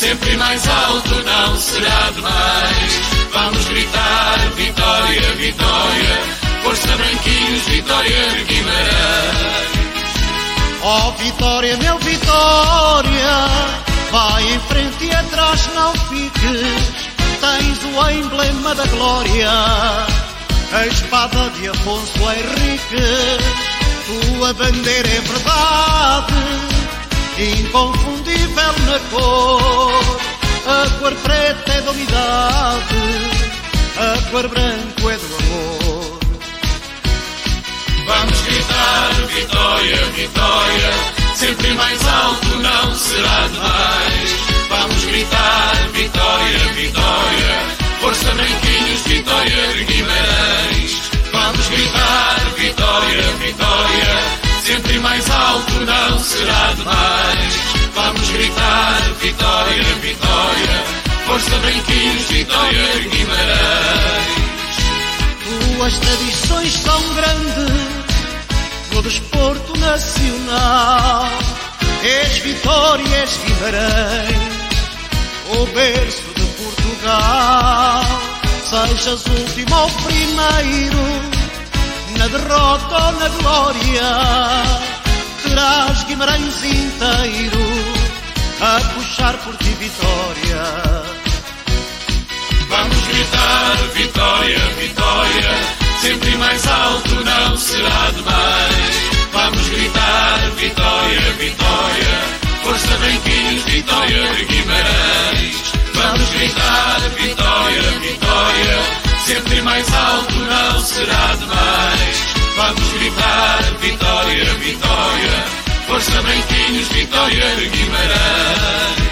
sempre mais alto, não será demais. Vamos gritar vitória, vitória, força branquinhos, vitória de Guimarães. Oh Vitória, meu Vitória, vai em frente e atrás não fiques. Tens o emblema da glória, a espada de Afonso Henriques. Tua bandeira é verdade, inconfundível na cor. A cor preta é da unidade, a cor branca é do amor. Vamos gritar vitória, vitória, sempre mais alto, não será demais. Vamos gritar vitória, vitória, força branquinhos, vitória de Guimarães. Vamos gritar vitória, vitória, sempre mais alto, não será demais. Vamos gritar vitória, vitória, força branquinhos, vitória de Guimarães. Tuas tradições são grandes no desporto nacional. És Vitória, és Guimarães, o berço de Portugal. Sejas último ou primeiro, na derrota ou na glória, terás Guimarães inteiro a puxar por ti vitória. Vamos gritar vitória, vitória, sempre mais alto, não será demais. Vamos gritar vitória, vitória, força branquinhos, vitória de Guimarães. Vamos gritar vitória, vitória, sempre mais alto, não será demais. Vamos gritar vitória, vitória, força branquinhos, vitória de Guimarães.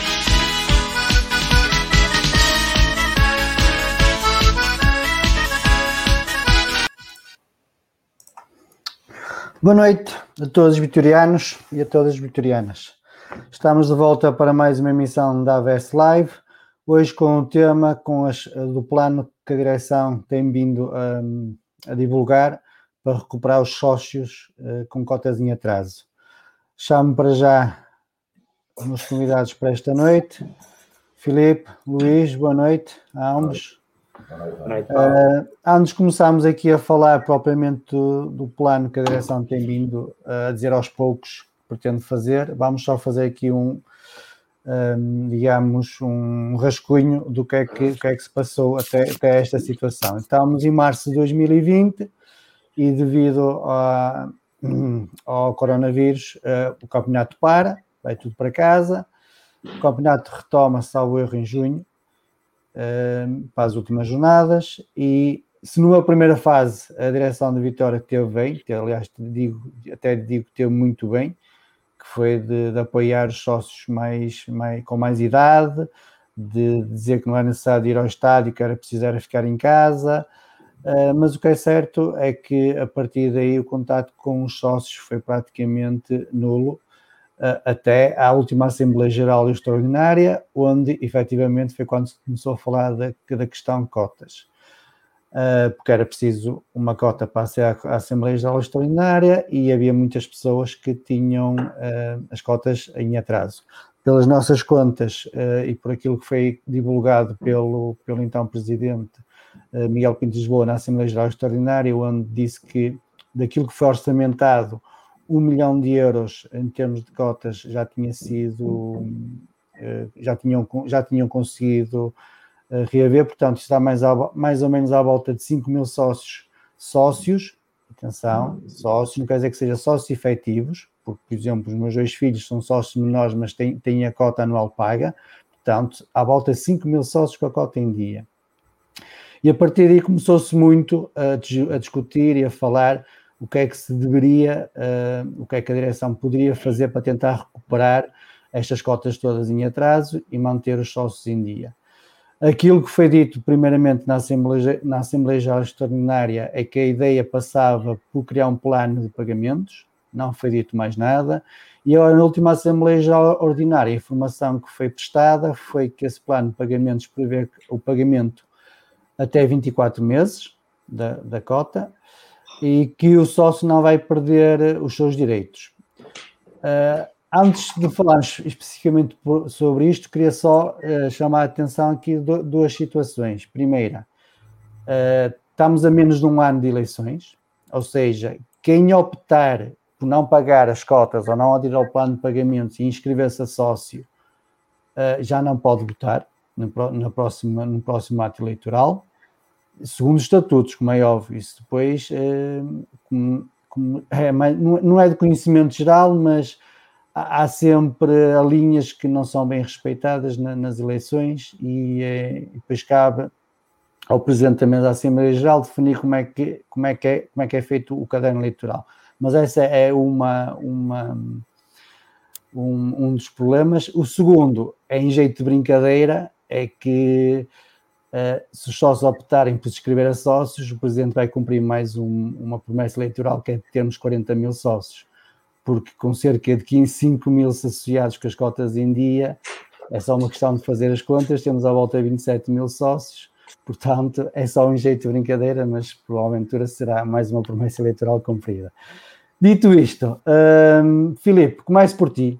Boa noite a todos os vitorianos e a todas as vitorianas. Estamos de volta para mais uma emissão da AVS Live, hoje com o tema do plano que a direção tem vindo a divulgar para recuperar os sócios com cotas em atraso. Chamo para já os meus convidados para esta noite. Filipe, Luís, boa noite a ambos. Antes de começarmos aqui a falar propriamente do plano que a direção tem vindo a dizer aos poucos que pretende fazer, vamos só fazer aqui um rascunho do que é que se passou até esta situação. Estamos em março de 2020 e devido ao coronavírus o campeonato vai tudo para casa. O campeonato retoma, salvo erro, em junho, para as últimas jornadas, e se numa primeira fase a direção de Vitória teve bem, aliás até digo que teve muito bem, que foi de apoiar os sócios com mais idade, de dizer que não era necessário ir ao estádio, que era preciso ficar em casa, mas o que é certo é que a partir daí o contato com os sócios foi praticamente nulo, até à última Assembleia Geral Extraordinária, onde efetivamente foi quando se começou a falar da questão de cotas, porque era preciso uma cota para ser a Assembleia Geral Extraordinária e havia muitas pessoas que tinham as cotas em atraso. Pelas nossas contas e por aquilo que foi divulgado pelo então Presidente Miguel Pinto de Lisboa na Assembleia Geral Extraordinária, onde disse que daquilo que foi orçamentado, 1 milhão de euros em termos de cotas já tinha sido, já tinham conseguido reaver, portanto está mais ou menos à volta de 5 mil sócios, atenção, sócios, não quer dizer que sejam sócios efetivos, porque, por exemplo, os meus 2 filhos são sócios menores, mas têm a cota anual paga, portanto, à volta de 5 mil sócios com a cota em dia. E a partir daí começou-se muito a discutir e a falar o que é que se deveria, o que é que a direção poderia fazer para tentar recuperar estas cotas todas em atraso e manter os sócios em dia. Aquilo que foi dito primeiramente na Assembleia Geral Extraordinária é que a ideia passava por criar um plano de pagamentos, não foi dito mais nada, e agora na última Assembleia Geral Ordinária a informação que foi prestada foi que esse plano de pagamentos prevê o pagamento até 24 meses da cota, e que o sócio não vai perder os seus direitos. Antes de falarmos especificamente sobre isto, queria só chamar a atenção aqui de duas situações. Primeira, estamos a menos de um ano de eleições, ou seja, quem optar por não pagar as cotas ou não aderir ao plano de pagamentos e inscrever-se a sócio, já não pode votar no próximo ato eleitoral, segundo os estatutos, como é óbvio. Isso depois não é de conhecimento geral, mas há sempre linhas que não são bem respeitadas nas eleições e depois cabe ao Presidente também da Assembleia Geral definir como é que é feito o caderno eleitoral. Mas essa é um dos problemas. O segundo, em jeito de brincadeira, é que se os sócios optarem por se inscrever a sócios, o Presidente vai cumprir mais uma promessa eleitoral, que é de termos 40 mil sócios, porque com cerca de 5 mil associados com as cotas em dia, é só uma questão de fazer as contas, temos à volta de 27 mil sócios, portanto é só um jeito de brincadeira, mas provavelmente será mais uma promessa eleitoral cumprida. Dito isto, Filipe, começo por ti.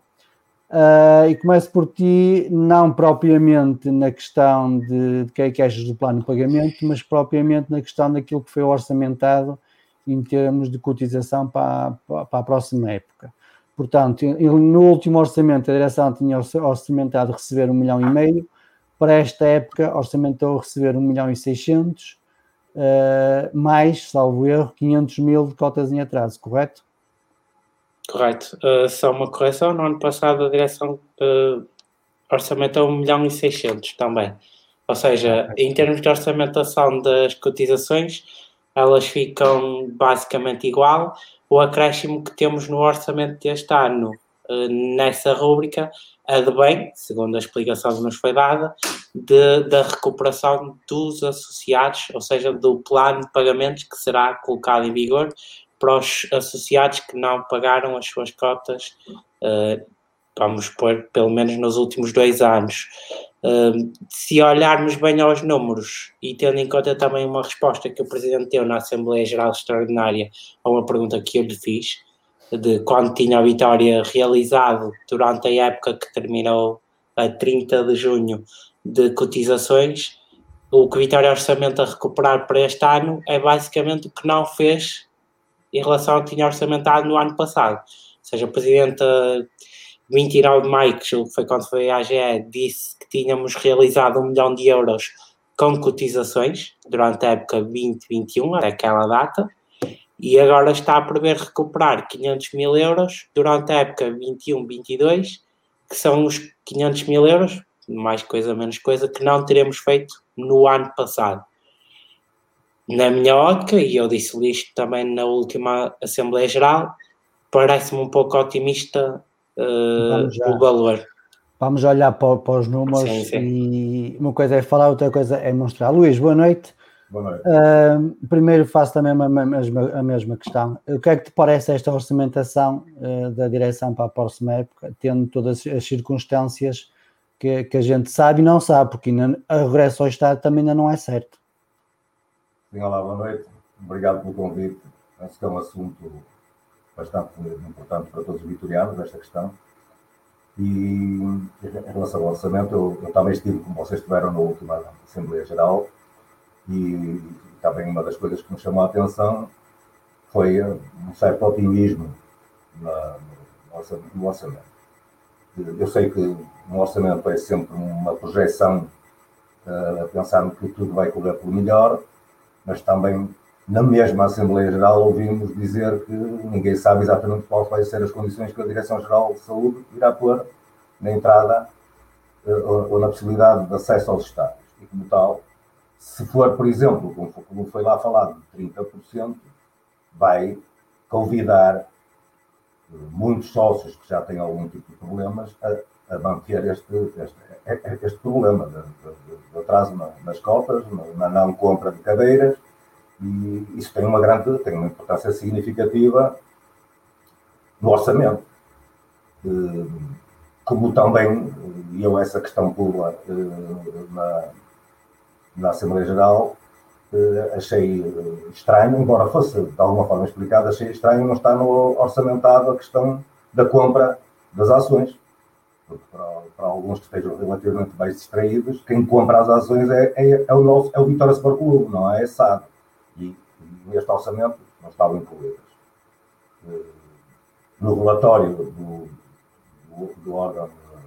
E começo por ti, não propriamente na questão de que é que achas do plano de pagamento, mas propriamente na questão daquilo que foi orçamentado em termos de cotização para a próxima época. Portanto, no último orçamento, a direção tinha orçamentado receber 1,5 milhão, para esta época orçamentou receber 1,6 milhão, mais, salvo erro, 500 mil de cotas em atraso, correto? Correto. Só uma correção, no ano passado a direção orçamentou 1,6 milhão também. Ou seja, em termos de orçamentação das cotizações, elas ficam basicamente igual. O acréscimo que temos no orçamento deste ano nessa rúbrica advém, segundo a explicação que nos foi dada, da recuperação dos associados, ou seja, do plano de pagamentos que será colocado em vigor para os associados que não pagaram as suas cotas, vamos pôr pelo menos nos últimos 2 anos. Se olharmos bem aos números e tendo em conta também uma resposta que o Presidente deu na Assembleia Geral Extraordinária a uma pergunta que eu lhe fiz, de quando tinha a Vitória realizado durante a época que terminou a 30 de junho de cotizações, o que Vitória orçamenta recuperar para este ano é basicamente o que não fez em relação ao que tinha orçamentado no ano passado. Ou seja, o Presidente, 29 de maio, que foi quando foi a AGE, disse que tínhamos realizado 1 milhão de euros com cotizações durante a época 2021, até aquela data, e agora está a prever recuperar 500 mil euros durante a época 21-22, que são os 500 mil euros, mais coisa, menos coisa, que não teremos feito no ano passado. Na minha ótica, e eu disse isto também na última Assembleia Geral, parece-me um pouco otimista o valor. Vamos olhar para os números. Sim. E uma coisa é falar, outra coisa é mostrar. Luís, boa noite. Boa noite. Primeiro faço também a mesma questão. O que é que te parece esta orçamentação da direção para a próxima época, tendo todas as circunstâncias que a gente sabe e não sabe, porque a regresso ao Estado também ainda não é certo. Sim, olá, boa noite. Obrigado pelo convite. Acho que é um assunto bastante importante para todos os vitorianos, esta questão. E em relação ao orçamento, eu também estive, como vocês estiveram na última Assembleia Geral, e também uma das coisas que me chamou a atenção foi um certo otimismo no orçamento. Eu sei que um orçamento é sempre uma projeção a pensar que tudo vai correr pelo melhor, mas também na mesma Assembleia Geral ouvimos dizer que ninguém sabe exatamente quais vai ser as condições que a Direção-Geral de Saúde irá pôr na entrada ou na possibilidade de acesso aos estádios. E como tal, se for, por exemplo, como foi lá falado, de 30%, vai convidar muitos sócios que já têm algum tipo de problemas a manter este problema de atraso nas cotas, na não compra de cadeiras, e isso tem uma importância significativa no orçamento. Como também, e eu essa questão pula na Assembleia Geral, achei estranho, embora fosse de alguma forma explicado, achei estranho não estar no orçamentado a questão da compra das ações. Porque para alguns que estejam relativamente bem distraídos, quem compra as ações é o Vitória Sport Clube, não é a SAD. E neste orçamento não estavam incluídas. No relatório do órgão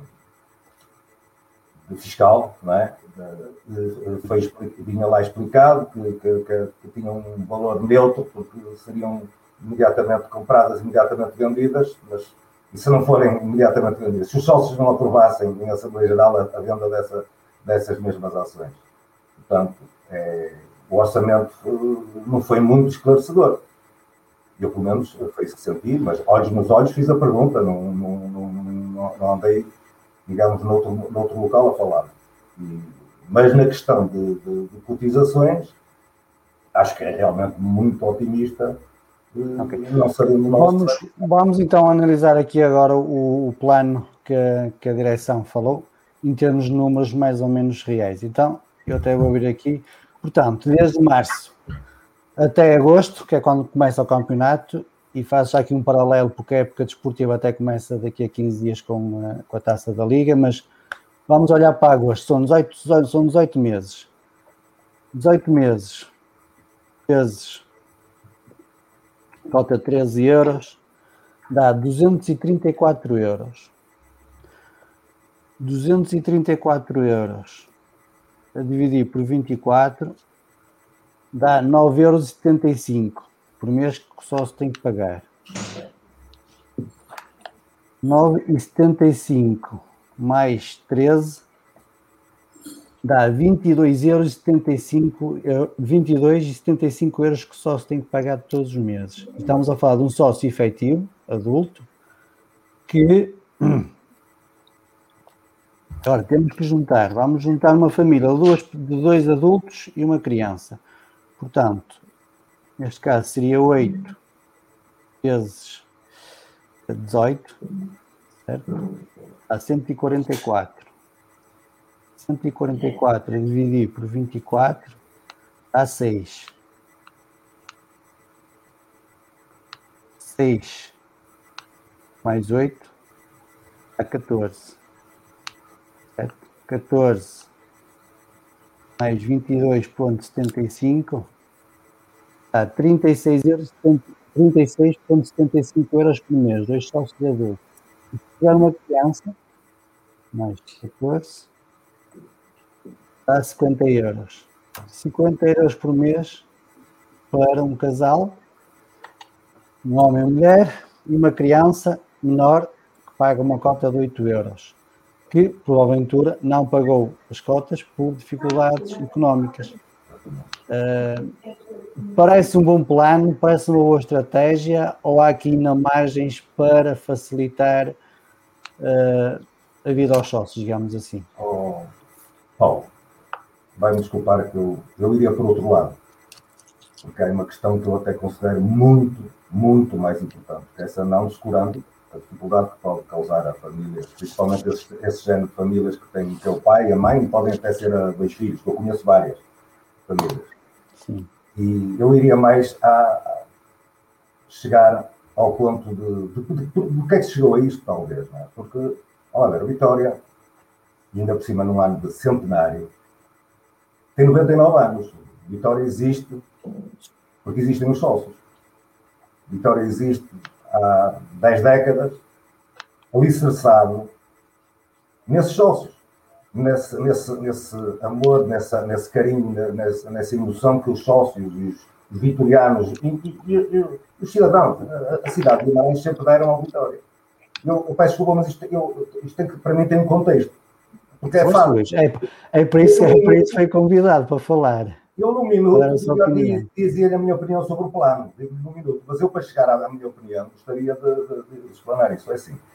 fiscal, não é? Vinha lá explicado que tinham um valor neutro, porque seriam imediatamente compradas, imediatamente vendidas, mas e se não forem imediatamente vendidas, se os sócios não aprovassem em Assembleia Geral a venda dessas mesmas ações. Portanto, o orçamento não foi muito esclarecedor. Eu, pelo menos, foi isso que senti, mas olhos nos olhos fiz a pergunta, não andei, digamos, noutro local a falar. Mas na questão de cotizações, acho que é realmente muito otimista. Okay. Não sabemos vamos então analisar aqui agora o plano que a direção falou, em termos de números mais ou menos reais. Então, eu até vou vir aqui. Portanto, desde março até agosto, que é quando começa o campeonato, e faço já aqui um paralelo, porque a época desportiva até começa daqui a 15 dias com a taça da Liga, mas vamos olhar para agosto, são 18 meses. 18 meses, vezes cota 13 euros, dá 234 euros. 234 euros a dividir por 24 dá 9,75 euros por mês que só se tem que pagar. 9,75 mais 13 dá 22,75 euros que só se tem que pagar todos os meses. Estamos a falar de um sócio efetivo, adulto, que agora temos que juntar. Vamos juntar uma família de dois adultos e uma criança. Portanto, neste caso seria 8 vezes 18, certo? Dá 144. 144 a dividir por 24 dá 6. 6 mais 8 dá 14. Certo? 14 mais 22,75 dá 36,75 euros por mês, dois sócios adultos. Se tiver uma criança, mais 14 dá 50 euros. 50 euros por mês para um casal, um homem e mulher, e uma criança menor que paga uma cota de 8 euros, que, porventura, não pagou as cotas por dificuldades económicas. Parece um bom plano, parece uma boa estratégia, ou há aqui ainda margens para facilitar a vida aos sócios, digamos assim? Paulo, vai-me desculpar que eu iria por outro lado, porque há uma questão que eu até considero muito, muito mais importante, que é essa não descurando a dificuldade que pode causar a famílias, principalmente esse género de famílias que têm que é o pai e a mãe, e podem até ser dois filhos, que eu conheço várias famílias. Sim. E eu iria mais a chegar ao ponto do que é que se chegou a isto, talvez, não é? Porque, olha, a Vitória, e ainda por cima num ano de centenário, tem 99 anos. Vitória existe porque existem os sócios. Vitória existe há 10 décadas, alicerçado nesses sócios, nesse amor, nesse carinho, nessa emoção que os sócios e os vitorianos e os cidadãos, a cidade de Guimarães sempre deram ao Vitória. Eu peço desculpa, mas isto tem que, para mim tem um contexto. Porque é fácil. É para isso que foi convidado para falar. Eu, num minuto, dizia a minha opinião sobre o plano. Digo-lhe num minuto. Mas eu, para chegar à minha opinião, gostaria de explanar isso. É assim.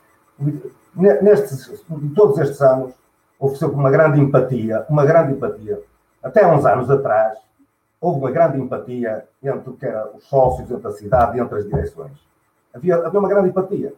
Todos estes anos, houve sempre uma grande empatia. Até há uns anos atrás, houve uma grande empatia entre o que eram os sócios, entre a cidade e entre as direções. Havia uma grande empatia.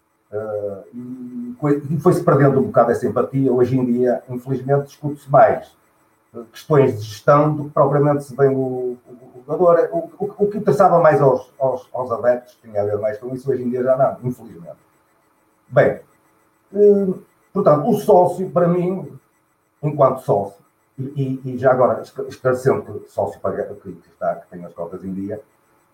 E foi-se perdendo um bocado essa empatia. Hoje em dia, infelizmente, discute-se mais questões de gestão do que propriamente se vem o jogador. O que interessava mais aos adeptos tinha a ver mais com isso, hoje em dia já não, infelizmente. Bem, Portanto, o sócio, para mim, enquanto sócio, e já agora esclarecendo que sócio que tem as cotas em dia,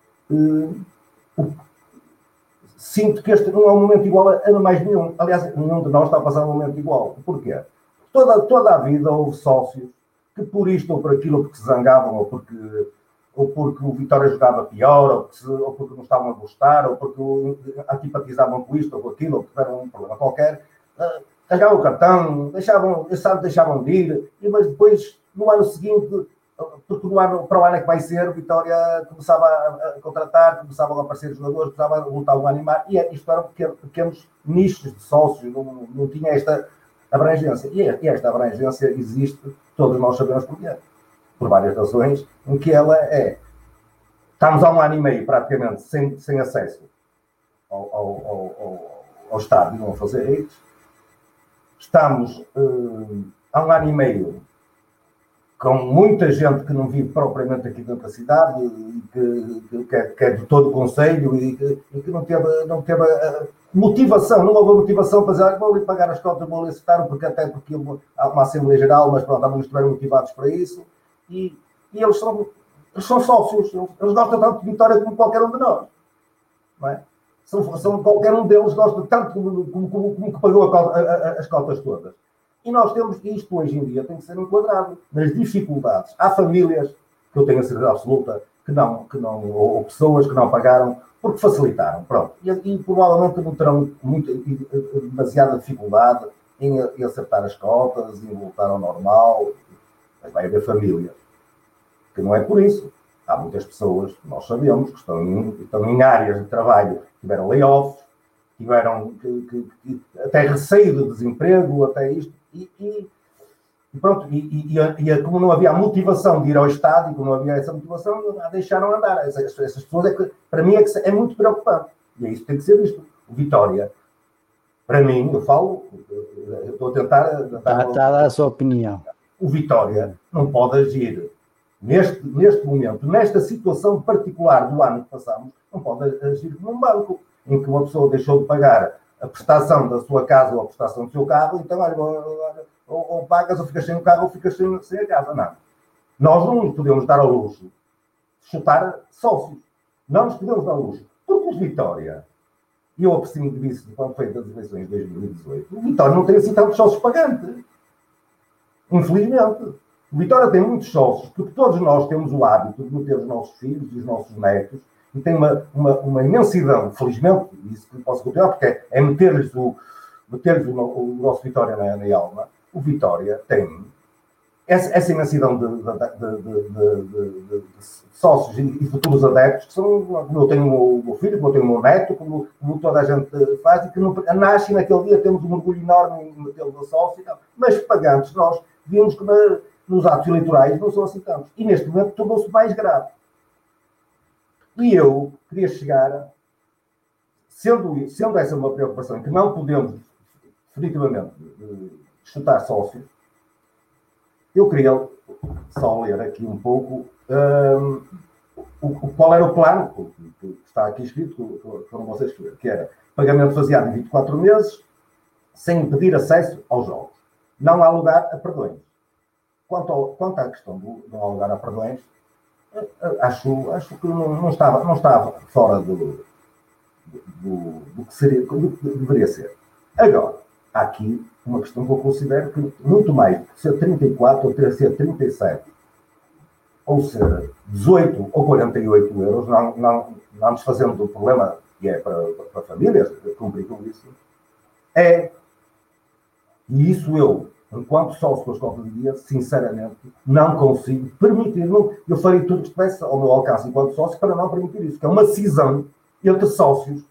sinto que este não é um momento igual a mais nenhum. Aliás, nenhum de nós está a passar um momento igual. Porquê? Toda a vida houve sócios que por isto ou por aquilo, ou porque se zangavam, ou porque o Vitória jogava pior, ou porque não estavam a gostar, ou porque antipatizavam com isto ou com aquilo, ou porque tiveram um problema qualquer, carregavam o cartão, deixavam de ir, mas depois, no ano seguinte, porque para o ano é que vai ser, o Vitória começava a contratar, começavam a aparecer jogadores, voltavam a animar, e isto eram pequenos nichos de sócios, não tinha esta abrangência. E esta abrangência existe, todos nós sabemos porquê. Por várias razões, em que ela é... Estamos há um ano e meio, praticamente, sem acesso ao estádio, não a fazer redes. Estamos há um ano e meio com muita gente que não vive propriamente aqui dentro da cidade e que é de todo o concelho e que não teve motivação, não houve motivação para dizer vou ali pagar as contas, vou ali acertar, porque há uma Assembleia Geral, mas pronto, não estiveram motivados para isso. E eles são sócios, eles gostam tanto de Vitória como qualquer um de nós. Não é? Qualquer um deles gosta tanto como que pagou as cotas todas. E nós temos isto hoje em dia, tem que ser enquadrado nas dificuldades. Há famílias, que eu tenho a certeza absoluta, que não, ou pessoas que não pagaram porque facilitaram. Pronto. E provavelmente não terão demasiada dificuldade em acertar as cotas, em voltar ao normal. Vai haver famílias que não é por isso. Há muitas pessoas, nós sabemos, que estão em áreas de trabalho, tiveram layoffs, tiveram até receio de desemprego, até isto, e pronto, como não havia a motivação de ir ao estádio, como não havia essa motivação, deixaram andar. Essas pessoas, para mim, é muito preocupante. E é isso que tem que ser visto. O Vitória, para mim, eu estou a tentar... Está a dar a sua opinião. O Vitória não pode agir neste momento, nesta situação particular do ano que passamos, não pode agir como um banco, em que uma pessoa deixou de pagar a prestação da sua casa ou a prestação do seu carro, então ou pagas ou ficas sem o carro ou ficas sem a casa. Não. Nós não nos podemos dar ao luxo de chutar sócios. Não nos podemos dar ao luxo. Porque os Vitória, e eu aprecio disso quando foi das eleições de 2018, o Vitória não tem assim tantos sócios pagantes. Infelizmente. O Vitória tem muitos sócios, porque todos nós temos o hábito de meter os nossos filhos e os nossos netos, e tem uma imensidão, felizmente, isso que posso continuar, porque é meter-lhes o nosso Vitória na alma. O Vitória tem essa imensidão de sócios e futuros adeptos, que são, como eu tenho o meu filho, como eu tenho o meu neto, como toda a gente faz, e que nasce naquele dia, temos um orgulho enorme em metê-los a sócio, mas pagantes, nós vimos que nos atos eleitorais não são assim tantos. E neste momento tornou-se mais grave. E eu queria chegar, sendo essa uma preocupação, que não podemos definitivamente chutar sócios, eu queria só ler aqui um pouco qual era o plano, que está aqui escrito, que foram vocês escrever, que era pagamento faseado em 24 meses, sem impedir acesso aos jogos. Não há lugar a perdões. Quanto à questão do não há lugar a perdões, acho que não estava fora do que deveria ser. Agora, há aqui uma questão que eu considero que muito mais do que ser 34 ou ter ser 37 ou ser 18 ou 48 euros, não nos fazemos do problema que é para famílias cumprir com isso, e isso eu, enquanto sócio com as cotas de dia, sinceramente, não consigo permitir. Eu faria tudo que estivesse ao meu alcance enquanto sócio para não permitir isso, que é uma cisão entre sócios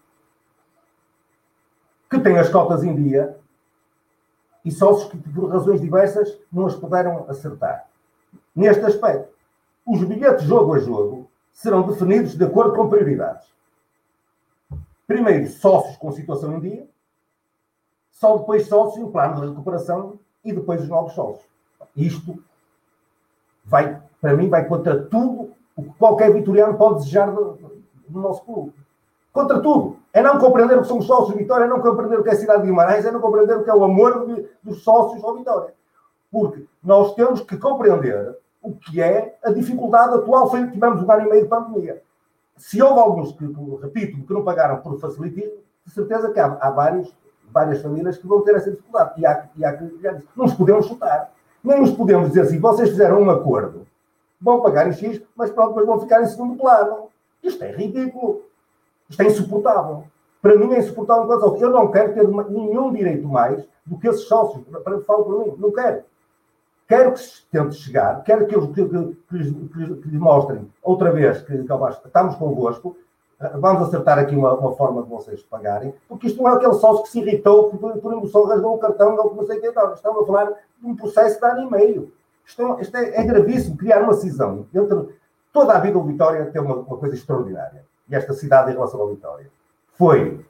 que têm as cotas em dia e sócios que, por razões diversas, não as puderam acertar. Neste aspecto, os bilhetes jogo a jogo serão definidos de acordo com prioridades. Primeiro, sócios com situação em dia, só depois sócios em plano de recuperação e depois os novos sócios. Isto para mim, vai contra tudo o que qualquer vitoriano pode desejar do nosso clube. Contra tudo. É não compreender o que são os sócios de Vitória, é não compreender o que é a cidade de Guimarães, é não compreender o que é o amor dos sócios ao Vitória. Porque nós temos que compreender o que é a dificuldade atual. Tivemos 1 ano e meio de pandemia. Se houve alguns que, repito, que não pagaram por facilitismo, de certeza que há várias famílias que vão ter essa dificuldade. E há que não nos podemos chutar. Nem nos podemos dizer assim, vocês fizeram um acordo, vão pagar em X, mas pronto, depois vão ficar em segundo plano. Isto é ridículo. Isto é insuportável. Para mim é insuportável. Eu não quero ter nenhum direito mais do que esses sócios. Falo por mim. Não quero. Quero que se tente chegar. Quero que lhes mostrem outra vez que estamos convosco. Vamos acertar aqui uma forma de vocês pagarem. Porque isto não é aquele sócio que se irritou por emoção, rasgou o cartão, não sei o que. Não. Estamos a falar de um processo de ano e meio. Isto é gravíssimo. Criar uma cisão. Toda a vida do Vitória tem uma coisa extraordinária. E esta cidade em relação à Vitória. Foi,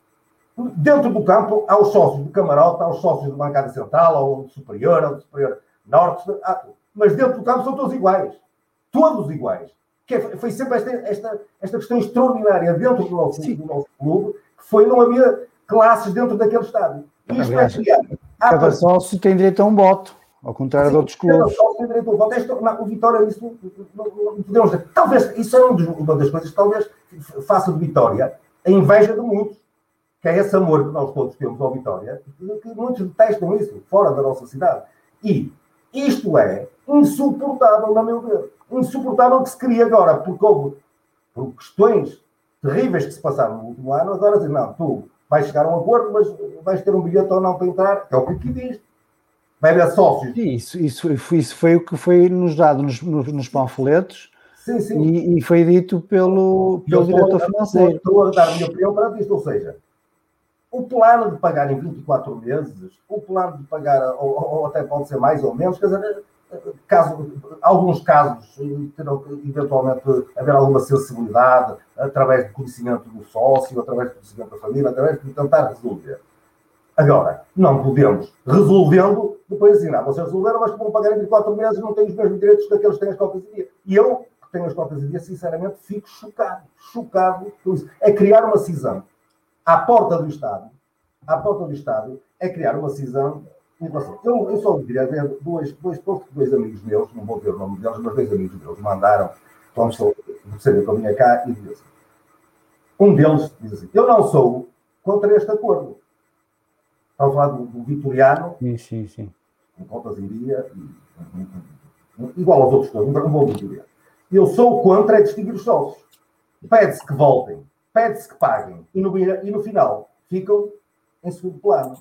dentro do campo, aos sócios do camarote, aos sócios da bancada central, ao superior norte, mas dentro do campo são todos iguais. Todos iguais. Foi sempre esta questão extraordinária dentro do nosso clube, que foi, não havia classes dentro daquele estádio. E isto é criar. Cada sócio tem direito a um voto. Ao contrário de outros clubes. O Vitória, isso não podemos dizer. Talvez, isso é uma das coisas que talvez faça de Vitória a inveja de muitos. Que é esse amor que nós todos temos ao Vitória, que muitos detestam isso, fora da nossa cidade. E isto é insuportável, na meu ver. Insuportável que se cria agora, porque houve por questões terríveis que se passaram no último ano, agora dizem, não, tu vais chegar a um acordo, mas vais ter um bilhete ou não para entrar, é o que aqui diz. Vai haver sócios. Isso foi o que foi nos dado nos panfletos. Sim. E foi dito pelo diretor financeiro. Estou a dar a minha opinião para isto, ou seja, o plano de pagar em 24 meses, o plano de pagar, ou até pode ser mais ou menos, quer dizer, alguns casos terão que eventualmente haver alguma sensibilidade através do conhecimento do sócio, através do conhecimento da família, através de tentar resolver. Agora, não podemos, resolvendo, depois assim, não, vocês resolveram, mas vão pagar em 24 meses e não têm os mesmos direitos daqueles que têm as cotas de dia. E eu, que tenho as cotas de dia, sinceramente, fico chocado com isso. É criar uma cisão à porta do Estado, é criar uma cisão em relação. Eu só queria ver dois amigos meus, não vou ver o nome deles, mas 2 amigos meus mandaram, quando perceber que eu vinha cá, e diz assim, um deles diz assim, eu não sou contra este acordo. Estava a falar do Vitoriano, sim. com cotas em dia, igual aos outros todos, não vou Vitoriano. Eu sou contra é distinguir os sócios. Pede-se que voltem, pede-se que paguem, e no final ficam em segundo plano.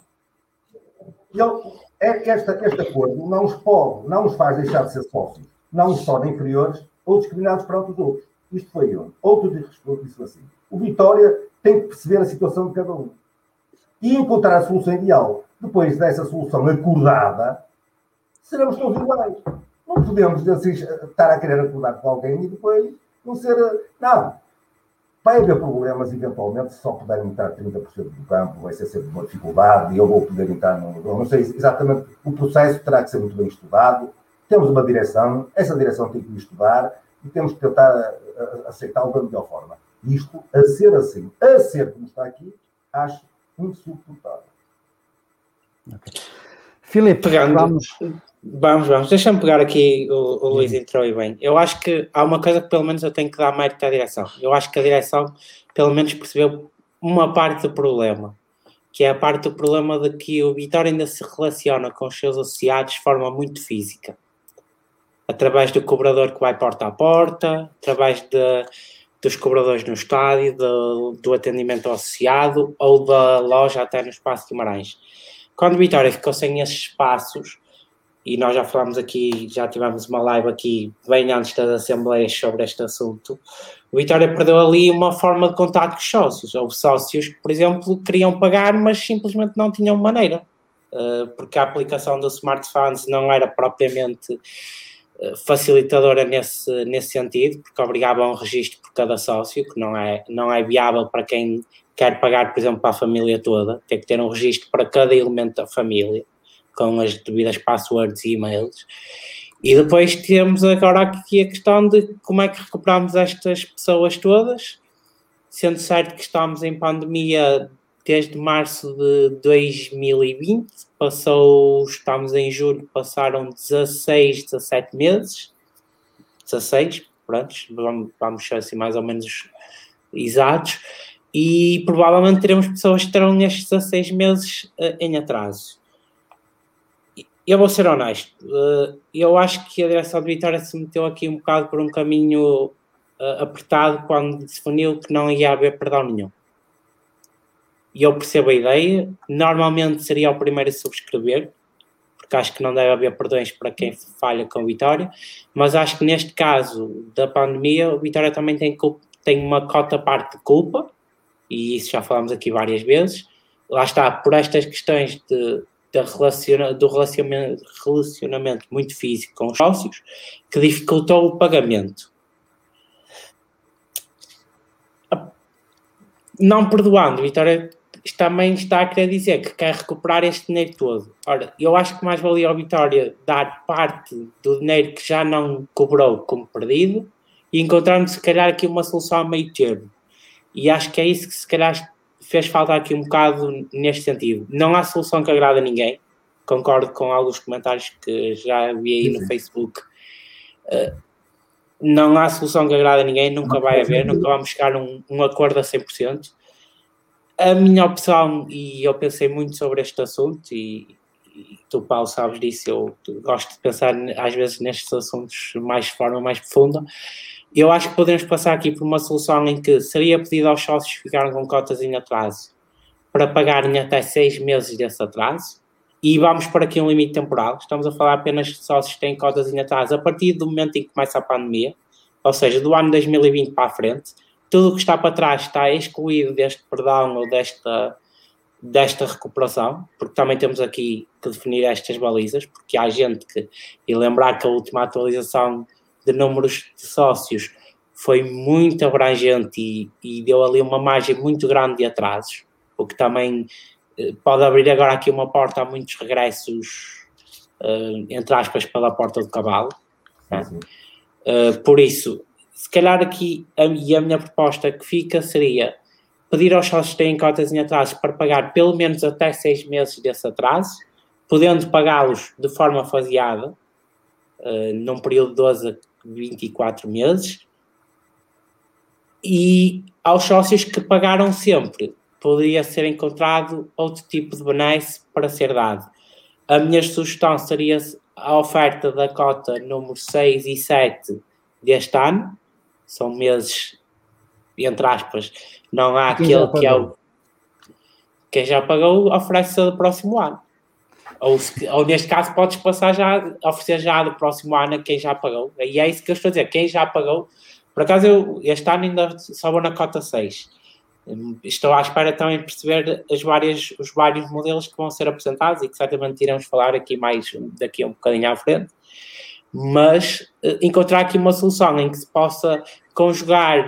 Este acordo não os faz deixar de ser sócios, não os torna inferiores ou discriminados perante os outros. Isto foi onde? Outro disse assim. O Vitória tem que perceber a situação de cada um e encontrar a solução ideal. Depois dessa solução acordada, seremos todos iguais. Não podemos assim, estar a querer acordar com alguém e depois não ser... Não. Vai haver problemas, eventualmente, se só puderem entrar 30% do campo, vai ser sempre uma dificuldade e eu vou poder entrar não sei exatamente, o processo terá que ser muito bem estudado. Temos uma direção, essa direção tem que estudar e temos que tentar aceitá-lo da melhor forma. Isto, a ser assim, a ser como está aqui, acho insuportável. Okay. Filipe, Vamos. Deixa-me pegar aqui, o Luís entrou aí bem. Eu acho que há uma coisa que pelo menos eu tenho que dar mérito à direção. Eu acho que a direção pelo menos percebeu uma parte do problema, que é a parte do problema de que o Vitória ainda se relaciona com os seus associados de forma muito física. Através do cobrador que vai porta a porta, através dos cobradores no estádio, do atendimento ao associado ou da loja até no Espaço de Guimarães. Quando o Vitória ficou sem esses espaços, e nós já falámos aqui, já tivemos uma live aqui bem antes das assembleias sobre este assunto, o Vitória perdeu ali uma forma de contato com os sócios. Houve sócios que, por exemplo, queriam pagar, mas simplesmente não tinham maneira, porque a aplicação do smartphones não era propriamente facilitadora nesse sentido, porque obrigava a um registro por cada sócio, que não é viável para quem quer pagar, por exemplo, para a família toda. Tem que ter um registro para cada elemento da família, com as devidas passwords e e-mails. E depois temos agora aqui a questão de como é que recuperamos estas pessoas todas. sendo certo que estamos em pandemia desde março de 2020, estamos em julho, passaram 16, 17 meses, 16, pronto, vamos ser assim mais ou menos exatos, e provavelmente teremos pessoas que estarão nestes 16 meses em atraso. Eu vou ser honesto, eu acho que a direção de Vitória se meteu aqui um bocado por um caminho apertado quando definiu que não ia haver perdão nenhum. E eu percebo a ideia, normalmente seria o primeiro a subscrever, porque acho que não deve haver perdões para quem falha com a Vitória, mas acho que neste caso da pandemia, o Vitória também tem uma cota parte de culpa, e isso já falámos aqui várias vezes. Lá está, por estas questões do relacionamento muito físico com os sócios, que dificultou o pagamento. Não perdoando, Vitória também está a querer dizer que quer recuperar este dinheiro todo. Ora, eu acho que mais valia ao Vitória dar parte do dinheiro que já não cobrou como perdido e encontrarmos, se calhar, aqui uma solução a meio termo. E acho que é isso que, se calhar, fez falta aqui um bocado neste sentido. Não há solução que agrade a ninguém. Concordo com alguns comentários que já vi aí no Facebook. Não há solução que agrade a ninguém, nunca vai haver, nunca vamos chegar a um acordo a 100%. A minha opção, e eu pensei muito sobre este assunto, e tu, Paulo, sabes disso, eu gosto de pensar às vezes nestes assuntos de forma mais profunda. Eu acho que podemos passar aqui por uma solução em que seria pedido aos sócios que ficaram com cotas em atraso para pagarem até 6 meses desse atraso, e vamos por aqui um limite temporal. Estamos a falar apenas de sócios que têm cotas em atraso a partir do momento em que começa a pandemia, ou seja, do ano 2020 para a frente. Tudo o que está para trás está excluído deste perdão ou desta recuperação, porque também temos aqui que definir estas balizas, porque há gente e lembrar que a última atualização de números de sócios foi muito abrangente e deu ali uma margem muito grande de atrasos, o que também pode abrir agora aqui uma porta a muitos regressos, entre aspas, pela porta do cavalo. Por isso, se calhar aqui, a minha proposta que fica seria pedir aos sócios que têm cotas em atraso para pagar pelo menos até 6 meses desse atraso, podendo pagá-los de forma faseada, num período de 12 a 24 meses, e aos sócios que pagaram sempre, poderia ser encontrado outro tipo de benesse para ser dado. A minha sugestão seria a oferta da cota número 6 e 7 deste ano. São meses, entre aspas, não há aquele que é o... Quem já pagou oferece do próximo ano. Ou neste caso podes passar oferecer já do próximo ano a quem já pagou. E é isso que eu estou a dizer, quem já pagou. Por acaso eu este ano ainda só vou na cota 6. Estou à espera também de perceber os vários modelos que vão ser apresentados e que certamente iremos falar aqui mais daqui a um bocadinho à frente. Mas encontrar aqui uma solução em que se possa conjugar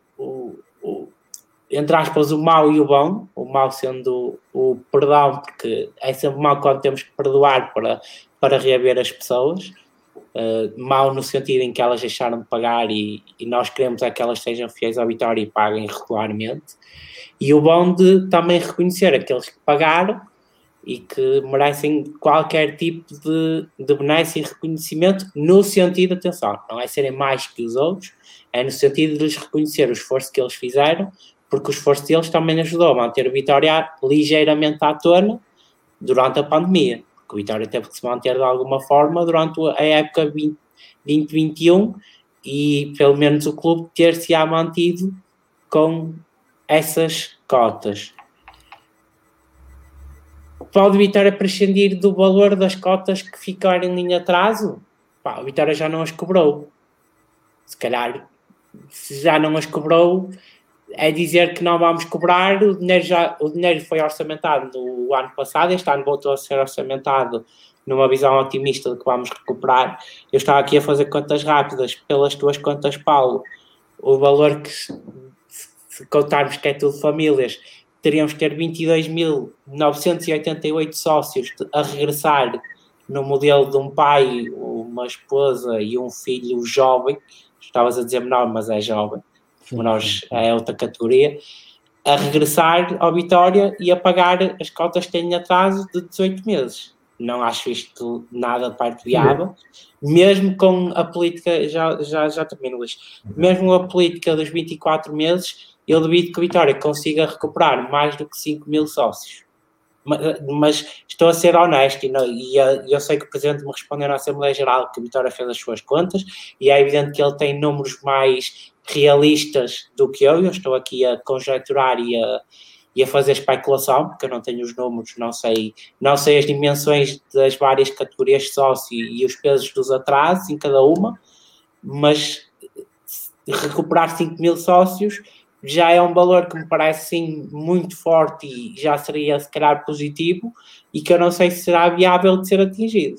entre aspas, o mau e o bom, o mau sendo o perdão, porque é sempre mau quando temos que perdoar para reaver as pessoas, mau no sentido em que elas deixaram de pagar e nós queremos é que elas sejam fiéis à Vitória e paguem regularmente, e o bom de também reconhecer aqueles que pagaram e que merecem qualquer tipo de benesse e reconhecimento, no sentido, atenção, não é serem mais que os outros, é no sentido de lhes reconhecer o esforço que eles fizeram, porque o esforço deles também ajudou a manter a Vitória ligeiramente à tona durante a pandemia, porque a Vitória teve que se manter de alguma forma durante a época 2021 e pelo menos o clube ter-se-á mantido com essas cotas. Pode Vitória prescindir do valor das cotas que ficarem em atraso? A Vitória já não as cobrou. Se calhar, se já não as cobrou, é dizer que não vamos cobrar. O dinheiro foi orçamentado no ano passado, este ano voltou a ser orçamentado numa visão otimista de que vamos recuperar. Eu estava aqui a fazer contas rápidas, pelas tuas contas, Paulo, o valor que, se contarmos que é tudo famílias, teríamos que ter 22.988 sócios a regressar no modelo de um pai, uma esposa e um filho jovem. Estavas a dizer menor, mas é jovem. menores é outra categoria, a regressar ao Vitória e a pagar as cotas que têm em atraso de 18 meses. Não acho isto nada de parte viável, mesmo com a política, já termino, Luís, mesmo a política dos 24 meses, eu duvido que o Vitória consiga recuperar mais do que 5 mil sócios. Mas estou a ser honesto e eu sei que o Presidente me respondeu na Assembleia Geral que o Vitória fez as suas contas e é evidente que ele tem números mais realistas do que eu estou aqui a conjecturar e a fazer especulação, porque eu não tenho os números, não sei as dimensões das várias categorias de sócio e os pesos dos atrasos em cada uma, mas recuperar 5 mil sócios já é um valor que me parece sim muito forte e já seria se calhar positivo e que eu não sei se será viável de ser atingido.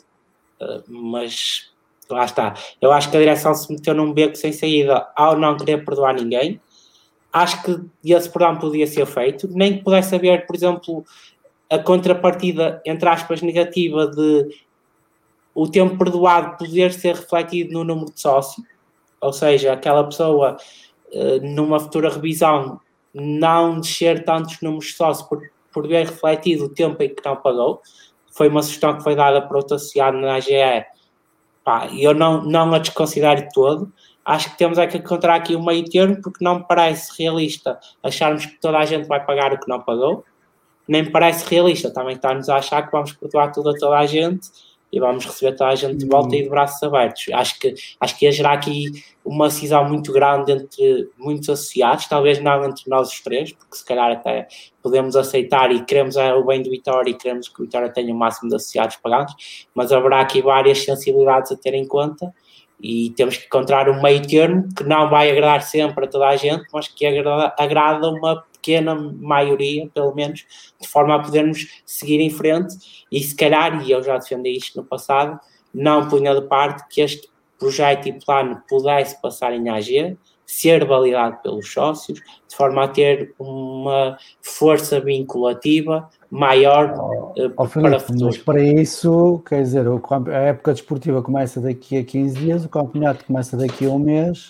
Mas lá está. Eu acho que a direção se meteu num beco sem saída ao não querer perdoar ninguém. Acho que esse perdão podia ser feito, nem que pudesse haver, por exemplo, a contrapartida, entre aspas, negativa de o tempo perdoado poder ser refletido no número de sócio, ou seja, aquela pessoa numa futura revisão não descer tantos números de sócios por ver refletido o tempo em que não pagou. Foi uma sugestão que foi dada por outro associado na AGE, e eu não a desconsidero todo. Acho que temos que encontrar aqui um meio termo, porque não me parece realista acharmos que toda a gente vai pagar o que não pagou, nem me parece realista também estarmos a achar que vamos perdoar tudo a toda a gente e vamos receber toda a gente de volta e de braços abertos. Acho que ia gerar aqui uma cisão muito grande entre muitos associados, talvez não entre nós os três, porque se calhar até podemos aceitar e queremos o bem do Vitória e queremos que o Vitória tenha o máximo de associados pagados, mas haverá aqui várias sensibilidades a ter em conta e temos que encontrar um meio termo que não vai agradar sempre a toda a gente, mas que agrada uma pequena maioria, pelo menos, de forma a podermos seguir em frente e se calhar, e eu já defendi isto no passado, não punha de parte que este projeto e plano pudesse passar em AG, ser validado pelos sócios, de forma a ter uma força vinculativa maior para o futuro. Mas para isso, quer dizer, a época desportiva começa daqui a 15 dias, o campeonato começa daqui a um mês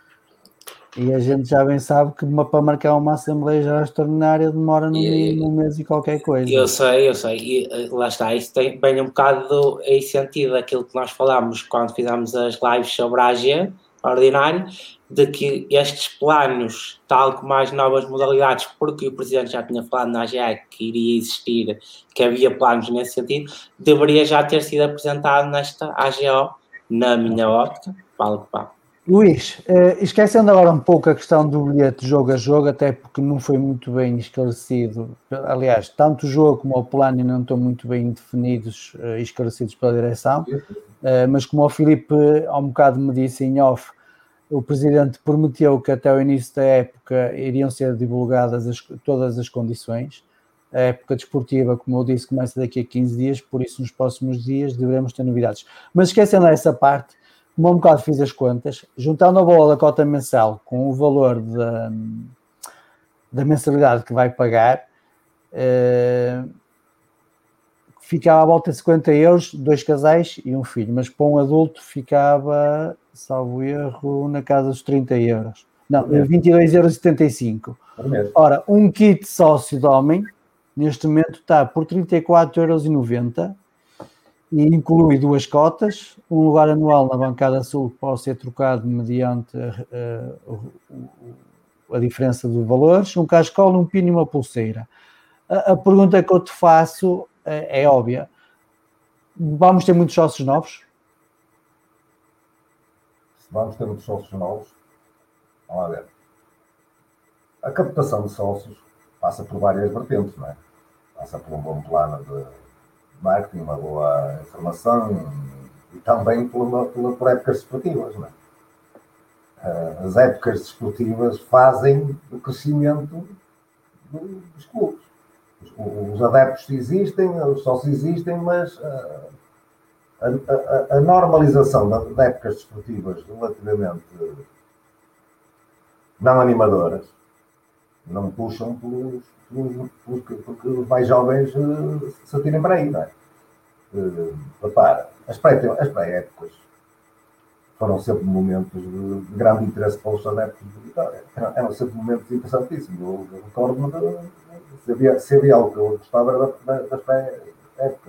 e a gente já bem sabe que para marcar uma Assembleia Geral Extraordinária demora no mínimo um mês e qualquer coisa. Eu sei, e lá está, isso tem bem um bocado em sentido daquilo que nós falámos quando fizemos as lives sobre a AG ordinário, de que estes planos, tal como as novas modalidades, porque o Presidente já tinha falado na AGE que iria existir, que havia planos nesse sentido, deveria já ter sido apresentado nesta AGO, na minha ótica. Fala que pá. Luís, esquecendo agora um pouco a questão do bilhete jogo a jogo, até porque não foi muito bem esclarecido, aliás, tanto o jogo como o plano não estão muito bem definidos e esclarecidos pela direção, mas como o Filipe há um bocado me disse em off, o Presidente prometeu que até o início da época iriam ser divulgadas todas as condições. A época desportiva, como eu disse, começa daqui a 15 dias, por isso nos próximos dias devemos ter novidades. Mas esquecendo essa parte, como um bocado fiz as contas, juntando a bola da cota mensal com o valor da mensalidade que vai pagar, ficava à volta de 50 euros, 2 casais e um filho, mas para um adulto ficava, salvo erro, na casa dos 30 euros. Não, 22,75 euros. Ora, um kit sócio de homem, neste momento está por 34,90 euros e inclui 2 cotas, um lugar anual na bancada sul que pode ser trocado mediante a diferença de valores, um cascola, um pino e uma pulseira. A pergunta que eu te faço é óbvia. Vamos ter muitos sócios novos? Se vamos ter muitos sócios novos, vamos lá ver. A captação de sócios passa por várias vertentes, não é? Passa por um bom plano de marketing, uma boa informação e também por épocas desportivas, não é? As épocas desportivas fazem o crescimento dos clubes. Os adeptos existem, os sócios existem, mas a normalização de épocas desportivas relativamente não animadoras não puxam porque os mais jovens se atirem para aí, não é? Repara, as pré-épocas foram sempre momentos de grande interesse para os adeptos de Vitória. Eram sempre momentos interessantíssimos. Eu recordo-me se havia algo que eu gostava das pré-épocas.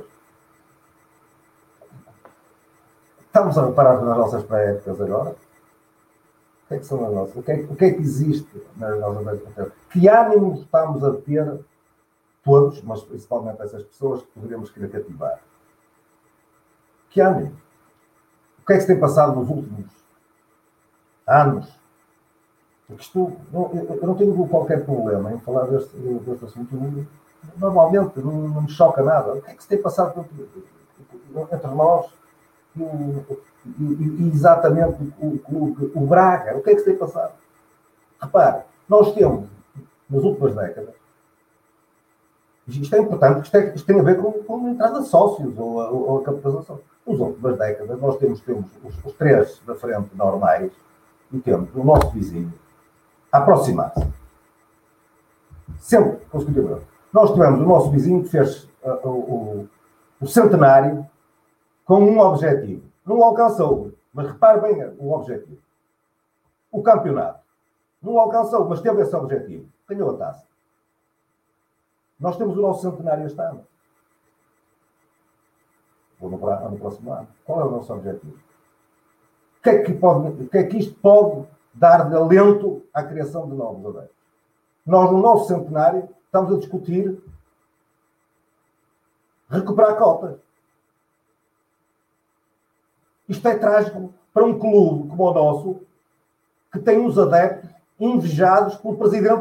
Estamos a reparar nas nossas pré-épocas agora? O que é que são as nossas? O que é que existe nas nossas pré-épocas? Que ânimos estamos a ter todos, mas principalmente essas pessoas que poderíamos querer cativar? Que ânimo? O que é que se tem passado nos últimos anos? Porque eu não tenho qualquer problema em falar deste assunto. Normalmente não me choca nada. O que é que se tem passado entre nós e exatamente o Braga? O que é que se tem passado? Repare, nós temos, nas últimas décadas, isto é importante, isto tem a ver com a entrada de sócios ou a capitalização. Nas últimas décadas, nós temos os três da frente normais e temos o nosso vizinho a aproximar-se. Sempre consecutivamente. Nós tivemos o nosso vizinho que fez o centenário com um objetivo. Não alcançou, mas repare bem o objetivo. O campeonato. Não alcançou, mas teve esse objetivo. Ganhou a taça. Nós temos o nosso centenário este ano. Ou no próximo ano. Qual é o nosso objetivo? O que é que isto pode dar de alento à criação de novos adeptos? Nós, no nosso centenário, estamos a discutir recuperar cotas. Isto é trágico para um clube como o nosso, que tem uns adeptos invejados pelo presidente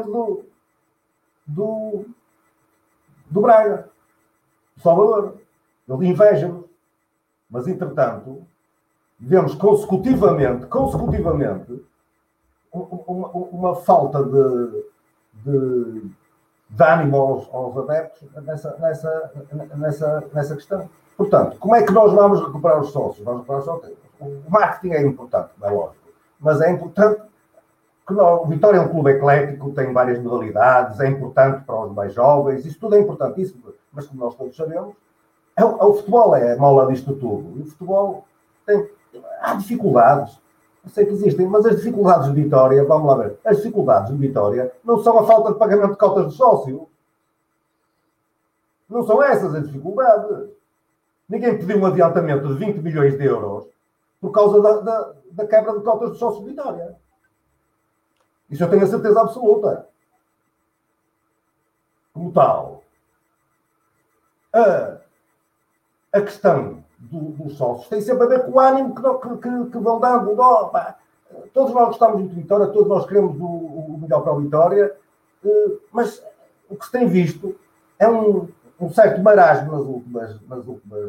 do Braga, do Salvador. Ele inveja-nos. Mas, entretanto, vemos consecutivamente uma falta de ânimo aos adeptos nessa questão. Portanto, como é que nós vamos recuperar os sócios? Vamos recuperar os sócios. O marketing é importante, é lógico. Mas é importante que o Vitória é um clube eclético, tem várias modalidades, é importante para os mais jovens, isso tudo é importantíssimo. Mas como nós todos sabemos, o futebol é a mola disto tudo. E o futebol há dificuldades. Eu sei que existem, mas as dificuldades de Vitória, vamos lá ver, as dificuldades de Vitória não são a falta de pagamento de cotas de sócio. Não são essas as dificuldades. Ninguém pediu um adiantamento de 20 milhões de euros por causa da quebra de cotas de sócio de Vitória. Isso eu tenho a certeza absoluta. Como tal, a questão dos sócios tem sempre a ver com o ânimo que vão dando. Todos nós gostamos muito de Vitória, todos nós queremos o melhor para a Vitória, mas o que se tem visto é um certo marasmo nas últimas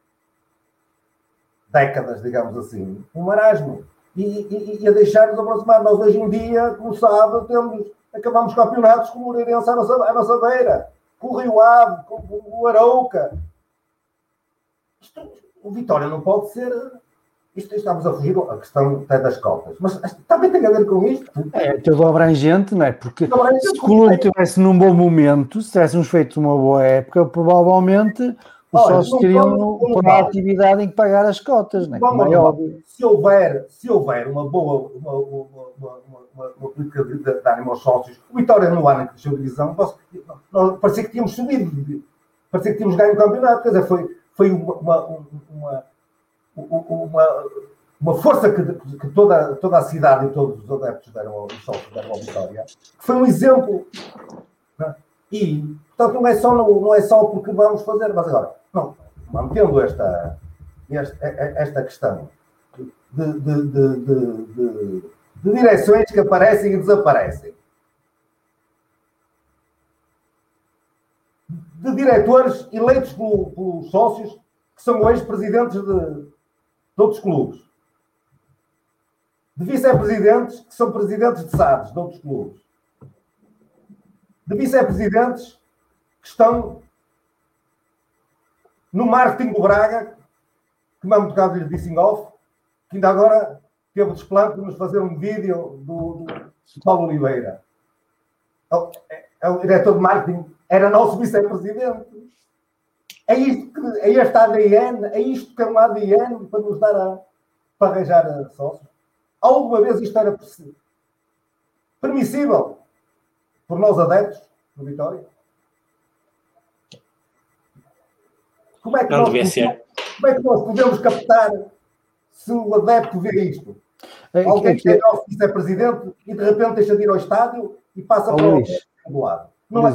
décadas, digamos assim. Um marasmo. E a deixar-nos aproximar. Nós hoje em dia, como sabe, acabamos campeonatos com o Moreirense à nossa beira, com o Rio Ave, com o Arauca. O Vitória não pode ser... Estamos a fugir a questão até das cotas. Mas também tem a ver com isto. É tudo abrangente, não é? Porque se o clube estivesse num bom momento, se tivéssemos feito uma boa época, provavelmente os sócios teriam uma atividade em que pagar as cotas, não é? Como é óbvio. Se houver uma boa política de ânimo aos sócios, o Vitória no ano em que deixou a divisão, parecia que tínhamos subido, parecia que tínhamos ganho o campeonato, quer dizer, foi uma força que toda a cidade e todos os adeptos deram ao Vitória, que foi um exemplo. Né? E, portanto, não é só porque vamos fazer, mas agora, não, mantendo esta questão de direções que aparecem e desaparecem, de diretores eleitos pelos sócios, que são ex-presidentes de outros clubes, de vice-presidentes que são presidentes de SADs de outros clubes, de vice-presidentes que estão no marketing do Braga, que me há muito bocado lhe disse em off, que ainda agora teve o desplante de nos fazer um vídeo do Paulo Oliveira. É o diretor de marketing, era nosso vice-presidente. É este ADN, é isto que é um ADN para nos dar para arranjar sócios? Alguma vez isto era permissível por nós adeptos do Vitória? Como é que nós podemos captar se o adepto vê isto? Alguém que é nosso vice-presidente e de repente deixa de ir ao estádio e passa para o lado.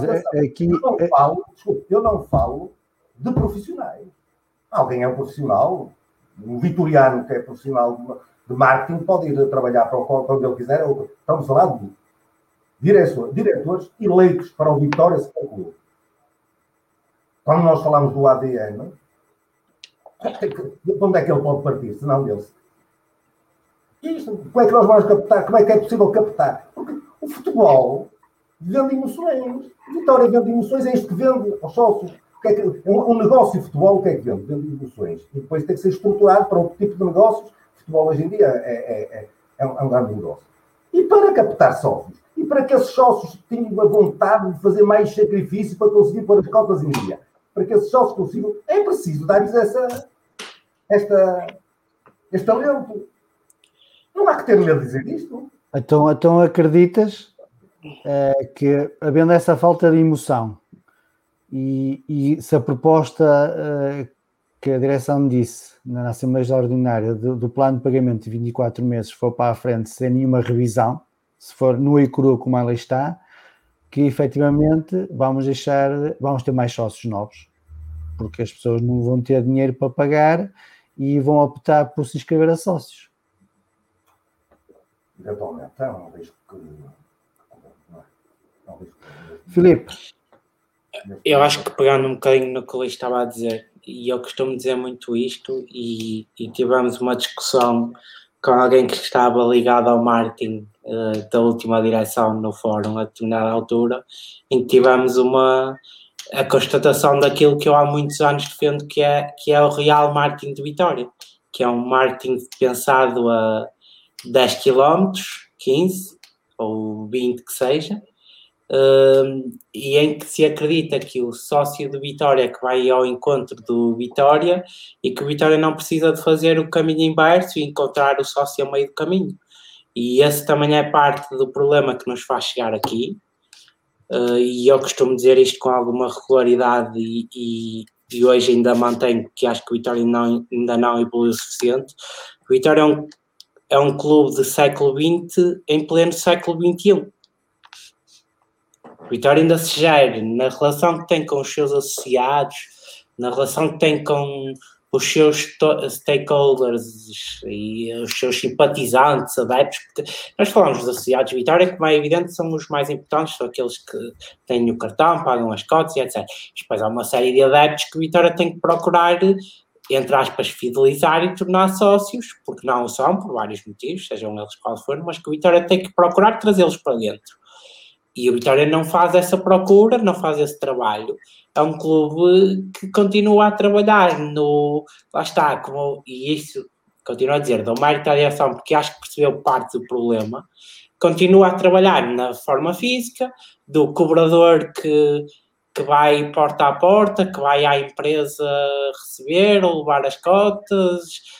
Eu não falo de profissionais. Alguém é um profissional, um vitoriano que é profissional de marketing pode ir trabalhar para onde ele quiser. Estamos a falar de diretores eleitos para o Vitória Sport Clube. Quando nós falamos do ADN, de onde é que ele pode partir, se não dele? Isto, como é que nós vamos captar? Como é que é possível captar? Porque o futebol vende emoções. Vitória vende emoções, é isto que vende aos sócios. Um negócio de futebol, o que é que vende? Vende emoções. E depois tem que ser estruturado para outro tipo de negócios. O futebol hoje em dia é um grande negócio. E para captar sócios, e para que esses sócios tenham a vontade de fazer mais sacrifício para conseguir pôr as cotas em dia, para que esses sócios consigam, é preciso dar-lhes este alento. Não há que ter medo de dizer isto. Então acreditas que, havendo essa falta de emoção e se a proposta que a direção disse na Assembleia Ordinária do plano de pagamento de 24 meses for para a frente sem nenhuma revisão, se for nua e crua como ela está, que efetivamente vamos ter mais sócios novos, porque as pessoas não vão ter dinheiro para pagar e vão optar por se inscrever a sócios. Eventualmente, é um risco que... Filipe? Eu acho que pegando um bocadinho no que o Luís estava a dizer, e eu costumo dizer muito isto, e tivemos uma discussão com alguém que estava ligado ao marketing da última direção no fórum a determinada altura, em que tivemos a constatação daquilo que eu há muitos anos defendo que é o real marketing de Vitória, que é um marketing pensado a 10 km, 15 ou 20 que seja, e em que se acredita que o sócio de Vitória que vai ao encontro do Vitória e que o Vitória não precisa de fazer o caminho inverso e encontrar o sócio a meio do caminho. E esse também é parte do problema que nos faz chegar aqui, e eu costumo dizer isto com alguma regularidade e hoje ainda mantenho que acho que o Vitória ainda não evoluiu o suficiente. O Vitória é um clube do século XX em pleno século XXI. O Vitória ainda se gera na relação que tem com os seus associados, na relação que tem com os seus stakeholders e os seus simpatizantes, adeptos, porque nós falamos dos associados de Vitória, como é evidente, são os mais importantes, são aqueles que têm o cartão, pagam as cotas e etc. Depois há uma série de adeptos que Vitória tem que procurar, entre aspas, fidelizar e tornar sócios, porque não o são, por vários motivos, sejam eles quais forem, mas que o Vitória tem que procurar trazê-los para dentro. E o Vitória não faz essa procura, não faz esse trabalho. É um clube que continua a trabalhar lá está, e isso, continuo a dizer, dou mérito à direção, porque acho que percebeu parte do problema, continua a trabalhar na forma física, do cobrador que vai porta a porta, que vai à empresa receber ou levar as cotas,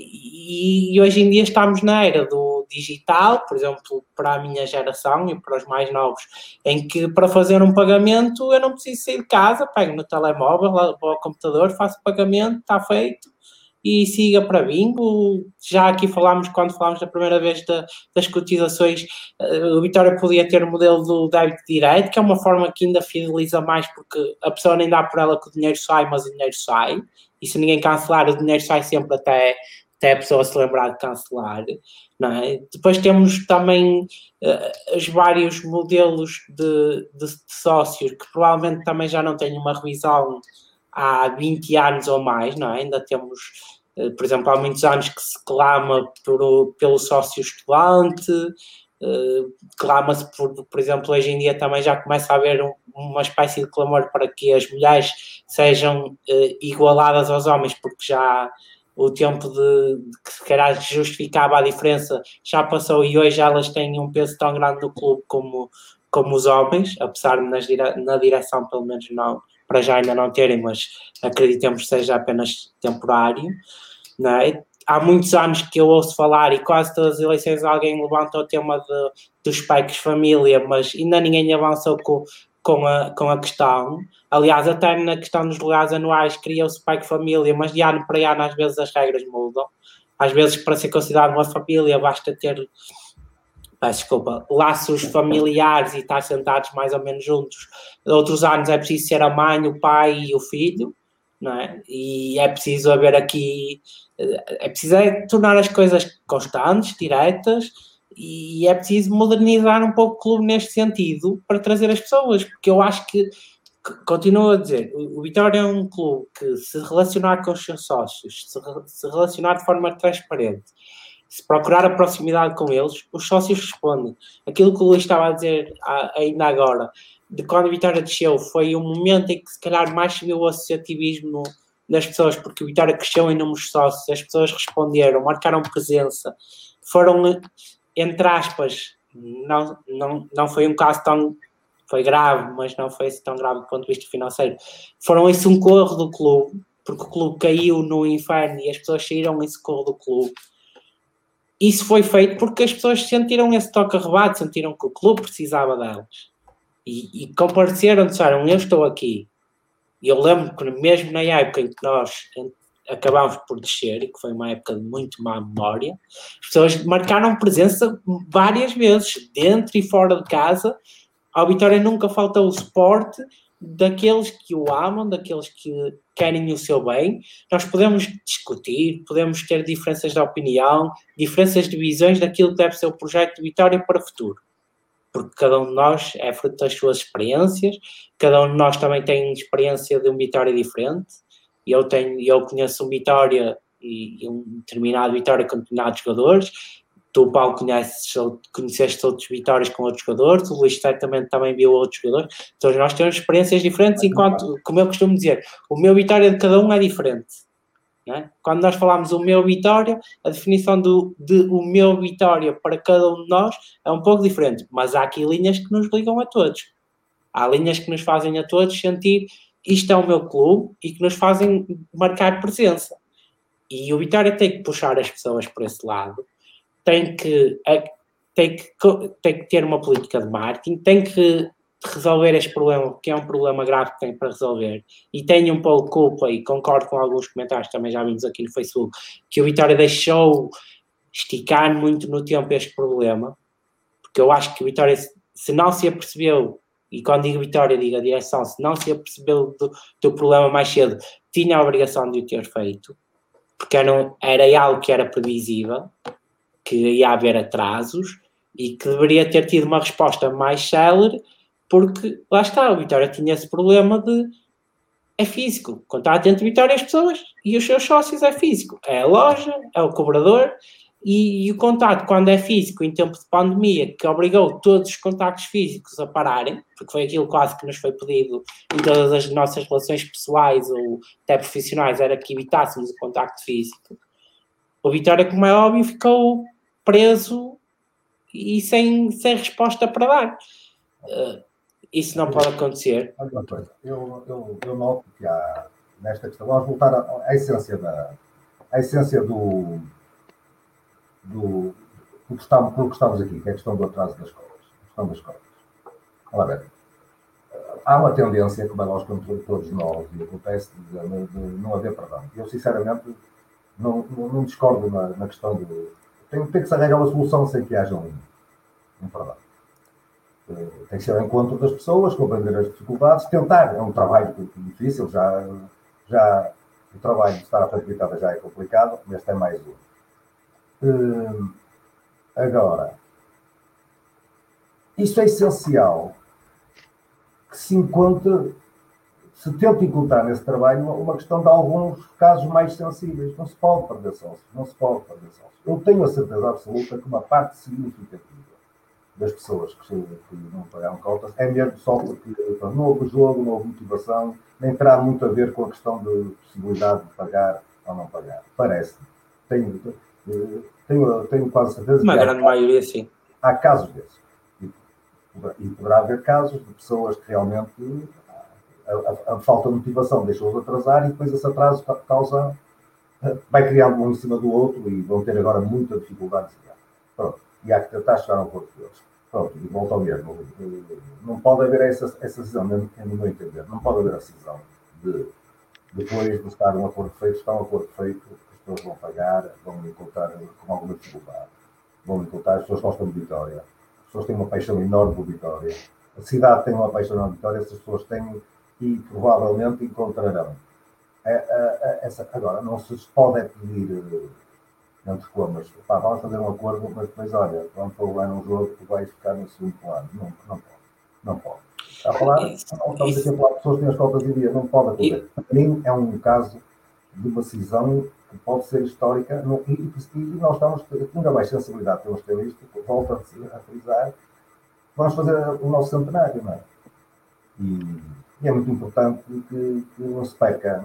e hoje em dia estamos na era do digital, por exemplo, para a minha geração e para os mais novos, em que para fazer um pagamento eu não preciso sair de casa, pego no telemóvel, vou ao computador, faço o pagamento, está feito e siga para bingo. Já aqui quando falámos da primeira vez das cotizações, o Vitória podia ter o modelo do débito direto, que é uma forma que ainda fideliza mais, porque a pessoa nem dá por ela que o dinheiro sai, mas o dinheiro sai, e se ninguém cancelar, o dinheiro sai sempre até a pessoa se lembrar de cancelar, não é? Depois temos também os vários modelos de sócios que provavelmente também já não têm uma revisão há 20 anos ou mais, não é? Ainda temos, por exemplo, há muitos anos que se clama pelo sócio estudante, clama-se por exemplo, hoje em dia também já começa a haver uma espécie de clamor para que as mulheres sejam igualadas aos homens, porque já o tempo de que se calhar justificava a diferença já passou e hoje elas têm um peso tão grande no clube como os homens, apesar de na direção pelo menos não, para já ainda não terem, mas acreditemos que seja apenas temporário, não é? há muitos anos que eu ouço falar e quase todas as eleições alguém levanta o tema dos PECs família, mas ainda ninguém avançou com a questão. Aliás, até na questão dos lugares anuais cria-se PEC família, mas de ano para ano às vezes as regras mudam. Às vezes, para ser considerado uma família, basta ter laços familiares e estar sentados mais ou menos juntos. Outros anos é preciso ser a mãe, o pai e o filho, não é? E é preciso haver aqui... É preciso tornar as coisas constantes, diretas, e é preciso modernizar um pouco o clube neste sentido para trazer as pessoas, porque eu acho que continuo a dizer, o Vitória é um clube que se relacionar com os seus sócios, se relacionar de forma transparente, se procurar a proximidade com eles, os sócios respondem. Aquilo que o Luís estava a dizer ainda agora, de quando a Vitória desceu, foi um momento em que se calhar mais se viu o associativismo das pessoas, porque o Vitória cresceu em números de sócios, as pessoas responderam, marcaram presença, foram, entre aspas, não foi um caso tão... Foi grave, mas não foi assim tão grave do ponto de vista financeiro. Foram em socorro do clube, porque o clube caiu no inferno e as pessoas saíram em socorro do clube. Isso foi feito porque as pessoas sentiram esse toque arrebate, sentiram que o clube precisava delas. E compareceram, disseram, eu estou aqui. E eu lembro que mesmo na época em que nós acabámos por descer, e que foi uma época de muito má memória, as pessoas marcaram presença várias vezes, dentro e fora de casa. Ao Vitória nunca faltou o suporte daqueles que o amam, daqueles que querem o seu bem. Nós podemos discutir, podemos ter diferenças de opinião, diferenças de visões daquilo que deve ser o projeto de Vitória para o futuro. Porque cada um de nós é fruto das suas experiências, cada um de nós também tem experiência de um Vitória diferente. Eu conheço um Vitória e um determinado Vitória com determinados jogadores. Tu, Paulo, conheceste outros Vitórias com outros jogadores, o Luís certamente também viu outros jogadores, então nós temos experiências diferentes, enquanto, como eu costumo dizer, o meu Vitória de cada um é diferente, não é? Quando nós falamos o meu Vitória, a definição de o meu Vitória para cada um de nós é um pouco diferente, mas há aqui linhas que nos ligam a todos, há linhas que nos fazem a todos sentir isto é o meu clube e que nos fazem marcar presença, e o Vitória tem que puxar as pessoas por esse lado. Tem que ter uma política de marketing, tem que resolver este problema, porque é um problema grave que tem para resolver, e tenho um pouco de culpa, e concordo com alguns comentários, também já vimos aqui no Facebook, que o Vitória deixou esticar muito no tempo este problema, porque eu acho que o Vitória, se não se apercebeu, e quando digo Vitória, digo a direção, se não se apercebeu do problema mais cedo, tinha a obrigação de o ter feito, porque era algo que era previsível, que ia haver atrasos e que deveria ter tido uma resposta mais célere, porque lá está, o Vitória tinha esse problema é físico. O contato entre Vitória e as pessoas e os seus sócios é físico. É a loja, é o cobrador e o contato, quando é físico, em tempo de pandemia, que obrigou todos os contactos físicos a pararem, porque foi aquilo quase que nos foi pedido em todas as nossas relações pessoais ou até profissionais, era que evitássemos o contacto físico. O Vitória, como é óbvio, ficou preso e sem resposta para dar. Isso não pode acontecer. Uma coisa, eu noto que há nesta questão, vamos voltar à essência do que estamos aqui, que é a questão do atraso das escolas. Olha bem, há uma tendência, como é lógico, entre todos nós, e acontece de não haver perdão. Eu, sinceramente, não discordo na questão de... Tem que se arranjar uma solução sem que haja um perdão. Tem que ser ao encontro das pessoas, compreender as dificuldades, tentar. É um trabalho difícil, já o trabalho de estar apresentada já é complicado, mas tem mais um. Agora, isso é essencial que se tente encontrar nesse trabalho uma questão de alguns casos mais sensíveis. Não se pode perder sócios. Eu tenho a certeza absoluta que uma parte significativa das pessoas que não pagaram cotas é mesmo só porque não houve jogo, não houve motivação, nem terá muito a ver com a questão de possibilidade de pagar ou não pagar. Parece-me. Tenho quase certeza que grande maioria, sim. Há casos desses. E poderá haver casos de pessoas que realmente a falta de motivação deixou-os atrasar e depois esse atraso causa vai criando um em cima do outro e vão ter agora muita dificuldade de chegar. Pronto. E há que tentar chegar ao acordo deles. Pronto, e volto ao mesmo. Não pode haver essa decisão, no meu entender, não pode haver a decisão de depois de estar um acordo feito, está um acordo feito, as pessoas vão pagar, vão encontrar com alguma dificuldade. Vão encontrar, as pessoas gostam de Vitória, as pessoas têm uma paixão enorme por Vitória. A cidade tem uma paixão enorme por Vitória, essas pessoas têm e provavelmente encontrarão. Agora, não se pode pedir entre comas, vamos fazer um acordo, mas depois, olha, vamos para o ano um jogo que vai ficar no segundo plano. Não pode. Está a falar, estamos aqui a falar de pessoas que têm as cotas de dia, não pode acontecer. Para mim é um caso de uma decisão que pode ser histórica e nós estamos, ainda mais sensibilidade temos que ter isto, volto a frisar, vamos fazer o nosso centenário, não é? E é muito importante que não se perca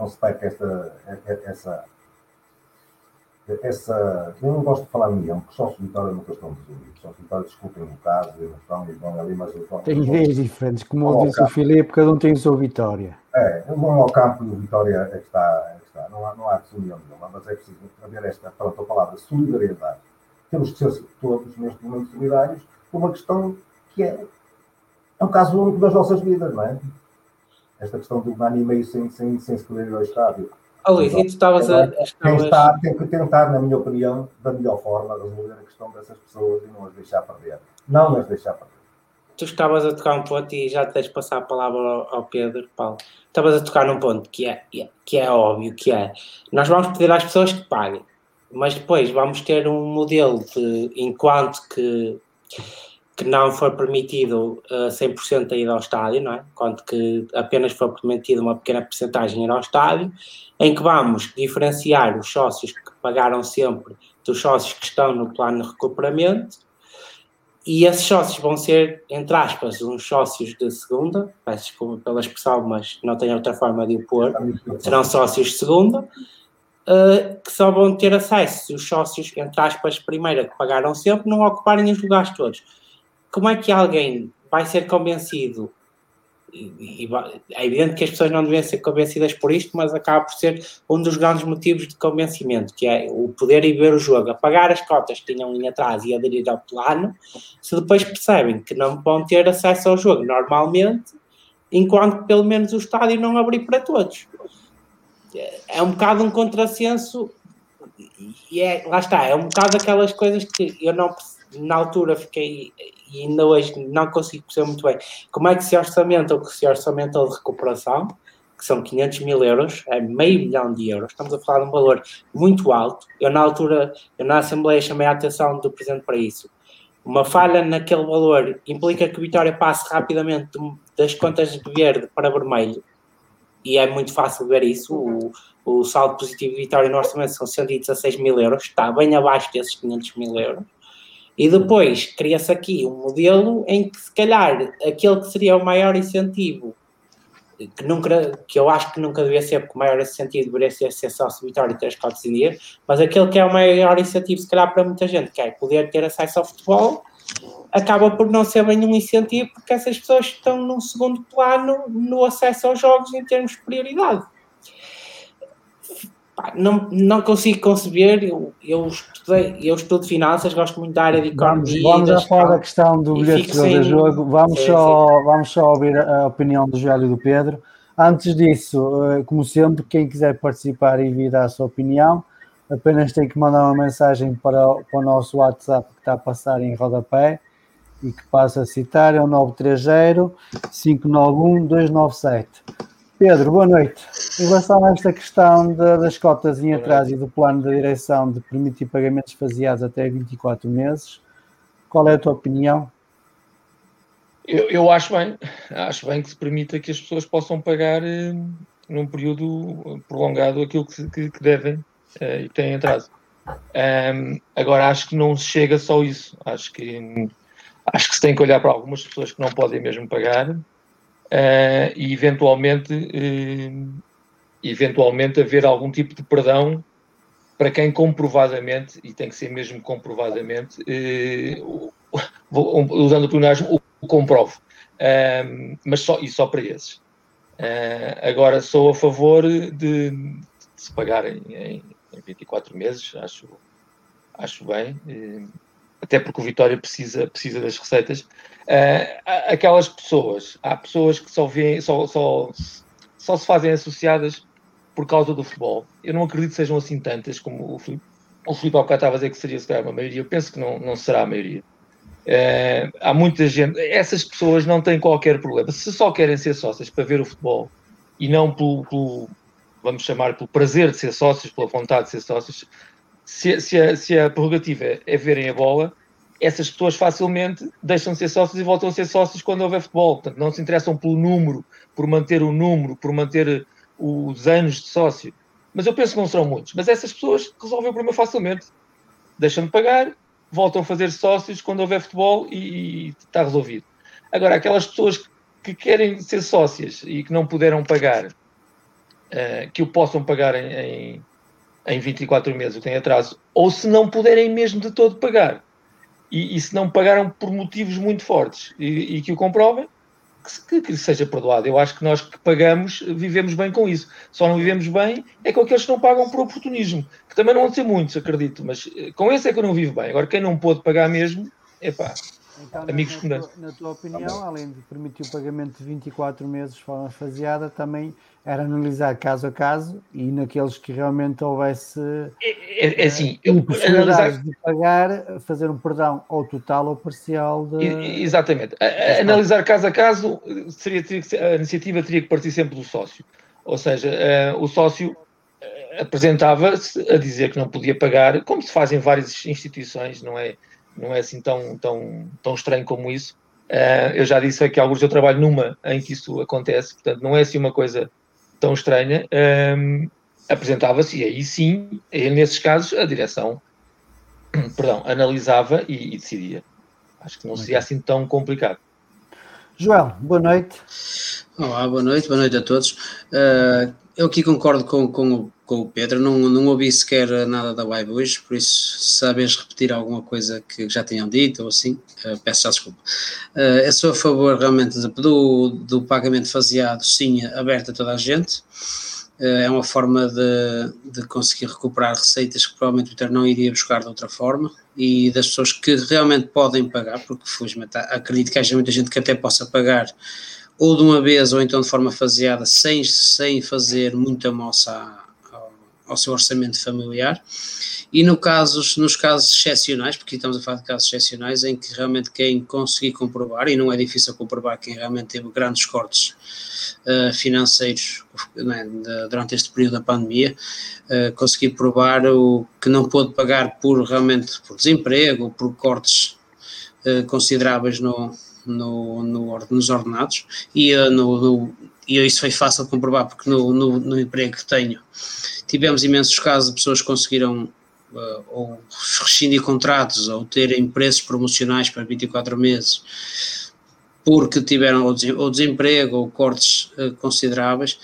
essa. Eu não gosto de falar em união, porque sócios de Vitória nunca estão resolvidos. Sócios de Vitória discutem um caso e não estão e vão ali, mas tem ideias diferentes, como disse o Filipe, cada um tem a sua Vitória. Vão ao campo e o Vitória é que está. Não há desunião nenhuma, mas é preciso haver esta, pronto, a palavra solidariedade. Temos que ser todos, neste momento, solidários por uma questão que é um caso único das nossas vidas, não é? Esta questão de um ano e meio sem se poder ir ao estádio. Luís, e tu estavas tem que tentar, na minha opinião, da melhor forma, resolver a questão dessas pessoas e não as deixar perder. Não as deixar perder. Tu estavas a tocar um ponto e já te deixo passar a palavra ao Pedro, Paulo. Estavas a tocar num ponto que é óbvio, que é, nós vamos pedir às pessoas que paguem, mas depois vamos ter um modelo de, enquanto que não for permitido 100% a ir ao estádio, não é? Enquanto que apenas for permitida uma pequena porcentagem ir ao estádio, em que vamos diferenciar os sócios que pagaram sempre dos sócios que estão no plano de recuperamento, e esses sócios vão ser, entre aspas, uns sócios de segunda, peço desculpa pela expressão, mas não tenho outra forma de o pôr, serão sócios de segunda, que só vão ter acesso se os sócios, entre aspas, primeira, que pagaram sempre, não ocuparem os lugares todos. Como é que alguém vai ser convencido? É evidente que as pessoas não devem ser convencidas por isto, mas acaba por ser um dos grandes motivos de convencimento, que é o poder ir ver o jogo, apagar as cotas que tinham ali atrás e aderir ao plano, se depois percebem que não vão ter acesso ao jogo normalmente, enquanto que pelo menos o estádio não abrir para todos. É um bocado um contrassenso e lá está, é um bocado aquelas coisas que eu não percebo. Na altura fiquei, e ainda hoje não consigo perceber muito bem, como é que se orçamenta o que se orçamentou de recuperação, que são 500 mil euros, é $500 mil, estamos a falar de um valor muito alto. Eu na altura, na Assembleia chamei a atenção do Presidente para isso. Uma falha naquele valor implica que a Vitória passe rapidamente das contas de verde para vermelho, e é muito fácil ver isso. O saldo positivo de Vitória no orçamento são 116 mil euros, está bem abaixo desses 500 mil euros. E depois cria-se aqui um modelo em que, se calhar, aquele que seria o maior incentivo, que eu acho que nunca devia ser, porque o maior incentivo deveria ser sócio Vitória e ter as cotas em dia, mas aquele que é o maior incentivo, se calhar, para muita gente, que é poder ter acesso ao futebol, acaba por não ser bem um incentivo, porque essas pessoas estão num segundo plano no acesso aos jogos em termos de prioridade. Não consigo conceber. Eu estudo finanças, gosto muito da área de economia. Vamos já falar da questão do bilhete do jogo. Vamos só ouvir a opinião do Joel e do Pedro. Antes disso, como sempre, quem quiser participar e vir dar a sua opinião, apenas tem que mandar uma mensagem para o nosso WhatsApp que está a passar em rodapé e que passa a citar, é o 930-591-297. Pedro, boa noite. Em relação a esta questão das cotas em atraso e do plano da direção de permitir pagamentos faseados até 24 meses, qual é a tua opinião? Eu acho bem que se permita que as pessoas possam pagar num período prolongado aquilo que devem e têm atraso. Agora, acho que não se chega só a isso. Acho que se tem que olhar para algumas pessoas que não podem mesmo pagar e eventualmente haver algum tipo de perdão para quem comprovadamente, e tem que ser mesmo comprovadamente, usando o pleonasmo, o comprove, mas só para esses. Agora sou a favor de se pagarem em 24 meses, acho bem, até porque o Vitória precisa das receitas. Aquelas pessoas, há pessoas que só se fazem associadas por causa do futebol. Eu não acredito que sejam assim tantas, como o Filipe há bocado estava a dizer que seria, se calhar, uma maioria. Eu penso que não será a maioria. Há muita gente, essas pessoas não têm qualquer problema. Se só querem ser sócios para ver o futebol e não vamos chamar, pelo prazer de ser sócios, pela vontade de ser sócios, se a prerrogativa é verem a bola, essas pessoas facilmente deixam de ser sócios e voltam a ser sócios quando houver futebol. Portanto, não se interessam pelo número, por manter o número, por manter os anos de sócio. Mas eu penso que não serão muitos. Mas essas pessoas resolvem o problema facilmente. Deixam de pagar, voltam a fazer sócios quando houver futebol e está resolvido. Agora, aquelas pessoas que querem ser sócias e que não puderam pagar, que o possam pagar em 24 meses, o que tem atraso, ou se não puderem mesmo de todo pagar, e se não pagaram por motivos muito fortes e que o comprovem, que seja perdoado. Eu acho que nós que pagamos vivemos bem com isso. Só não vivemos bem é com aqueles que não pagam por oportunismo, que também não vão ser muitos, acredito, mas com esse é que eu não vivo bem. Agora, quem não pôde pagar mesmo, então, amigos comuns. Na tua opinião, além de permitir o pagamento de 24 meses de forma faseada, também era analisar caso a caso e naqueles que realmente houvesse assim, possibilidade de pagar, fazer um perdão ou total ou parcial. Exatamente. Analisar caso a caso, a iniciativa teria que partir sempre do sócio. Ou seja, o sócio apresentava-se a dizer que não podia pagar, como se faz em várias instituições, não é assim tão estranho como isso. Eu já disse aqui alguns, eu trabalho numa em que isso acontece, portanto não é assim uma coisa tão estranha. Apresentava-se e aí sim, nesses casos, a direção analisava e decidia. Acho que não seria assim tão complicado. Joel, boa noite. Olá, boa noite a todos. Eu aqui concordo com o Pedro, não ouvi sequer nada da live hoje, por isso, se sabes repetir alguma coisa que já tenham dito ou assim, peço já desculpa. Eu sou a favor realmente do pagamento faseado, sim, aberto a toda a gente. É uma forma de conseguir recuperar receitas que provavelmente o Vitória não iria buscar de outra forma, e das pessoas que realmente podem pagar, porque felizmente acredito que haja muita gente que até possa pagar ou de uma vez ou então de forma faseada, sem fazer muita moça ao seu orçamento familiar. E nos casos excepcionais, porque estamos a falar de casos excepcionais em que realmente quem conseguir comprovar, e não é difícil comprovar quem realmente teve grandes cortes financeiros, né, durante este período da pandemia, conseguir provar o que não pôde pagar realmente por desemprego ou por cortes consideráveis nos ordenados, e isso foi fácil de comprovar, porque no emprego que tenho tivemos imensos casos de pessoas que conseguiram ou rescindir contratos ou terem preços promocionais para 24 meses porque tiveram ou desemprego ou cortes consideráveis,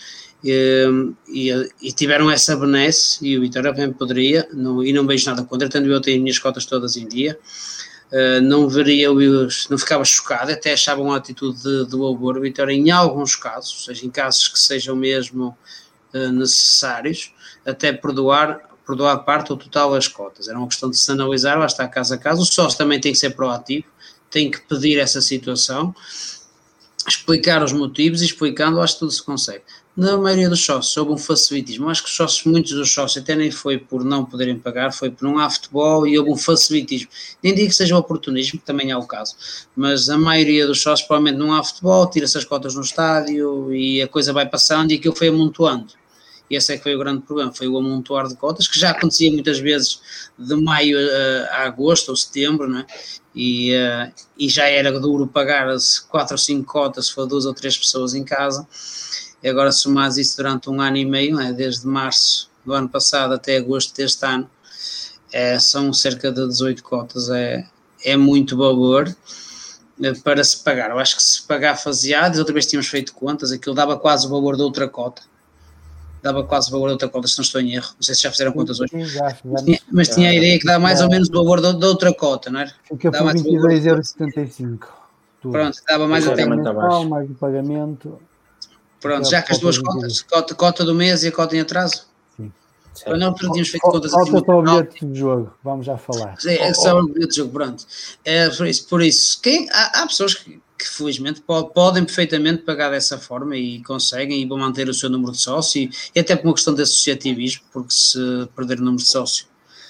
e tiveram essa benesse, e o Vitória também poderia, e não vejo nada contra, tendo eu tenho as minhas cotas todas em dia. Não ficava chocado, até achava uma atitude de labor o Vitória em alguns casos, ou seja, em casos que sejam mesmo necessários, até perdoar parte ou total das cotas. Era uma questão de se analisar, lá está, caso a caso. O sócio também tem que ser proativo, tem que pedir essa situação, explicar os motivos, e explicando, acho que tudo se consegue. Na maioria dos sócios houve um facilitismo. Acho que muitos dos sócios até nem foi por não poderem pagar, foi por não há futebol e houve um facilitismo. Nem digo que seja um oportunismo, que também é o caso, mas a maioria dos sócios provavelmente não há futebol, tira-se as cotas no estádio e a coisa vai passando, e aquilo foi amontoando. E esse é que foi o grande problema, foi o amontoar de cotas, que já acontecia muitas vezes de maio a agosto ou setembro, não é? E já era duro pagar 4 ou 5 cotas se for 2 ou 3 pessoas em casa. E agora somares isso durante 1 ano e meio, não é? Desde março do ano passado até agosto deste ano, são cerca de 18 cotas, é muito valor para se pagar. Eu acho que se pagar faseado, outra vez tínhamos feito contas, aquilo dava quase o valor de outra cota. Se não estou em erro. Não sei se já fizeram contas hoje. Mas tinha a ideia que dá mais ou menos o valor de outra cota, não é? Fica por 22,75 €. Pronto, dava mais até mais o pagamento. Pronto, já que as duas cotas, cota do mês e a cota em atraso. Sim. Quando nós tínhamos feito contas aqui. Falta o bilhete de jogo, vamos já falar. É só o bilhete de jogo, pronto. Por isso há pessoas que felizmente podem perfeitamente pagar dessa forma e conseguem e vão manter o seu número de sócio e até por uma questão de associativismo, porque se perder o número de sócio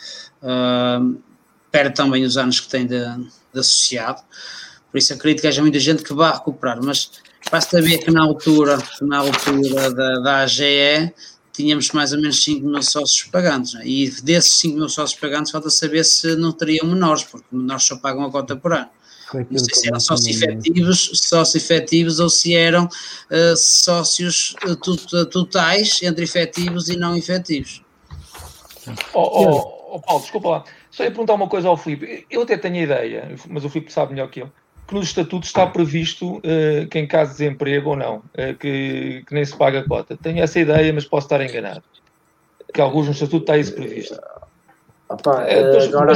perde também os anos que tem de associado. Por isso acredito que haja muita gente que vá recuperar, mas basta saber que na altura da AGE tínhamos mais ou menos 5 mil sócios pagantes, né? E desses 5 mil sócios pagantes falta saber se não teriam menores, porque menores só pagam a cota por ano. Não sei se eram sócios efetivos ou se eram sócios totais entre efetivos e não efetivos. Paulo, desculpa lá, só ia perguntar uma coisa ao Filipe. Eu até tenho a ideia, mas o Filipe sabe melhor que eu, que nos estatutos está previsto que em caso de desemprego ou não, que nem se paga a cota. Tenho essa ideia, mas posso estar enganado. Que alguns no estatuto está isso previsto. Agora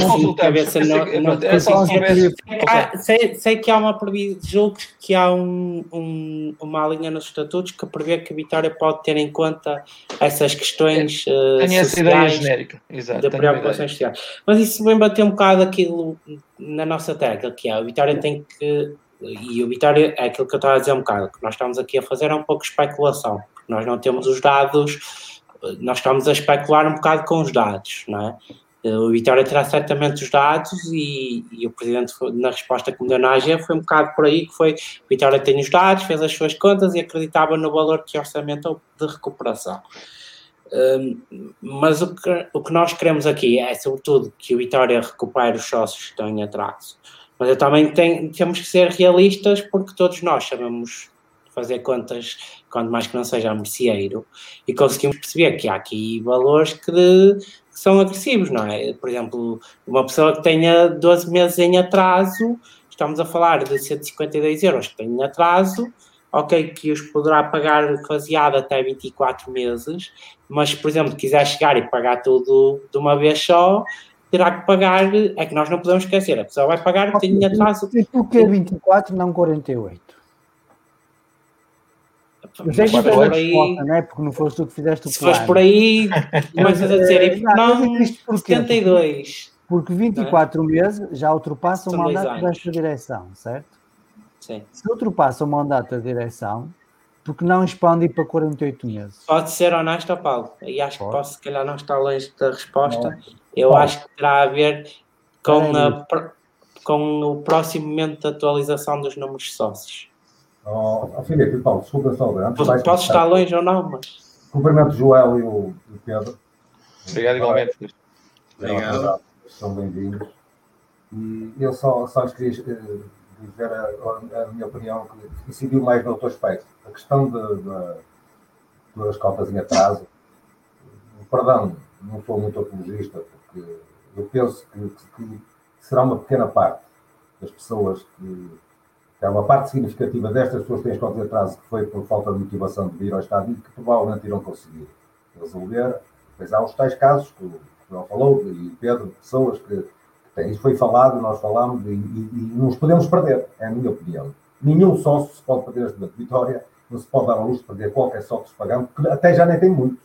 sei que há uma previsão, que há uma linha nos estatutos que prevê que a Vitória pode ter em conta essas questões tenho essa ideia genérica, exato, de preocupações sociais. Mas isso vem bater um bocado aquilo na nossa tecla, que é a Vitória tem que, e o Vitória é aquilo que eu estava a dizer um bocado, que nós estamos aqui a fazer é um pouco de especulação, porque nós não temos os dados, nós estamos a especular um bocado com os dados, não é? O Vitória terá certamente os dados e o Presidente, na resposta que me deu na AG, foi um bocado por aí, que foi, o Vitória tem os dados, fez as suas contas e acreditava no valor que orçamentou de recuperação. Mas o que nós queremos aqui é, sobretudo, que o Vitória recupere os sócios que estão em atraso. Mas eu também temos que ser realistas, porque todos nós sabemos fazer contas, quanto mais que não seja a merceeiro, e conseguimos perceber que há aqui valores que são agressivos, não é? Por exemplo, uma pessoa que tenha 12 meses em atraso, estamos a falar de 152 euros que tem em atraso, ok, que os poderá pagar faseado até 24 meses, mas, por exemplo, quiser chegar e pagar tudo de uma vez só, terá que pagar, é que nós não podemos esquecer, a pessoa vai pagar que tem em atraso. E por que 24, não 48? Mas é que por aí, não é? Porque não foste tu que fizeste o plano. Se fores por aí, começas a dizer, não, 72. Porque 24 meses já ultrapassa o mandato desta direção, certo? Sim. Se ultrapassa o mandato da direção, porque não expande para 48 meses? Pode ser honesto, Paulo, e acho que posso, se calhar, não estar longe da resposta. Eu acho que terá a ver com o próximo momento de atualização dos números de sócios. Filipe, Paulo, desculpa só. Posso estar longe ou não, mas... Cumprimento o Joel e o Pedro. Obrigado, igualmente. Obrigado. São bem-vindos. E eu só queria dizer a minha opinião, que incidiu mais no outro aspecto. A questão das cotas em atraso. Perdão, não sou muito apologista, porque eu penso que será uma pequena parte das pessoas que é uma parte significativa destas pessoas que têm as cotas de atraso, que foi por falta de motivação de vir ao Estado e que provavelmente irão conseguir resolver. Depois há os tais casos que o João falou, e o Pedro, pessoas que têm. Isso foi falado, nós falamos, e nos podemos perder, é a minha opinião. Nenhum sócio se pode perder esta vitória, não se pode dar a luz de perder qualquer sócio pagando, porque até já nem tem muito.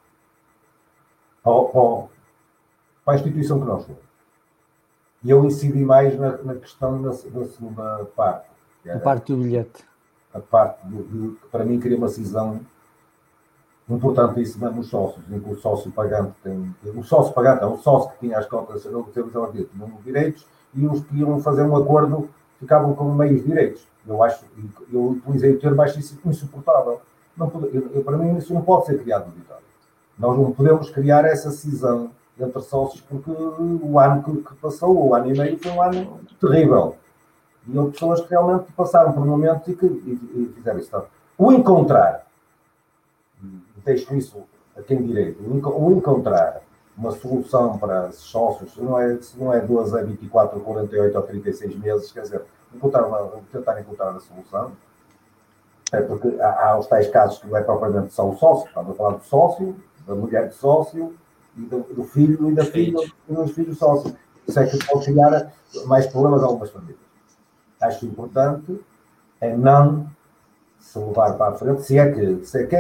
Para a instituição que nós somos. E eu incidi mais na questão da segunda parte. A parte do bilhete. A parte que para mim cria uma cisão importantíssima nos sócios, em que o sócio pagante tem. O sócio pagante é o sócio que tinha as cotas, tinham direitos, e os que iam fazer um acordo ficavam com meios direitos. Eu utilizei o termo, acho isso insuportável. Para mim, isso não pode ser criado no Vitória. Nós não podemos criar essa cisão entre sócios, porque o ano que passou, o ano e meio, foi um ano terrível. E houve pessoas que realmente passaram por momentos e fizeram isso. Então, o encontrar, deixo isso a quem direito, o encontrar uma solução para os sócios, se não é 12 a 24, 48 ou 36 meses, quer dizer, tentar encontrar a solução, é porque há os tais casos que não é propriamente só o sócio, estamos a falar do sócio, da mulher do sócio, e do filho e da filha, e dos filhos sócios. Isso é que pode criar mais problemas a algumas famílias. Acho importante é não se levar para a frente, se é que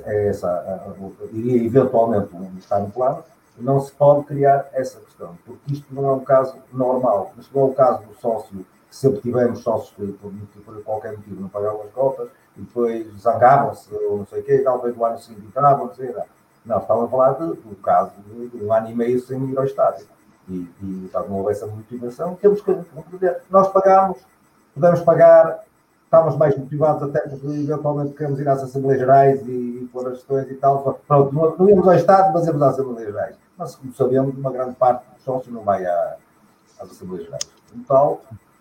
iria eventualmente estar no plano, não se pode criar essa questão, porque isto não é um caso normal. Isto não é o caso do sócio, que sempre tivemos sócios que por qualquer motivo não pagavam as cotas e depois zangavam-se ou não sei o quê, e talvez do ano seguinte entravam, não sei o quê. Não, estava a falar do caso de 1 ano e meio sem ir ao estádio. E não houve essa motivação. Temos que dizer, nós pagamos, podemos pagar, estávamos mais motivados até porque eventualmente queremos ir às Assembleias Gerais e pôr as questões e tal. Pronto, não íamos ao Estado, mas íamos às Assembleias Gerais. Mas, como sabemos, uma grande parte dos sócios não vai às Assembleias Gerais. Então,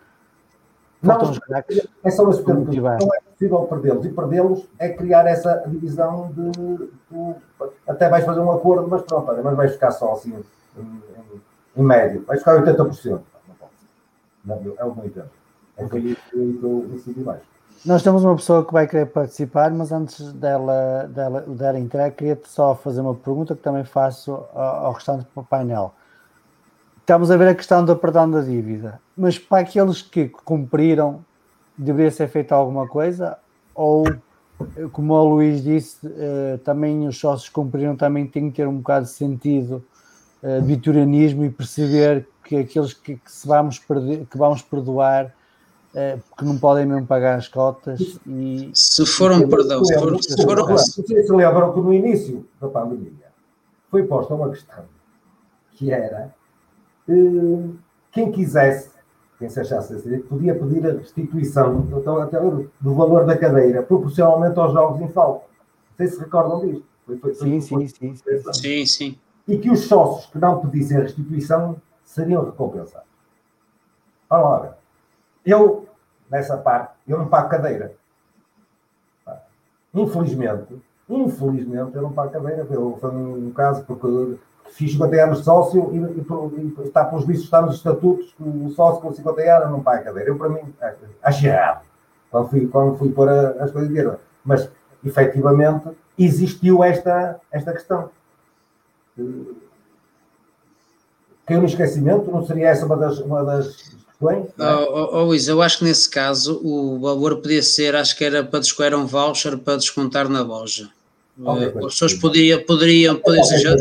é só esse tempo. Não é possível perdê-los. E perdê-los é criar essa divisão até vais fazer um acordo, mas pronto, mas vais ficar só assim, em médio. Vais ficar 80%. Não pode ser. Não, é o meu entendo. É que eu decidi mais. Nós temos uma pessoa que vai querer participar, mas antes dela entrar, queria-te só fazer uma pergunta que também faço ao restante painel. Estamos a ver a questão do perdão da dívida, mas para aqueles que cumpriram, deveria ser feita alguma coisa? Ou, como o Luís disse, também os sócios que cumpriram também têm que ter um bocado de sentido de vitorianismo e perceber que aqueles que vamos perdoar, porque não podem mesmo pagar as cotas. E se for um perdão, se for não sei se lembram que no início da pandemia foi posta uma questão que era quem quisesse, quem se achasse assim, podia pedir a restituição do valor da cadeira proporcionalmente aos jogos em falta. Não sei se recordam disto. Sim. E que os sócios que não pedissem a restituição seriam recompensados. Ora, eu, nessa parte, eu não pago cadeira. Infelizmente, eu não pago cadeira. Foi um caso porque fiz 50 anos de sócio e está pelos vistos, está nos estatutos que o sócio com 50 anos não paga cadeira. Eu, para mim, acho errado. Quando fui pôr as coisas de guerra. Mas, efetivamente, existiu esta questão. Caiu no esquecimento? Não seria essa uma das questões? Luís, eu acho que nesse caso o valor podia ser, acho que era para descontar um voucher para descontar na loja. As pessoas poderiam, ou seja,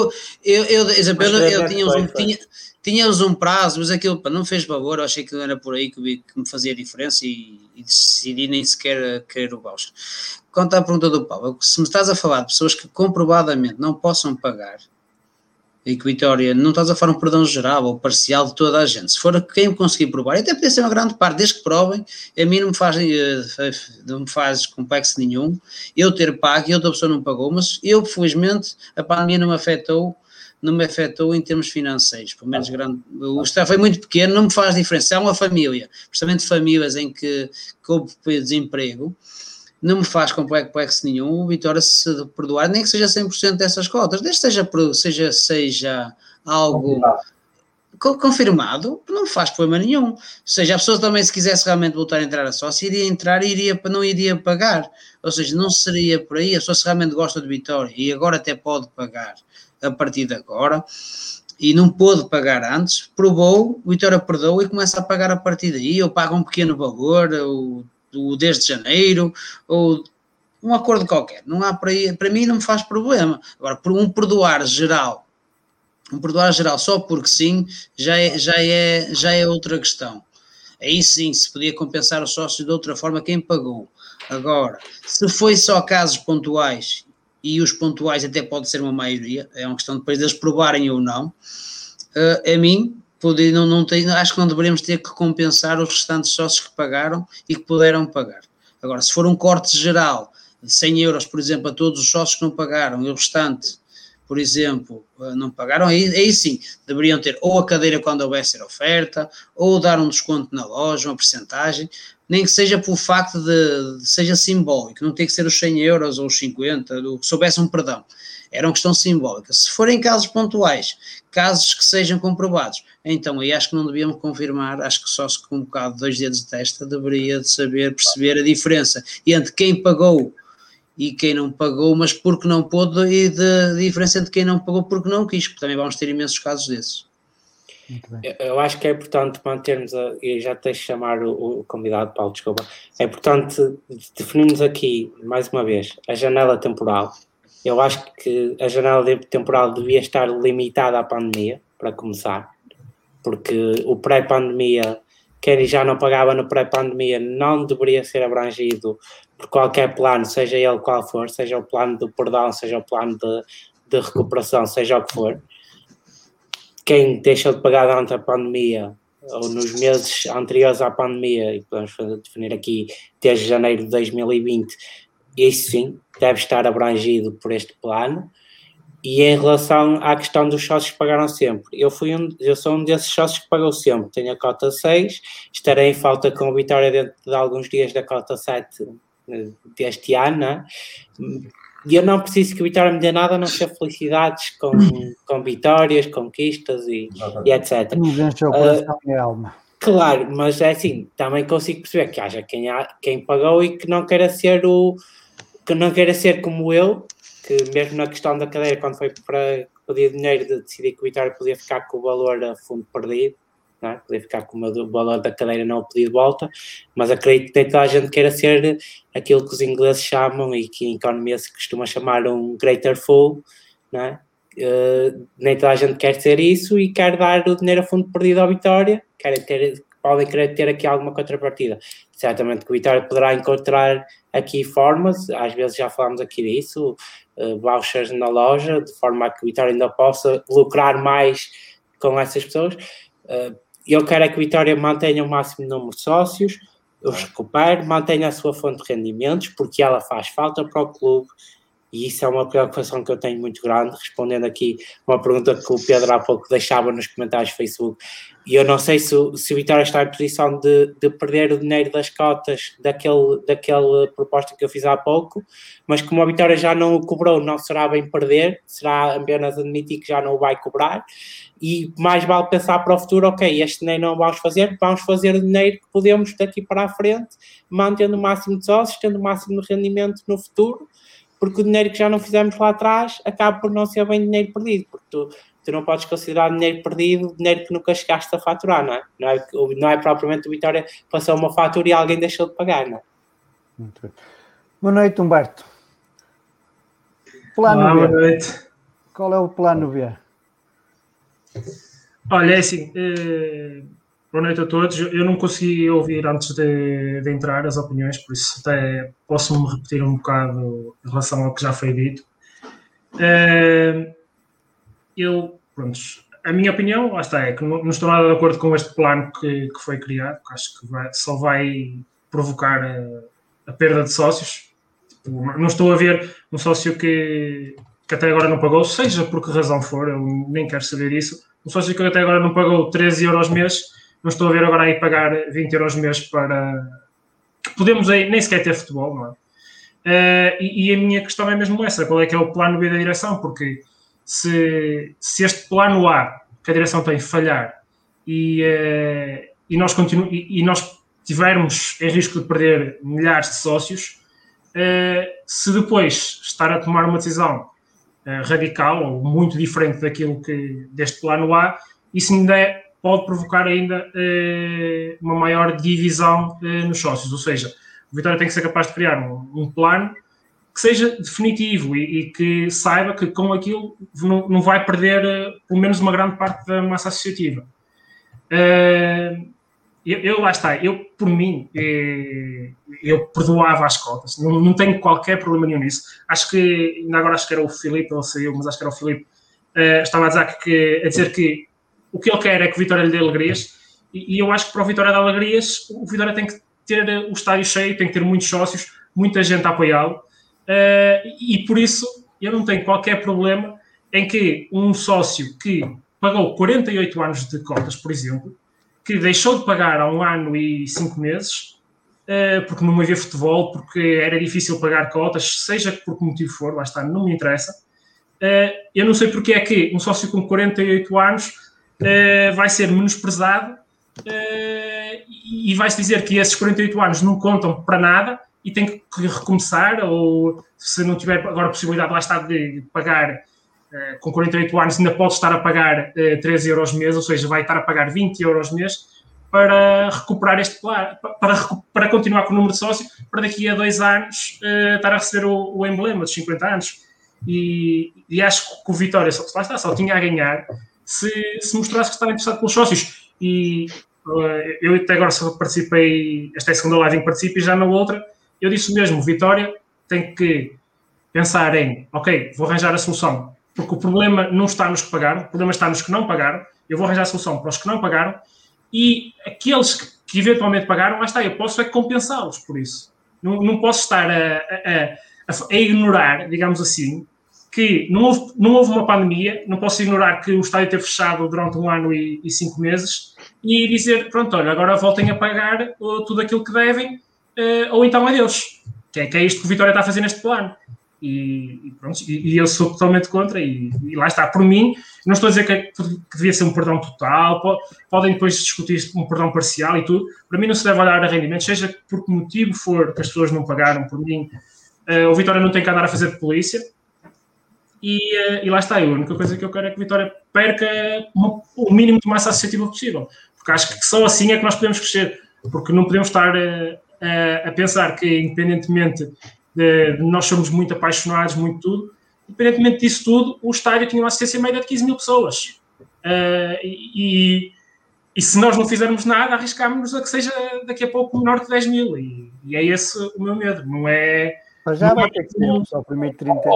tínhamos um prazo, mas aquilo não fez valor, eu achei que não era por aí que me fazia diferença e decidi nem sequer querer o voucher. Quanto à pergunta do Paulo, se me estás a falar de pessoas que comprovadamente não possam pagar, e que Vitória, não estás a falar um perdão geral ou parcial de toda a gente, se for quem conseguir provar, até podia ser uma grande parte, desde que provem, a mim não me faz complexo nenhum, eu ter pago e outra pessoa não pagou, mas eu, felizmente, a pandemia não me afetou em termos financeiros, pelo menos o estrago foi muito pequeno, não me faz diferença. Se há uma família, principalmente famílias em que houve desemprego, não me faz complexo nenhum o Vitória se perdoar, nem que seja 100% dessas cotas, desde que seja algo confirmado, não faz problema nenhum. Ou seja, a pessoa também, se quisesse realmente voltar a entrar a sócio, iria entrar e não iria pagar. Ou seja, não seria por aí. A pessoa, se realmente gosta de Vitória e agora até pode pagar a partir de agora, e não pôde pagar antes, provou, o Vitória perdoa e começa a pagar a partir daí, ou paga um pequeno valor, ou desde janeiro, ou um acordo qualquer. Não há para mim não me faz problema. Agora, por um perdoar geral só porque sim, já é outra questão. Aí sim, se podia compensar o sócio de outra forma quem pagou. Agora, se foi só casos pontuais, e os pontuais até pode ser uma maioria, é uma questão depois deles provarem ou não, a mim, acho que não deveríamos ter que compensar os restantes sócios que pagaram e que puderam pagar. Agora, se for um corte geral de 100 euros, por exemplo, a todos os sócios que não pagaram e o restante, por exemplo, não pagaram, aí sim, deveriam ter ou a cadeira quando houvesse oferta, ou dar um desconto na loja, uma percentagem, nem que seja pelo facto de seja simbólico, não tem que ser os 100 euros ou os 50, se houvesse um perdão. Era uma questão simbólica. Se forem casos pontuais, casos que sejam comprovados, então aí acho que não devíamos confirmar, acho que só se com um bocado de 2 dedos de testa deveria de saber perceber a diferença entre quem pagou e quem não pagou, mas porque não pôde, e de diferença entre quem não pagou porque não quis, porque também vamos ter imensos casos desses. Eu acho que é importante mantermos, e já te deixo chamar o convidado, Paulo, desculpa, é importante definirmos aqui, mais uma vez, a janela temporal. Eu acho que a janela temporal devia estar limitada à pandemia, para começar, porque o pré-pandemia, quem já não pagava no pré-pandemia, não deveria ser abrangido por qualquer plano, seja ele qual for, seja o plano do perdão, seja o plano de recuperação, seja o que for. Quem deixou de pagar durante a pandemia ou nos meses anteriores à pandemia, e podemos definir aqui desde janeiro de 2020, isso sim deve estar abrangido por este plano. E em relação à questão dos sócios que pagaram sempre, eu sou um desses sócios que pagou sempre, tenho a cota 6, estarei em falta com a Vitória dentro de alguns dias da cota 7 deste ano, né? E eu não preciso que a Vitória me dê nada a não ser felicidades com vitórias, conquistas e etc. Enche o coração e a alma. Claro, mas é assim, também consigo perceber que haja quem pagou e que não queira ser como eu, que mesmo na questão da cadeira, quando foi para pedir dinheiro, decidi que o Vitória podia ficar com o valor a fundo perdido, não é? Podia ficar com o valor da cadeira não pedido de volta, mas acredito que toda a gente queira ser aquilo que os ingleses chamam e que em economia se costuma chamar um greater fool, não é? Nem toda a gente quer ser isso e quer dar o dinheiro a fundo perdido à Vitória, podem querer ter aqui alguma contrapartida. Certamente que o Vitória poderá encontrar aqui formas, às vezes já falámos aqui disso, vouchers na loja, de forma a que o Vitória ainda possa lucrar mais com essas pessoas. Eu quero é que o Vitória mantenha o máximo número de sócios, os recupere, mantenha a sua fonte de rendimentos, porque ela faz falta para o clube, e isso é uma preocupação que eu tenho muito grande, respondendo aqui uma pergunta que o Pedro há pouco deixava nos comentários do Facebook. E eu não sei se o Vitória está em posição de perder o dinheiro das cotas daquela proposta que eu fiz há pouco, mas como a Vitória já não o cobrou, não será bem perder, será apenas admitir que já não o vai cobrar, e mais vale pensar para o futuro, ok, este dinheiro não vamos fazer o dinheiro que podemos daqui para a frente, mantendo o máximo de sócios, tendo o máximo de rendimento no futuro, porque o dinheiro que já não fizemos lá atrás acaba por não ser bem dinheiro perdido, porque tu não podes considerar dinheiro perdido dinheiro que nunca chegaste a faturar, não é? Não é propriamente o Vitória passou uma fatura e alguém deixou de pagar, não é? Muito bem. Boa noite, Humberto. Plano B. Boa noite. Qual é o plano B? Olha, é assim, boa noite a todos. Eu não consegui ouvir antes de entrar as opiniões, por isso até posso-me repetir um bocado em relação ao que já foi dito. A minha opinião, lá está, é que não estou nada de acordo com este plano que foi criado, que acho que só vai provocar a perda de sócios. Não estou a ver um sócio que até agora não pagou, seja por que razão for, eu nem quero saber isso. Um sócio que até agora não pagou 13 euros mês, não estou a ver agora aí pagar 20 euros mês para que podemos aí nem sequer ter futebol, não é? E a minha questão é mesmo essa, qual é que é o plano B da direção, porque se este plano A que a direção tem falhar e nós tivermos em risco de perder milhares de sócios, se depois estar a tomar uma decisão radical ou muito diferente deste plano A, isso ainda pode provocar ainda uma maior divisão nos sócios, ou seja, o Vitória tem que ser capaz de criar um plano que seja definitivo e que saiba que com aquilo não vai perder pelo menos uma grande parte da massa associativa. Lá está, por mim, eu perdoava as cotas, não tenho qualquer problema nenhum nisso. Acho que era o Filipe, ele saiu, mas acho que era o Filipe, estava a dizer que o que ele quer é que o Vitória lhe dê alegrias, e eu acho que para o Vitória dar alegrias, o Vitória tem que ter o estádio cheio, tem que ter muitos sócios, muita gente a apoiá-lo, e por isso eu não tenho qualquer problema em que um sócio que pagou 48 anos de cotas, por exemplo, que deixou de pagar há 1 ano e 5 meses, porque não havia futebol, porque era difícil pagar cotas, seja por que motivo for, lá está, não me interessa. Eu não sei porque é que um sócio com 48 anos vai ser menosprezado e vai-se dizer que esses 48 anos não contam para nada e tem que recomeçar, ou se não tiver agora a possibilidade, lá está, de pagar com 48 anos ainda pode estar a pagar 13 euros mês, ou seja, vai estar a pagar 20 euros mês para recuperar este plano, para continuar com o número de sócio, para daqui a 2 anos estar a receber o emblema dos 50 anos. E acho que o Vitória só tinha a ganhar se mostrasse que estava interessado pelos sócios. E eu até agora só participei, esta é a segunda live em que participo, e já na outra eu disse o mesmo: o Vitória tem que pensar em, ok, vou arranjar a solução, porque o problema não está nos que pagaram, o problema está nos que não pagaram. Eu vou arranjar a solução para os que não pagaram, e aqueles que eventualmente pagaram, lá está, eu posso é compensá-los por isso. Não posso estar a ignorar, digamos assim, que não houve uma pandemia, não posso ignorar que o estádio teve fechado durante 1 ano e 5 meses e dizer, pronto, olha, agora voltem a pagar tudo aquilo que devem, ou então adeus. Que é isto que o Vitória está a fazer neste plano. E pronto, e eu sou totalmente contra, e lá está. Por mim, não estou a dizer que devia ser um perdão total, podem depois discutir um perdão parcial e tudo. Para mim não se deve olhar a rendimentos, seja por que motivo for que as pessoas não pagaram. Por mim, o Vitória não tem que andar a fazer de polícia. E lá está, a única coisa que eu quero é que o Vitória perca o mínimo de massa associativa possível, porque acho que só assim é que nós podemos crescer, porque não podemos estar a pensar que, independentemente de nós sermos muito apaixonados, muito tudo, independentemente disso tudo, o estádio tinha uma assistência média de 15 mil pessoas, e se nós não fizermos nada, arriscámos-nos a que seja daqui a pouco menor que 10 mil, e é esse o meu medo, não é... Mas já vai ter que ser só o primeiro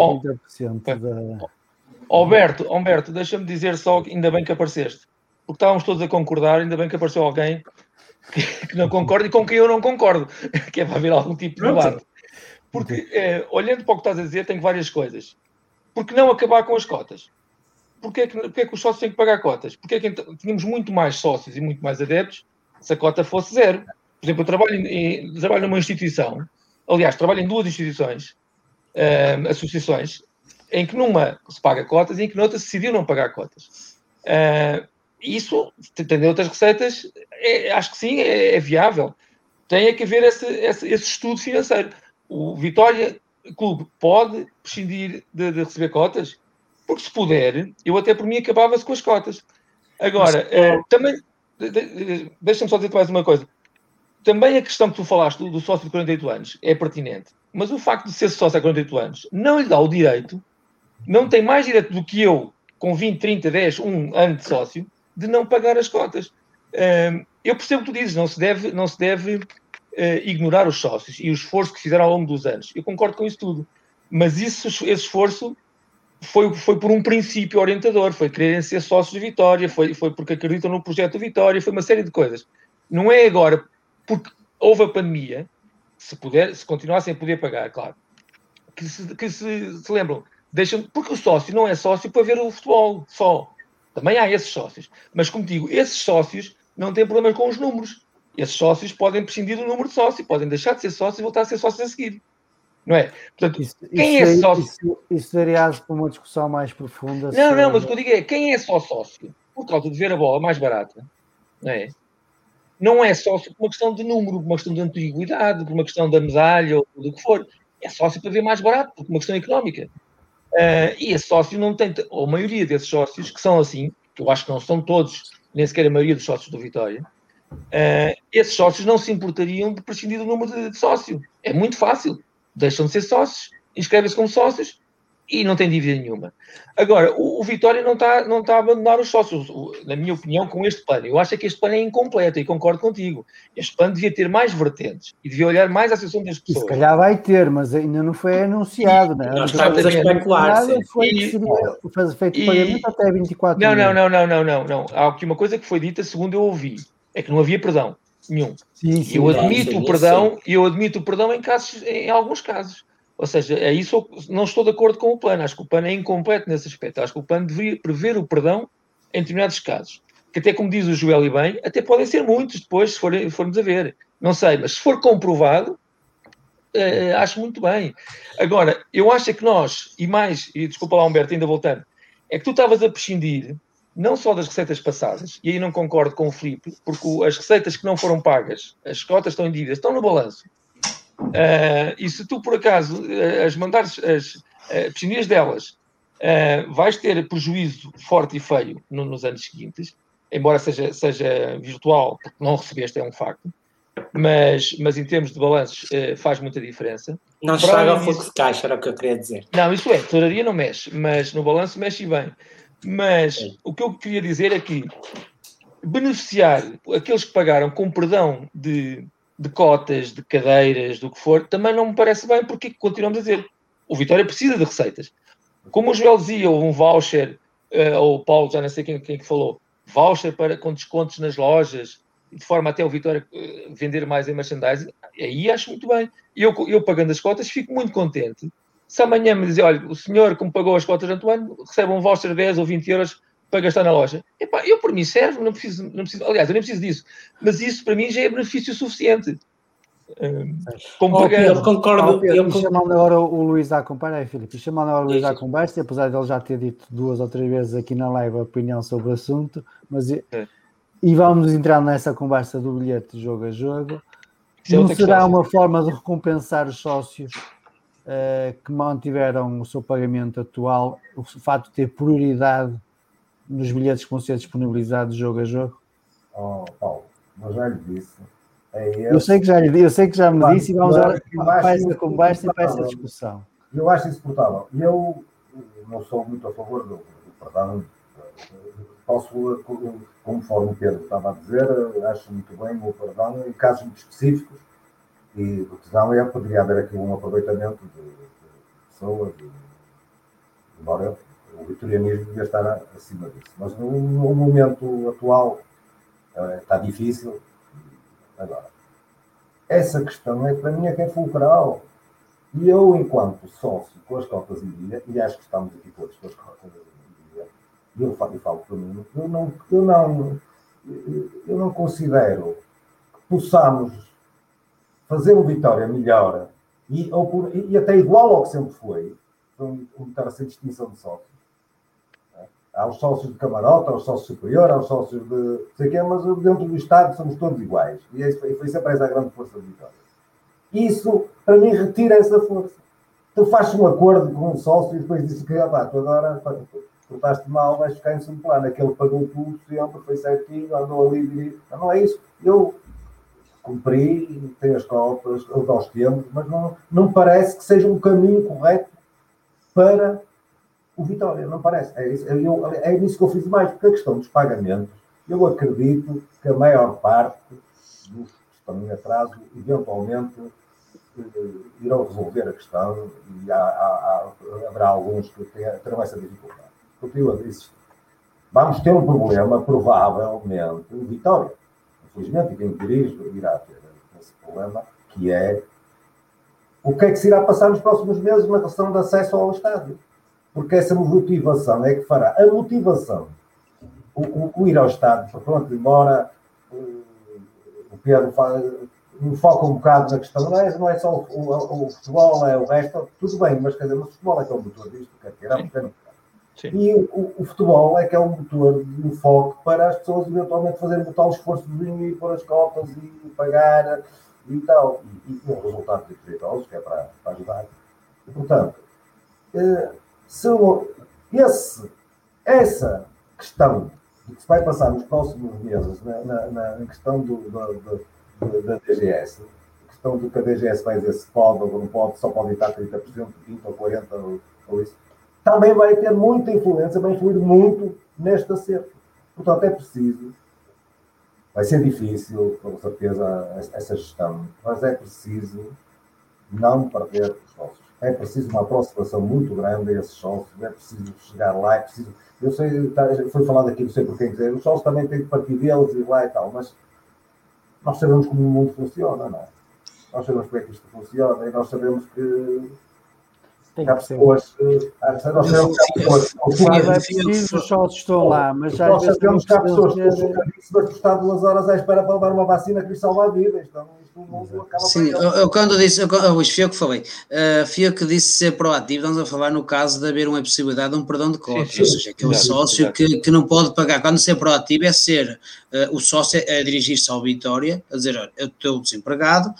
30% da... Humberto, deixa-me dizer só que ainda bem que apareceste, porque estávamos todos a concordar, ainda bem que apareceu alguém que não concorda e com quem eu não concordo, que é para haver algum tipo de debate. Porque, olhando para o que estás a dizer, tenho várias coisas. Por que não acabar com as cotas? Porquê é que os sócios têm que pagar cotas? Porque é que tínhamos muito mais sócios e muito mais adeptos se a cota fosse zero? Por exemplo, eu trabalho numa instituição. Aliás, trabalho em 2 instituições, associações, em que numa se paga cotas e em que noutra se decidiu não pagar cotas. Isso, tendo outras receitas, acho que sim, é viável. Tem que haver esse estudo financeiro. O Vitória Clube pode prescindir de receber cotas? Porque se puder, eu até por mim acabava-se com as cotas. Agora, também, deixa-me só dizer-te mais uma coisa. Também a questão que tu falaste do sócio de 48 anos é pertinente, mas o facto de ser sócio há 48 anos não lhe dá o direito, não tem mais direito do que eu, com 20, 30, 10, 1 ano de sócio, de não pagar as cotas. Eu percebo o que tu dizes, não se deve ignorar os sócios e o esforço que fizeram ao longo dos anos. Eu concordo com isso tudo, mas esse esforço foi por um princípio orientador, foi quererem ser sócios de Vitória, foi porque acreditam no projeto de Vitória, foi uma série de coisas. Não é agora... porque houve a pandemia, se continuassem a poder pagar, claro, que se lembram, porque o sócio não é sócio para ver o futebol só. Também há esses sócios. Mas, como digo, esses sócios não têm problemas com os números. Esses sócios podem prescindir do número de sócio, podem deixar de ser sócios e voltar a ser sócios a seguir. Não é? Portanto, quem é sócio... Isso daria para uma discussão mais profunda. Não, mas o que eu digo é, quem é só sócio por causa de ver a bola mais barata, não é? Não é sócio por uma questão de número, por uma questão de antiguidade, por uma questão da medalha ou do que for. É sócio para ver mais barato, por uma questão económica. E esse sócio não tem... Ou a maioria desses sócios, que são assim, que eu acho que não são todos, nem sequer a maioria dos sócios do Vitória, esses sócios não se importariam de prescindir do número de sócio. É muito fácil. Deixam de ser sócios, inscrevem-se como sócios e não tem dívida nenhuma. Agora, o Vitória não está a abandonar os sócios, na minha opinião, com este plano. Eu acho que este plano é incompleto e concordo contigo. Este plano devia ter mais vertentes e devia olhar mais à situação das pessoas. Se calhar vai ter, mas ainda não foi anunciado. Nós estamos a especular. Foi feito o pagamento até 24 de Não. Há aqui uma coisa que foi dita, segundo eu ouvi, é que não havia perdão nenhum. Sim, eu admito o perdão em alguns casos. Ou seja, é isso, não estou de acordo com o plano. Acho que o plano é incompleto nesse aspecto. Acho que o plano deveria prever o perdão em determinados casos. Que até, como diz o Joel e bem, até podem ser muitos depois, se formos a ver. Não sei, mas se for comprovado, acho muito bem. Agora, eu acho que nós, e desculpa lá, Humberto, ainda voltando, é que tu estavas a prescindir não só das receitas passadas, e aí não concordo com o Filipe, porque as receitas que não foram pagas, as cotas estão em dívidas, estão no balanço. E se tu, por acaso, as mandares, prescindias delas vais ter prejuízo forte e feio nos anos seguintes, embora seja virtual, porque não recebeste, é um facto, mas em termos de balanços faz muita diferença. Não estraga o fluxo de caixa, era o que eu queria dizer. Não, isso é, tesouraria não mexe, mas no balanço mexe bem. Mas o que eu queria dizer é que beneficiar aqueles que pagaram com perdão de cotas, de cadeiras, do que for, também não me parece bem, porque continuamos a dizer, o Vitória precisa de receitas. Como o Joel dizia, houve um voucher, ou o Paulo, já não sei quem que falou, voucher com descontos nas lojas, de forma até o Vitória vender mais em merchandising, aí acho muito bem. Eu pagando as cotas, fico muito contente. Se amanhã me dizer, olha, o senhor que me pagou as cotas durante o ano, recebe um voucher de 10 ou 20 euros para gastar na loja. Epá, eu por mim serve, não preciso, aliás, eu nem preciso disso. Mas isso para mim já é benefício suficiente. Eu concordo. Chamando agora o Luís à conversa, Filipe, chamando agora o Luís à conversa, apesar de ele já ter dito 2 ou 3 vezes aqui na live a opinião sobre o assunto, mas e vamos entrar nessa conversa do bilhete de jogo a jogo. Não será uma forma de recompensar os sócios que mantiveram o seu pagamento atual, o facto de ter prioridade nos bilhetes que vão ser disponibilizados de jogo a jogo? Paulo, mas já lhe disse. Eu sei que já me disse, e vamos agora para essa conversa e para essa discussão. Eu acho insuportável. Eu não sou muito a favor do perdão. Posso, conforme o Pedro estava a dizer, acho muito bem o perdão em casos muito específicos, e porque senão poderia haver aqui um aproveitamento de pessoas, embora o vitorianismo devia estar acima disso. Mas no momento atual está difícil. Agora, essa questão para mim é que é fulcral. E eu, enquanto sócio com as cotas em dia, e acho que estamos aqui todos com as cotas em dia, e eu falo para mim, eu não considero que possamos fazer um Vitória melhor e até igual ao que sempre foi, um Vitória sem distinção de sócios. Há os sócios de camarote, há os sócios superior, há os sócios de não sei o quê, mas dentro do Estado somos todos iguais. E foi sempre essa a grande força do Vitória. Isso, para mim, retira essa força. Tu fazes um acordo com um sócio e depois dizes que tu agora portaste mal, vais ficar em segundo plano. Aquele pagou tudo sempre, foi certinho, andou ali. Não é isso. Eu cumpri, tenho as cotas, eu dou os tempos, mas não parece que seja um caminho correto para o Vitória, não parece. É nisso que eu fiz mais, porque a questão dos pagamentos, eu acredito que a maior parte dos que estão em atraso, eventualmente, irão resolver a questão e haverá alguns que terão essa dificuldade. Porque eu disse, vamos ter um problema, provavelmente, o Vitória. Infelizmente, e quem dirige irá ter esse problema, que é o que é que se irá passar nos próximos meses na questão de acesso ao estádio. Porque essa motivação é que fará. A motivação, o ir ao estádio, porque pronto, embora o Pedro foca um bocado na questão, não é só o futebol, é o resto, tudo bem, mas quer dizer, o futebol é que é o motor disto, quer queira, porque e o futebol é que é o motor de foco para as pessoas eventualmente fazerem botar o esforço de ir pôr as cotas e pagar e tal. E um resultado direitoso, que é para ajudar. E, portanto, essa questão de que se vai passar nos próximos meses na questão da DGS, a questão de que a DGS vai dizer se pode ou não pode, só pode estar 30%, 20% ou 40% ou isso, também vai ter muita influência, vai influir muito neste acerto. Portanto, é preciso, vai ser difícil, com certeza, essa gestão, mas é preciso não perder os sócios. É preciso uma aproximação muito grande a esses sócios, é preciso chegar lá, é preciso... Eu sei, foi falado aqui, não sei por quem dizer, os sócios também têm que partir deles e lá e tal, mas nós sabemos como o mundo funciona, não é? Nós sabemos como é que isto funciona e nós sabemos que há pessoas... Os sócios estão lá, mas nós sabemos que há pessoas que estão estar 2 horas à espera para levar uma vacina que lhes salva a vida. Então, sim, eu quando disse, fui eu que falei, fui eu que disse ser proativo, estamos a falar no caso de haver uma possibilidade de um perdão de cotas, ou seja, aquele sócio que não pode pagar. Quando ser proativo é ser o sócio a dirigir-se ao Vitória, a dizer, olha, eu estou desempregado,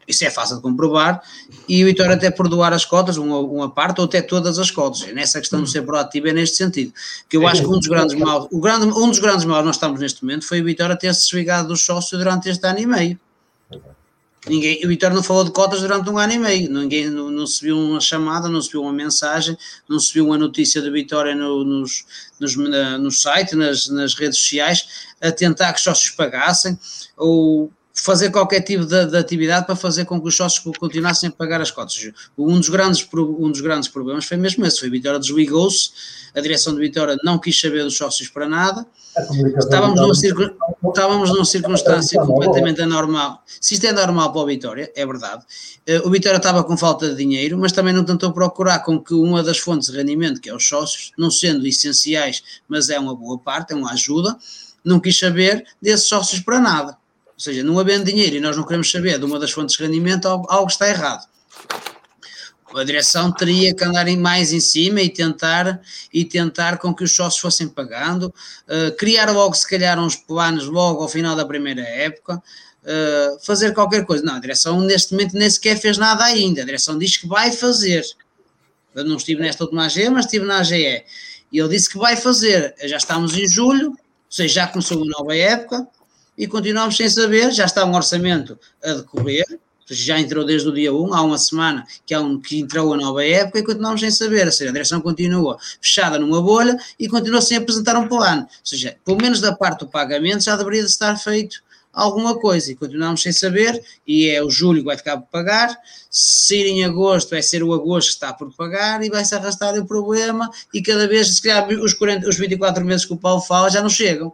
Isso é fácil de comprovar, e o Vitória até por doar as cotas, uma parte ou até todas as cotas. Nessa questão de ser proativo é neste sentido. Que eu acho que um dos grandes maus nós estamos neste momento foi o Vitória ter se desligado dos sócios durante este ano e meio. O Vitória não falou de cotas durante 1 ano e meio. Ninguém não se viu uma chamada, não se viu uma mensagem, não se viu uma notícia do Vitória no site, nas redes sociais, a tentar que os sócios pagassem, ou fazer qualquer tipo de atividade para fazer com que os sócios continuassem a pagar as cotas. Um dos grandes problemas foi mesmo esse, foi a Vitória desligou-se, a direção de Vitória não quis saber dos sócios para nada, estávamos numa circunstância completamente anormal. Se isto é normal para o Vitória, é verdade, o Vitória estava com falta de dinheiro, mas também não tentou procurar com que uma das fontes de rendimento, que é os sócios, não sendo essenciais, mas é uma boa parte, é uma ajuda, não quis saber desses sócios para nada. Ou seja, não havendo dinheiro e nós não queremos saber de uma das fontes de rendimento, algo está errado. A direção teria que andar mais em cima e tentar com que os sócios fossem pagando, criar logo, se calhar, uns planos logo ao final da primeira época, fazer qualquer coisa. Não, a direção neste momento nem sequer fez nada ainda. A direção diz que vai fazer. Eu não estive nesta última AGE, mas estive na AGE. E ele disse que vai fazer. Já estamos em julho, ou seja, já começou uma nova época, e continuamos sem saber, já está um orçamento a decorrer, já entrou desde o dia 1, há uma semana que entrou a nova época, e continuamos sem saber, ou seja, a direção continua fechada numa bolha e continua sem apresentar um plano, ou seja, pelo menos da parte do pagamento já deveria de estar feito alguma coisa, e continuamos sem saber, e é o julho que vai ficar por pagar, se ir em agosto vai ser o agosto que está por pagar, e vai-se arrastar o problema, e cada vez, se calhar, os 24 meses que o Paulo fala já não chegam.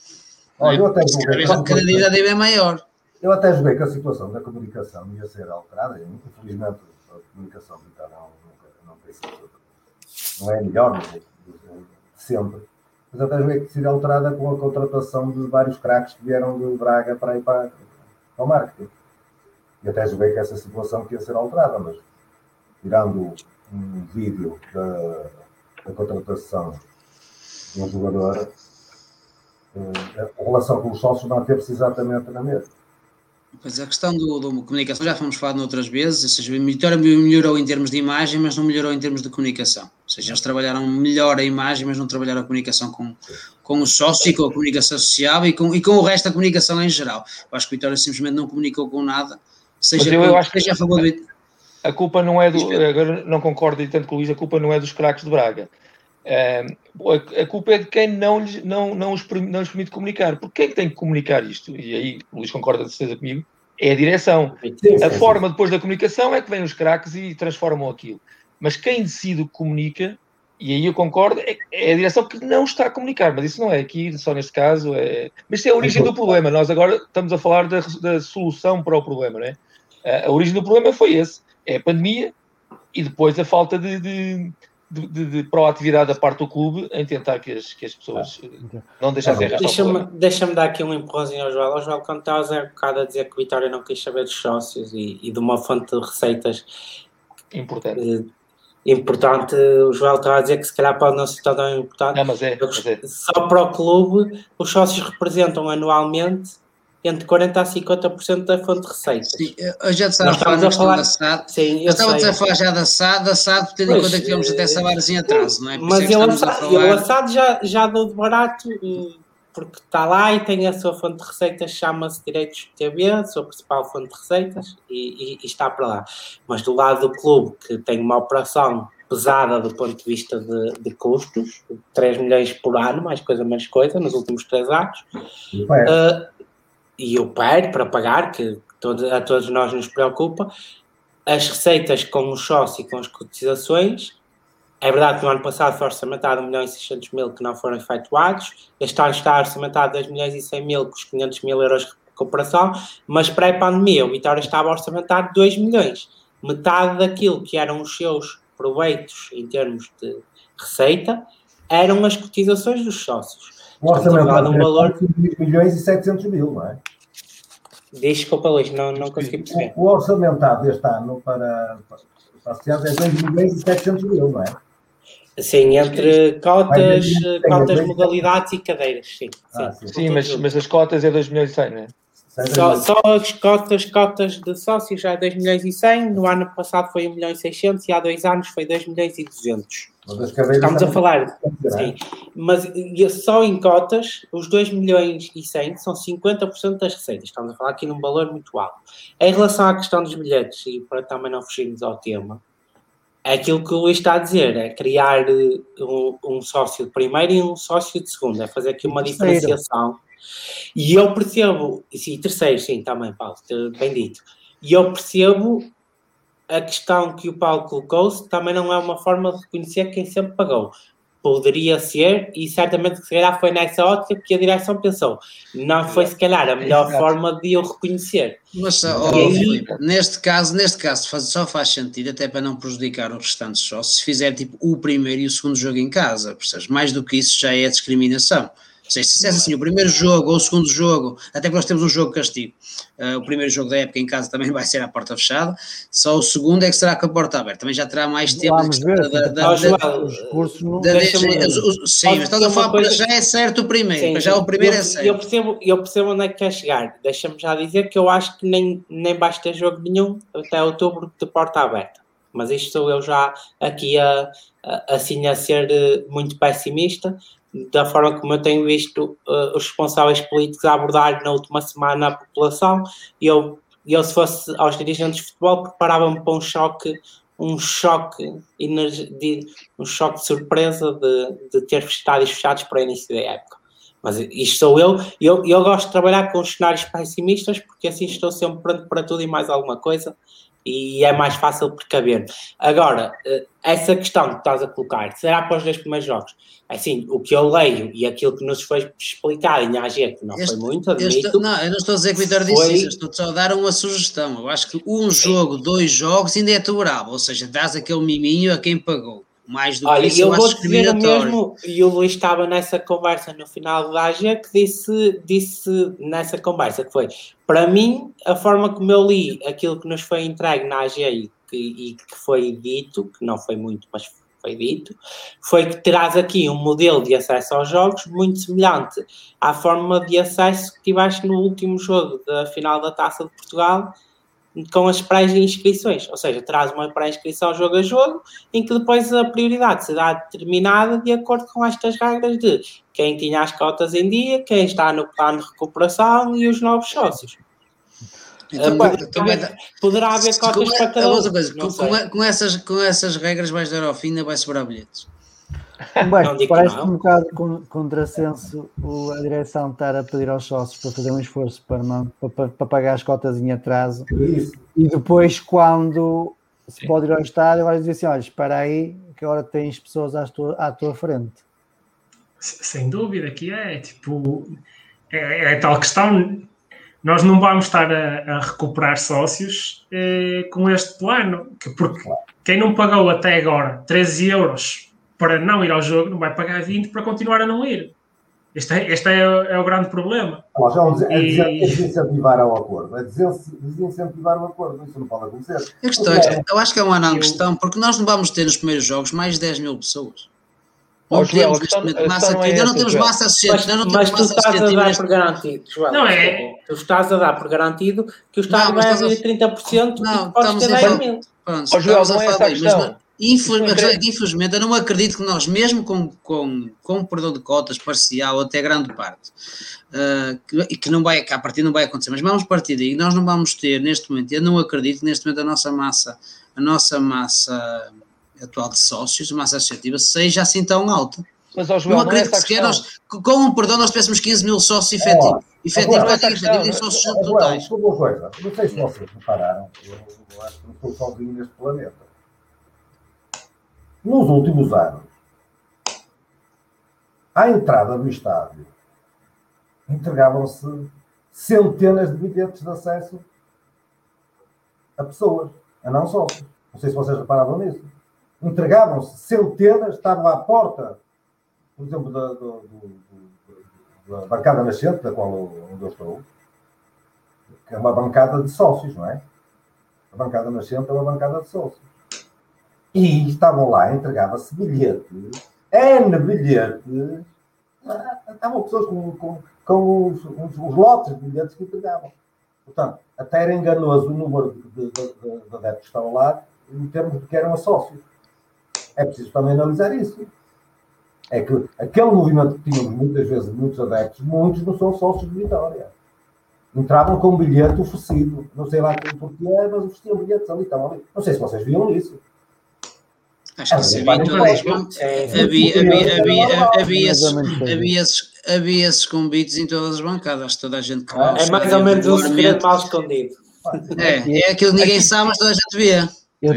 Cada dia já deve é maior. Eu até julguei que a situação da comunicação ia ser alterada, e infelizmente a comunicação não tem sido, não é melhor, mas sempre. Mas até julguei que seria alterada com a contratação de vários craques que vieram de Braga para ir para o marketing. E até julguei que essa situação ia ser alterada, mas tirando um vídeo da contratação de um jogador, a relação com os sócios manteve-se exatamente na mesma. Pois a questão da comunicação já fomos falar noutras vezes, ou seja, a Vitória melhorou em termos de imagem, mas não melhorou em termos de comunicação. Ou seja, eles trabalharam melhor a imagem, mas não trabalharam a comunicação com os sócios e com a comunicação social e com o resto da comunicação em geral. Eu acho que a Vitória simplesmente não comunicou com nada, seja a favor do... A culpa não é do... Agora não concordo e tanto com o Luís, a culpa não é dos craques de Braga. A culpa é de quem não os permite comunicar. Porque quem tem que comunicar isto, e aí o Luís concorda de certeza comigo, é a direção. A forma depois da comunicação é que vêm os craques e transformam aquilo. Mas quem decide o que comunica, e aí eu concordo, é a direção que não está a comunicar. Mas isso não é aqui, só neste caso. Mas isso é a origem do problema. Nós agora estamos a falar da solução para o problema, não é? A origem do problema foi esse. É a pandemia e depois a falta de proatividade da parte do clube em tentar que as pessoas não deixassem arrastar. Deixa-me dar aqui um empurrãozinho ao Joel. Joel, quando estavas há bocado a dizer que o Vitória não quis saber dos sócios e de uma fonte de receitas importante, o Joel estava a dizer que se calhar pode não ser tão importante. Não, mas é. Só para o clube, os sócios representam anualmente entre 40% a 50% da fonte de receitas. Sim, eu já estava a falar da SAD. Sim, eu estava a falar já da SAD, tendo em conta que tivemos até essa barzinha atrás, não é? Mas a SAD já deu de barato, porque está lá e tem a sua fonte de receitas, chama-se Direitos de TV, a sua principal fonte de receitas, e está para lá. Mas do lado do clube, que tem uma operação pesada do ponto de vista de custos, 3 milhões por ano, mais coisa, menos coisa, nos últimos 3 anos, e o PER para pagar, que a todos nós nos preocupa, as receitas com os sócios e com as cotizações. É verdade que no ano passado foi orçamentado 1.600.000 que não foram efetuados, este ano está orçamentado 2.100.000 com os 500.000 euros de recuperação, mas pré-pandemia o Vitória estava orçamentado 2 milhões, metade daquilo que eram os seus proveitos em termos de receita eram as cotizações dos sócios. O orçamento de valor de 2.700.000, não é? Desculpa, Luís, não consegui perceber. O orçamentado deste ano para associados é 2.700.000, não é? Sim, entre cotas, modalidades e cadeiras, sim. Sim, mas as cotas é 2.100.000, não é? Só as cotas de sócios já é 2 milhões e 100, no ano passado foi 1 milhão e 600 e há 2 anos foi 2 milhões e 200. Estamos a falar, sim, mas só em cotas, os 2 milhões e 100 são 50% das receitas, estamos a falar aqui num valor muito alto. Em relação à questão dos bilhetes, e para também não fugirmos ao tema, é aquilo que o Luís está a dizer, é criar um sócio de primeiro e um sócio de segundo, é fazer aqui uma diferenciação. E eu percebo, e terceiro, sim, também, Paulo, bem dito. E eu percebo a questão que o Paulo colocou-se, também não é uma forma de reconhecer quem sempre pagou. Poderia ser, e certamente se calhar foi nessa ótica que a direção pensou. Não foi se calhar a melhor forma de eu reconhecer. Mas, Filipe, neste caso só faz sentido, até para não prejudicar os restantes sócios, se fizer tipo o primeiro e o segundo jogo em casa, percebes? Mais do que isso já é discriminação. Ou seja, se dissesse assim, o primeiro jogo ou o segundo jogo, até que nós temos um jogo castigo, o primeiro jogo da época em casa também vai ser à porta fechada, só o segundo é que será com a porta aberta, também já terá mais tempo. Vamos ver, os cursos não... Sim, mas estás a falar para já é certo o primeiro, para já o primeiro é certo. Eu percebo onde é que quer chegar, deixa-me já dizer que eu acho que nem basta jogo nenhum até outubro de porta aberta, mas isto sou eu já aqui assim a ser muito pessimista, da forma como eu tenho visto os responsáveis políticos a abordar na última semana a população, e eu se fosse aos dirigentes de futebol preparava-me para um choque de surpresa de ter estádios fechados para o início da época. Mas isto sou eu gosto de trabalhar com os cenários pessimistas porque assim estou sempre pronto para tudo e mais alguma coisa e é mais fácil precaver. Agora, essa questão que estás a colocar, será para os 2 primeiros jogos? Assim, o que eu leio e aquilo que nos foi explicado em AG, que não foi muito, admito... Não, eu não estou a dizer que o Vitor disse isso, estou só a dar uma sugestão. Eu acho que um jogo, 2 jogos ainda é tolerável, ou seja, dás aquele miminho a quem pagou. Mais do que isso, eu vou dizer o mesmo, e o Luís estava nessa conversa no final da AG que disse nessa conversa que foi, para mim, a forma como eu li aquilo que nos foi entregue na AG e que foi dito, que não foi muito, mas foi dito, foi que terás aqui um modelo de acesso aos jogos muito semelhante à forma de acesso que tiveste no último jogo da final da Taça de Portugal, com as pré-inscrições, ou seja, terás uma pré-inscrição jogo a jogo, em que depois a prioridade será determinada de acordo com estas regras de quem tinha as cotas em dia, quem está no plano de recuperação e os novos sócios. Então, poderá haver cotas para cada um. Com essas regras vais dar ao fim, ainda vai sobrar bilhetes. Bem, parece um bocado contrassenso a direção estar a pedir aos sócios para fazer um esforço para pagar as cotas em atraso e depois quando se pode ir ao estádio vai dizer assim, olha, espera aí que agora tens pessoas à tua frente. Sem dúvida que é tal questão, nós não vamos estar a recuperar sócios com este plano, porque quem não pagou até agora 13 euros para não ir ao jogo, não vai pagar 20 para continuar a não ir. Este é o grande problema. É desincentivar ao acordo. É desincentivar o acordo. Isso não pode acontecer. Eu acho que é uma não questão, porque nós não vamos ter nos primeiros jogos mais de 10 mil pessoas. Joel, ainda não temos massa associativa. Mas tu estás a dar por garantido, Joel. Não é? Tu estás a dar por garantido que o estádio vai abrir 30% e podes ter 10 mil. Joel, não é essa a questão. Infelizmente, eu não acredito que nós, mesmo com perdão de cotas parcial até grande parte, que não vai, que a partir não vai acontecer, mas vamos partir daí, nós não vamos ter neste momento, eu não acredito que neste momento a nossa massa atual de sócios, a massa associativa, seja assim tão alta. Mas, Joel, não acredito que sequer nós, com um perdão, nós tivéssemos 15 mil sócios efetivos e sócios totais. Uma coisa, não sei se vocês repararam, eu acho que não estou sozinho neste planeta. Nos últimos anos, à entrada do estádio, entregavam-se centenas de bilhetes de acesso a pessoas, a não sócios. Não sei se vocês reparavam nisso. Entregavam-se centenas, estavam à porta, por exemplo, da bancada nascente, da qual onde eu estou, que é uma bancada de sócios, não é? A bancada nascente é uma bancada de sócios. E estavam lá, entregava-se bilhetes, N bilhetes, estavam pessoas com os lotes de bilhetes que entregavam. Portanto, até era enganoso o número de adeptos que estavam lá em termos de que eram sócios. É preciso também analisar isso. É que aquele movimento que tínhamos muitas vezes, muitos adeptos, muitos não são sócios de Vitória. Entravam com um bilhete oferecido. Não sei lá porquê, mas ofereciam bilhetes ali, estavam ali. Não sei se vocês viam isso. Acho que se havia todas as bancas. Havia esses convites em todas as bancadas. Acho que toda a gente que é mais ou menos um segredo mal escondido. É aquilo que ninguém sabe, mas toda a gente vê. Eu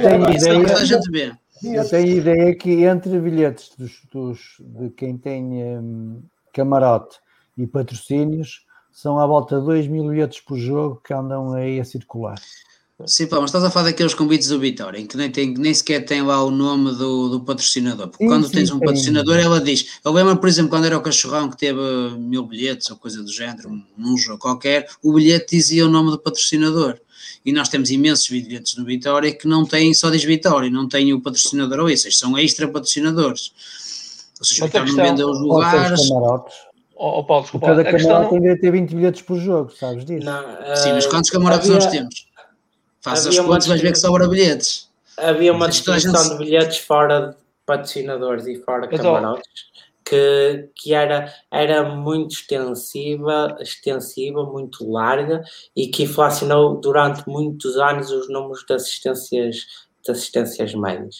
tenho ideia que entre bilhetes de quem tem camarote e patrocínios são à volta de 2.000 bilhetes por jogo que andam aí a circular. Sim, mas estás a falar daqueles convites do Vitória, em que nem sequer tem lá o nome do patrocinador. Porque quando tens um patrocinador, ela diz... Eu lembro, por exemplo, quando era o Cachorrão que teve 1.000 bilhetes ou coisa do género, num jogo qualquer, o bilhete dizia o nome do patrocinador. E nós temos imensos bilhetes do Vitória que não têm, só diz Vitória, não tem o patrocinador ou isso, são extra patrocinadores. Ou seja, o Vitória não vende os lugares... Paulo, desculpa. Cada camarote tem de ter 20 bilhetes por jogo, sabes disso? Sim, mas quantos camarotes nós temos? Faz as contas, vais ver que sobra bilhetes. Havia uma distribuição de bilhetes fora de patrocinadores e fora de camarotes que era muito extensiva, muito larga e que inflacionou durante muitos anos os números de assistências médias.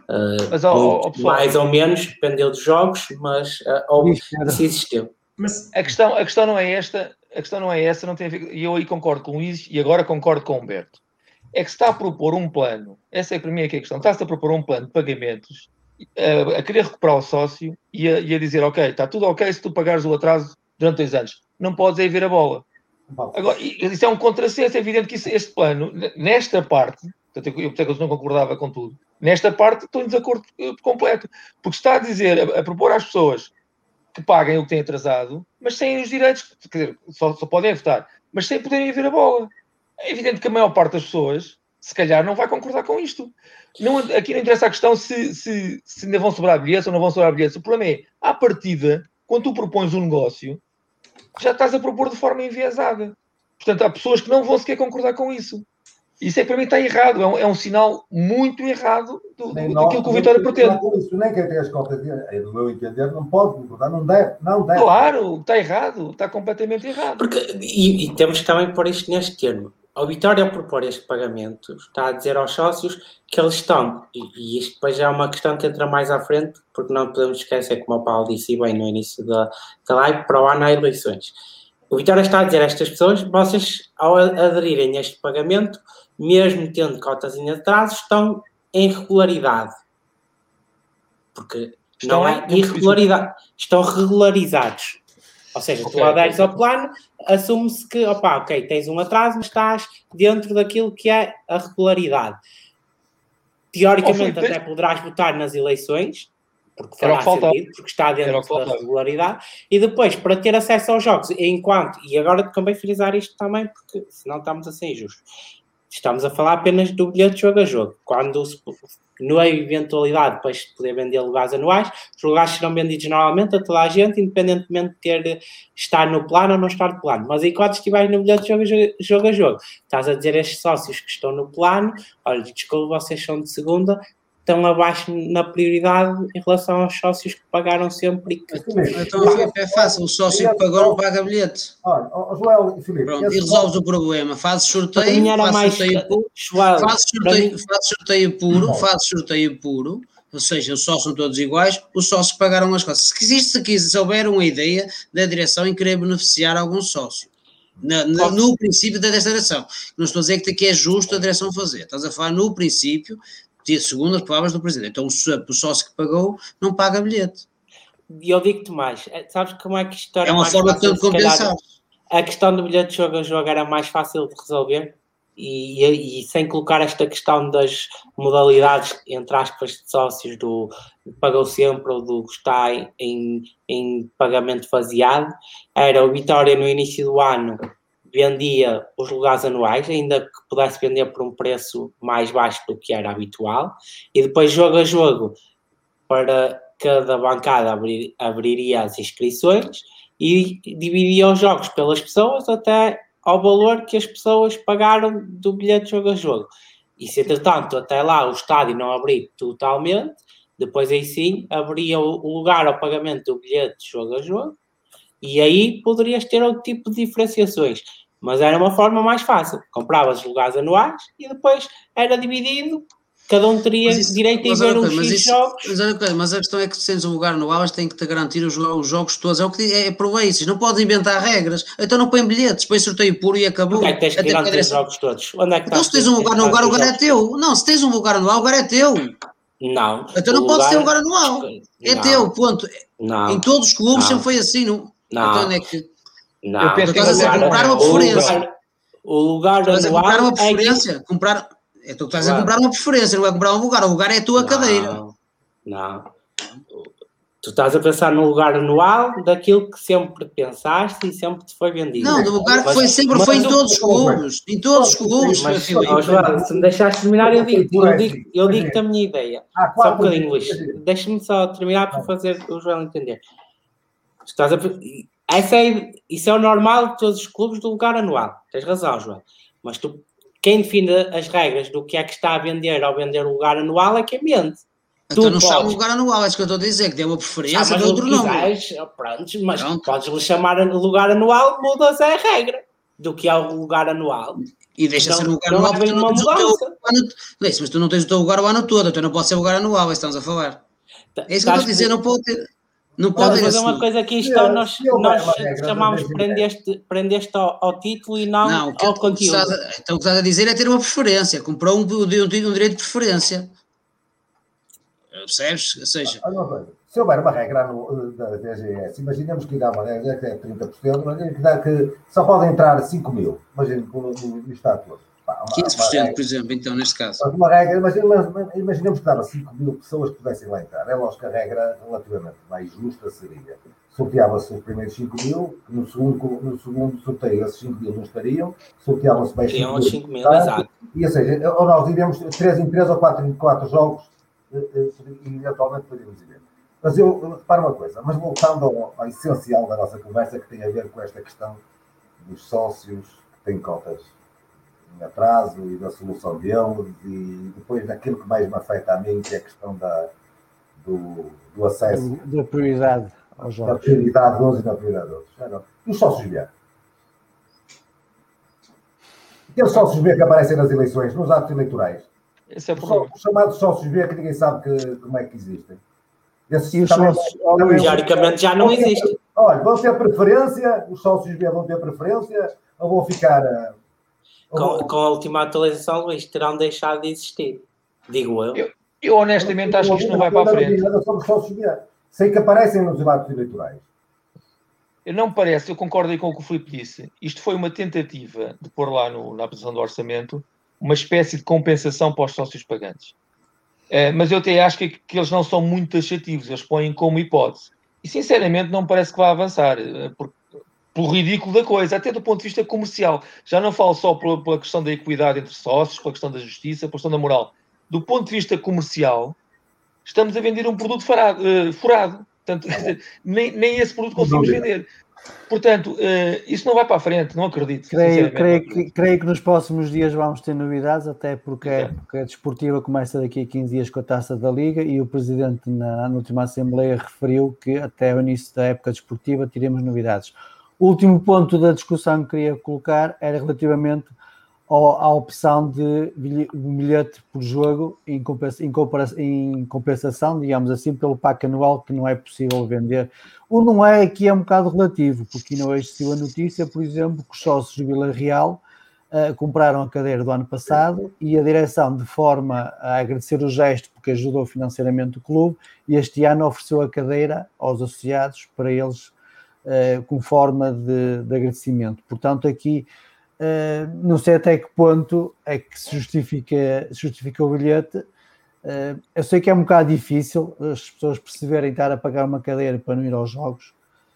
Mais ou menos, dependeu dos jogos, mas isso existiu. Mas a questão não é esta, não tem a ver, e eu aí concordo com o Luís e agora concordo com o Humberto. É que se está a propor um plano, essa é para mim a questão, está-se a propor um plano de pagamentos, a querer recuperar o sócio e a dizer, ok, está tudo ok se tu pagares o atraso durante 2 anos. Não podes aí ver a bola. Agora, isso é um contrassenso, é evidente que este plano, nesta parte, eu não concordava com tudo, nesta parte estou em desacordo completo, porque está a dizer, a propor às pessoas que paguem o que têm atrasado, mas sem os direitos, quer dizer, só podem votar, mas sem poderem ver a bola. É evidente que a maior parte das pessoas, se calhar, não vai concordar com isto. Aqui não interessa a questão se ainda vão sobrar bilhetes ou não vão sobrar bilhetes. O problema é, à partida, quando tu propões um negócio, já estás a propor de forma enviesada. Portanto, há pessoas que não vão sequer concordar com isso. Isso para mim está errado. É um sinal muito errado daquilo que o Vitória pretende. Isso nem quem tem as cotas, no meu entender, não pode concordar, não deve. Claro, está errado, está completamente errado. E temos que também pôr isto neste termo. A Vitória, ao propor este pagamento, está a dizer aos sócios que eles estão, e isto depois já é uma questão que entra mais à frente, porque não podemos esquecer, como o Paulo disse bem no início da live, para o ano há eleições. O Vitória está a dizer a estas pessoas, vocês, ao aderirem a este pagamento, mesmo tendo cotas em atraso, estão em regularidade. Porque não é irregularidade, estão regularizados. Ou seja, tu aderes ao plano, assume-se que, ok, tens um atraso, mas estás dentro daquilo que é a regularidade. Teoricamente, até poderás votar nas eleições, porque fará sentido, porque está dentro da regularidade, e depois, para ter acesso aos jogos, e agora também frisar isto também, porque senão estamos a ser injustos. Estamos a falar apenas do bilhete de jogo a jogo. Quando não é eventualidade depois de poder vender lugares anuais, os lugares serão vendidos normalmente a toda a gente, independentemente de estar no plano ou não estar no plano. Mas enquanto estiveres no bilhete de jogo a jogo, estás a dizer a estes sócios que estão no plano, olha, desculpa, vocês são de segunda, estão abaixo na prioridade em relação aos sócios que pagaram sempre. Então é fácil, o sócio que pagou não paga bilhete. Olha, Joel e Filipe. Pronto, e resolves o problema. Fazes sorteio puro, ou seja, os sócios são todos iguais, os sócios pagaram as coisas. Se houver uma ideia da direção em querer beneficiar algum sócio. No princípio desta direção. Não estou a dizer que é justo a direção fazer. Estás a falar no princípio, segundo as palavras do Presidente. Então o sócio que pagou não paga bilhete. E eu digo-te mais, sabes como é que isto é uma forma de compensar. A questão do bilhete de jogo a jogo era mais fácil de resolver e sem colocar esta questão das modalidades, entre aspas, de sócios do pagou sempre ou do que está em pagamento faseado, era o Vitória no início do ano vendia os lugares anuais, ainda que pudesse vender por um preço mais baixo do que era habitual, e depois jogo a jogo, para cada bancada abriria as inscrições e dividia os jogos pelas pessoas até ao valor que as pessoas pagaram do bilhete de jogo a jogo. E se, entretanto, até lá o estádio não abrir totalmente, depois aí sim abriria o lugar ao pagamento do bilhete de jogo a jogo, e aí poderias ter outro tipo de diferenciações. Mas era uma forma mais fácil. Compravas lugares anuais e depois era dividido. Cada um teria direito a ver uns X jogos. Mas a questão é que se tens um lugar anual, eles têm que te garantir os jogos todos. É o que é por isso. Não podes inventar regras. Então não põem bilhetes, põe sorteio puro e acabou. Porque é que tens que garantir os jogos todos? Onde é que então se tens um lugar no lugar, o lugar é teu. Não, se tens um lugar anual, o lugar é teu. Não. Então não podes ter lugar anual. É teu, ponto. Não. Em todos os clubes sempre foi assim. Não. Então é que... Não. Eu penso que estás a comprar uma preferência. O lugar anual comprar uma preferência. Tu estás a comprar uma preferência, não é comprar um lugar. O lugar é a tua cadeira. Não. Tu estás a pensar no lugar anual daquilo que sempre pensaste e sempre te foi vendido. Não, do lugar que foi sempre foi em todos os clubes. Em todos os clubes. Mas, João, se me deixares terminar, eu digo-te a minha ideia. Só um bocadinho, Luís. Deixa-me só terminar para fazer o João entender. Isso é o normal de todos os clubes do lugar anual. Tens razão, João. Mas quem define as regras do que é que está a vender ao vender o lugar anual é quem vende. Então não chama lugar anual, é isso que eu estou a dizer, que deu uma preferência de outro nome. Mas podes-lhe chamar lugar anual, mudas a regra do que é o lugar anual. E deixa ser lugar anual porque tu não tens o teu... Mas tu não tens o teu lugar o ano todo, então não pode ser lugar anual, é isso que estamos a falar. É isso que eu estou a dizer, não pode ter... Não pode fazer uma coisa que isto nós chamamos prendeste ao título e não ao conteúdo. Então o que estás a dizer é ter uma preferência, comprou um direito de preferência. Percebes? Ou seja... Se houver uma regra da DGS, imaginemos que dá uma regra que é 30%, mas que só podem entrar 5 mil. Imagina no estado todo. 15%, por exemplo, então, neste caso. Uma regra, imaginemos que dava 5 mil pessoas que pudessem lá entrar. É lógico que a regra relativamente mais justa seria: sorteava-se os primeiros 5 mil, no segundo sorteio esses 5 mil não estariam, sorteavam-se mais 5 mil. Exato. E, ou seja, ou nós iríamos 3 em 3 ou 4 em 4 jogos, e eventualmente poderíamos ir. Mas eu reparo uma coisa, mas voltando ao essencial da nossa conversa, que tem a ver com esta questão dos sócios que têm cotas em atraso e da solução deles, e depois daquilo que mais me afeta a mim, que é a questão do acesso. Da prioridade aos jogos. Da prioridade de uns e da prioridade de outros. E os sócios B? Aqueles sócios B que aparecem nas eleições, nos atos eleitorais. Esse é o problema. Os chamados sócios B, que ninguém sabe como é que existem. Teoricamente já não existem. Olha, vão ter preferência, os sócios B vão ter preferência, ou vão ficar... Com a última atualização, Luís, terão deixado de existir. Digo eu. Eu honestamente acho que isto não vai para a frente. Sei que aparecem nos debates eleitorais. Não me parece, eu concordo aí com o que o Filipe disse. Isto foi uma tentativa de pôr lá na apresentação do orçamento uma espécie de compensação para os sócios pagantes. Mas eu até acho que eles não são muito taxativos, eles põem como hipótese. E sinceramente não me parece que vá avançar, pelo ridículo da coisa, até do ponto de vista comercial. Já não falo só pela questão da equidade entre sócios, pela questão da justiça, pela questão da moral. Do ponto de vista comercial, estamos a vender um produto furado. Portanto, nem esse produto conseguimos vender. Portanto, isso não vai para a frente, não acredito. Creio que nos próximos dias vamos ter novidades, até porque a época desportiva começa daqui a 15 dias com a Taça da Liga e o Presidente na última Assembleia referiu que até o início da época desportiva teremos novidades. O último ponto da discussão que queria colocar era relativamente à opção de bilhete por jogo em compensação, digamos assim, pelo PAC anual, que não é possível vender. O não é aqui é um bocado relativo, porque ainda hoje saiu a notícia, por exemplo, que os sócios do Vila Real compraram a cadeira do ano passado e a direção, de forma a agradecer o gesto, porque ajudou financeiramente o clube, e este ano ofereceu a cadeira aos associados para eles com forma de agradecimento. Portanto, aqui não sei até que ponto é que se justifica o bilhete. Eu sei que é um bocado difícil as pessoas perceberem estar a pagar uma cadeira para não ir aos jogos,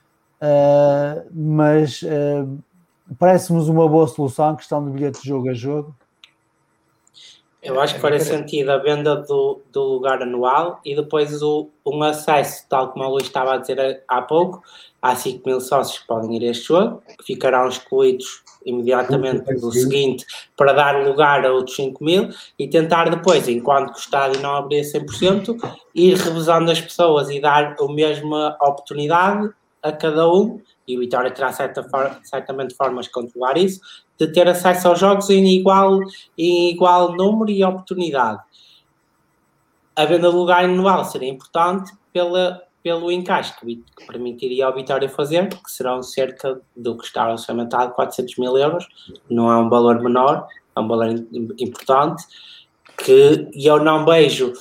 mas parece-nos uma boa solução a questão do bilhete de jogo a jogo. Eu acho que faria sentido a venda do lugar anual e depois um acesso, tal como a Luís estava a dizer há pouco, há 5 mil sócios que podem ir a este jogo, que ficarão excluídos imediatamente do seguinte para dar lugar a outros 5.000 e tentar depois, enquanto que o estádio não abrir 100%, ir revezando as pessoas e dar a mesma oportunidade a cada um, e o Vitória terá certamente formas de controlar isso, de ter acesso aos jogos em igual número e oportunidade. A venda de lugar anual seria importante pelo encaixe que permitiria ao Vitória fazer, que serão cerca do que está orçamentado, 400.000 euros, não é um valor menor, é um valor importante, que eu não vejo,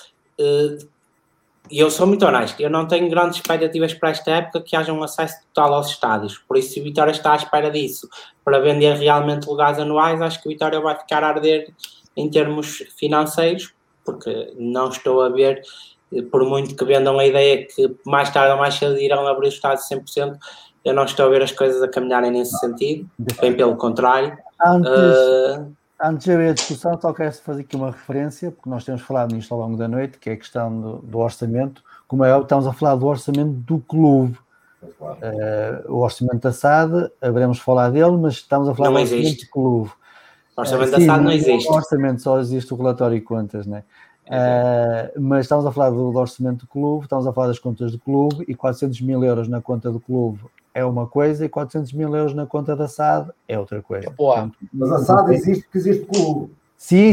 e eu sou muito honesto, eu não tenho grandes expectativas para esta época que haja um acesso total aos estádios, por isso se o Vitória está à espera disso, para vender realmente lugares anuais, acho que o Vitória vai ficar a arder em termos financeiros, porque não estou a ver, por muito que vendam a ideia que mais tarde ou mais cedo irão abrir os estádios 100%, eu não estou a ver as coisas a caminharem nesse sentido, bem pelo contrário. Antes de haver a discussão, só quero fazer aqui uma referência, porque nós temos falado nisto ao longo da noite, que é a questão do orçamento. Como é óbvio, estamos a falar do orçamento do clube. O orçamento da SAD, haveremos falar dele, mas estamos a falar do orçamento do clube. O orçamento da SAD não existe. O orçamento só existe o relatório e contas, não é? Mas estamos a falar do orçamento do clube, estamos a falar das contas do clube, e 400.000 euros na conta do clube é uma coisa e 400.000 euros na conta da SAD é outra coisa. Portanto, mas a SAD existe porque existe clube. Sim.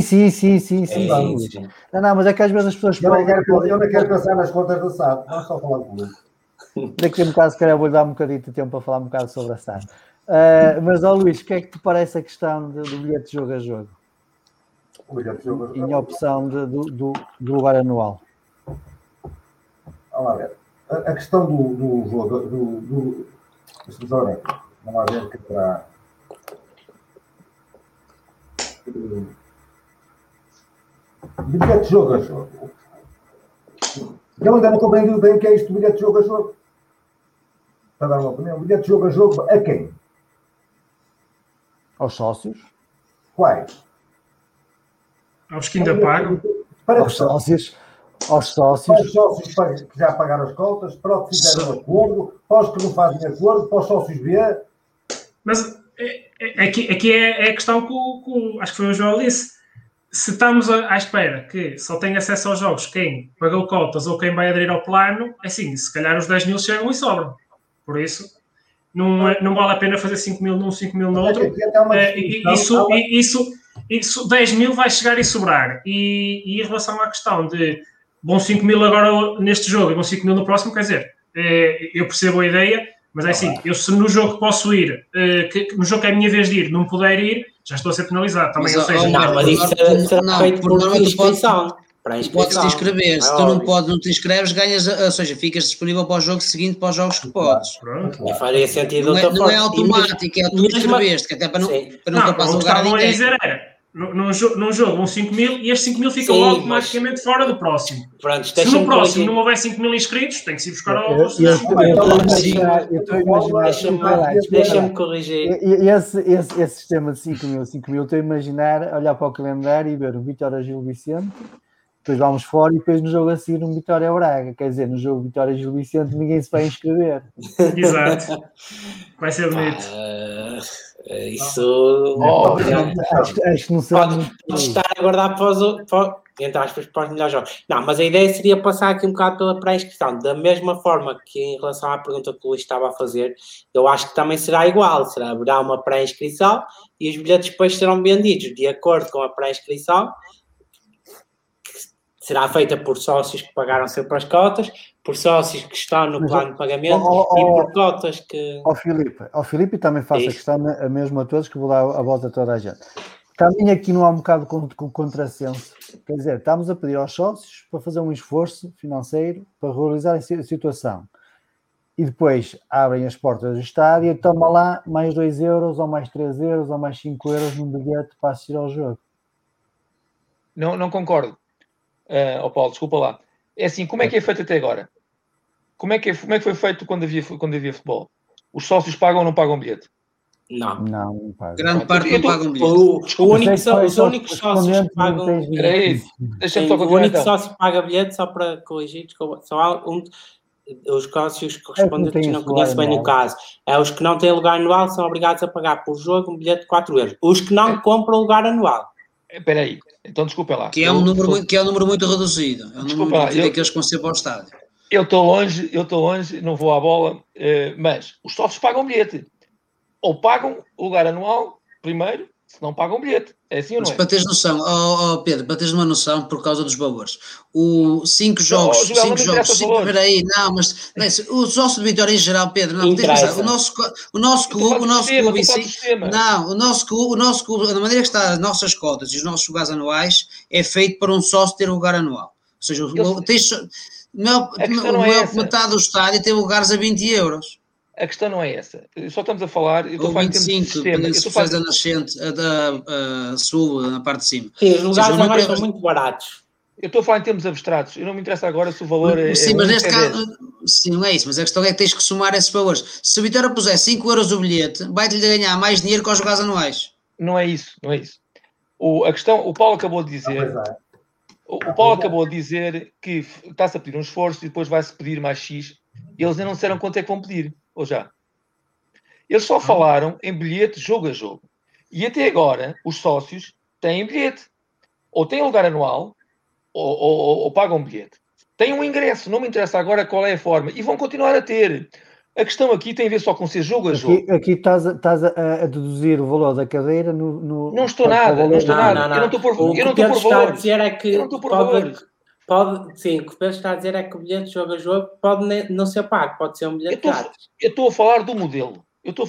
Não, mas é que às vezes as pessoas... Eu não quero pensar nas contas da SAD, vamos só falar do clube. Daqui a um bocado, se calhar, vou-lhe dar um bocadinho de tempo para falar um bocado sobre a SAD. Mas, Luís, o que é que te parece a questão do bilhete de jogo a jogo? Em opção do lugar anual. Vamos lá ver. A questão do jogo, vamos lá ver o que terá. Bilhete de jogo a jogo. Eu ainda não compreendi bem o que é isto, bilhete de jogo a jogo. Para dar uma opinião, bilhete de jogo a jogo a quem? Aos sócios. Quais? Aos que ainda pagam. Aos sócios. Para os sócios que já pagaram as cotas, para os que fizeram acordo, para os que não fazem acordo, para os sócios B. Mas aqui é a questão que acho que foi o João disse. Se estamos à espera que só tenha acesso aos jogos quem pagou cotas ou quem vai aderir ao plano, assim, se calhar os 10.000 chegam e sobram. Por isso, não vale a pena fazer 5.000 num, 5.000 no outro. Isso 10.000 vai chegar e sobrar. E em relação à questão de vão 5.000 agora neste jogo e vão 5.000 no próximo, quer dizer, eu percebo a ideia, mas é assim, eu se no jogo que posso ir, no jogo que é a minha vez de ir, não puder ir, já estou a ser penalizado. Também, mas, ou seja, mas isso será feito por inscrição. Podes te inscrever, se tu não te inscreves, ganhas, ou seja, ficas disponível para o jogo seguinte, para os jogos que podes. E faria sentido não é automático, é tu te inscreveste, que até para não passar o lugar a ninguém. Dizer num jogo vão 5.000 e estes 5.000 ficam automaticamente fora do próximo. Pronto, se no próximo não houver 5.000 inscritos, tem que se ir buscar aos... Deixa-me corrigir. Esse sistema de 5.000, estou a imaginar, olhar para o calendário e ver o Vitória Gil Vicente, depois vamos fora e depois no jogo a seguir um Vitória Braga. Quer dizer, no jogo Vitória Gil Vicente ninguém se vai inscrever. Exato. Vai ser bonito. Isso... acho que não será pode estar a guardar para os melhores jogos. Não, mas a ideia seria passar aqui um bocado pela pré-inscrição. Da mesma forma que em relação à pergunta que o Luís estava a fazer, eu acho que também será igual. Haverá uma pré-inscrição e os bilhetes depois serão vendidos de acordo com a pré-inscrição. Será feita por sócios que pagaram sempre as cotas, por sócios que estão no plano de pagamento e por cotas que... Ao Filipe também faço a questão a mesmo a todos, que vou dar a voz a toda a gente. Também aqui não há um bocado com contrassenso. Quer dizer, estamos a pedir aos sócios para fazer um esforço financeiro para regularizar a situação. E depois abrem as portas do estádio e toma lá mais 2 euros, ou mais 3 euros, ou mais 5 euros num bilhete para assistir ao jogo. Não concordo. Paulo, desculpa lá. É assim, como é que é feito até agora? Como é que foi feito quando havia futebol? Os sócios pagam ou não pagam bilhete? Não pagam. Grande parte não pagam bilhete. Os únicos sócios que pagam... Deixa-me só continuar. O único sócio que paga bilhete, só para corrigir, desculpa, só há um... os sócios correspondentes, não esse conheço lugar bem o anual. caso. Os que não têm lugar anual são obrigados a pagar por jogo um bilhete de 4 euros. Os que não compram lugar anual. Espera aí, então desculpa lá. Que é um número muito reduzido. É um número Desculpa muito lá, reduzido aqueles que vão sempre ao estádio. Eu estou longe, não vou à bola, mas os sócios pagam bilhete. Ou pagam o lugar anual primeiro, se não pagam bilhete. É assim ou não Mas é? para teres noção, Pedro, para teres uma noção por causa dos valores, o 5 jogos, Joel, não me interessa os valores. espera aí, o sócio de Vitória em geral, Pedro, não, tens de pensar, o nosso clube, na maneira que está as nossas cotas e os nossos lugares anuais, é feito para um sócio ter lugar anual. Ou seja, metade do estádio tem lugares a 20 euros. A questão não é essa. Só estamos a falar... Ou 25, dependendo se faz a nascente, a sul, na parte de cima. Sim, os lugares anuais são muito baratos. Eu estou a falar em termos abstratos. Eu não me interessa agora se o valor é... Sim, mas neste caso... Sim, não é isso. Mas a questão é que tens que somar esses valores. Se a Vitória puser 5 euros o bilhete, vai-te ganhar mais dinheiro que aos lugares anuais. Não é isso. A questão... O Paulo acabou de dizer... O Paulo acabou de dizer que está-se a pedir um esforço e depois vai-se pedir mais X. E eles ainda não disseram quanto é que vão pedir. Ou já? Eles só falaram em bilhete jogo a jogo. E até agora, os sócios têm bilhete. Ou têm lugar anual, ou pagam bilhete. Têm um ingresso. Não me interessa agora qual é a forma. E vão continuar a ter. A questão aqui tem a ver só com ser jogo a jogo. Aqui estás a deduzir o valor da cadeira no... Não estou nada. Não. Eu não estou por valores. Sim, o que o Pedro está a dizer é que o bilhete de jogo a jogo pode não ser pago, pode ser um bilhete grátis. Eu estou a falar do modelo.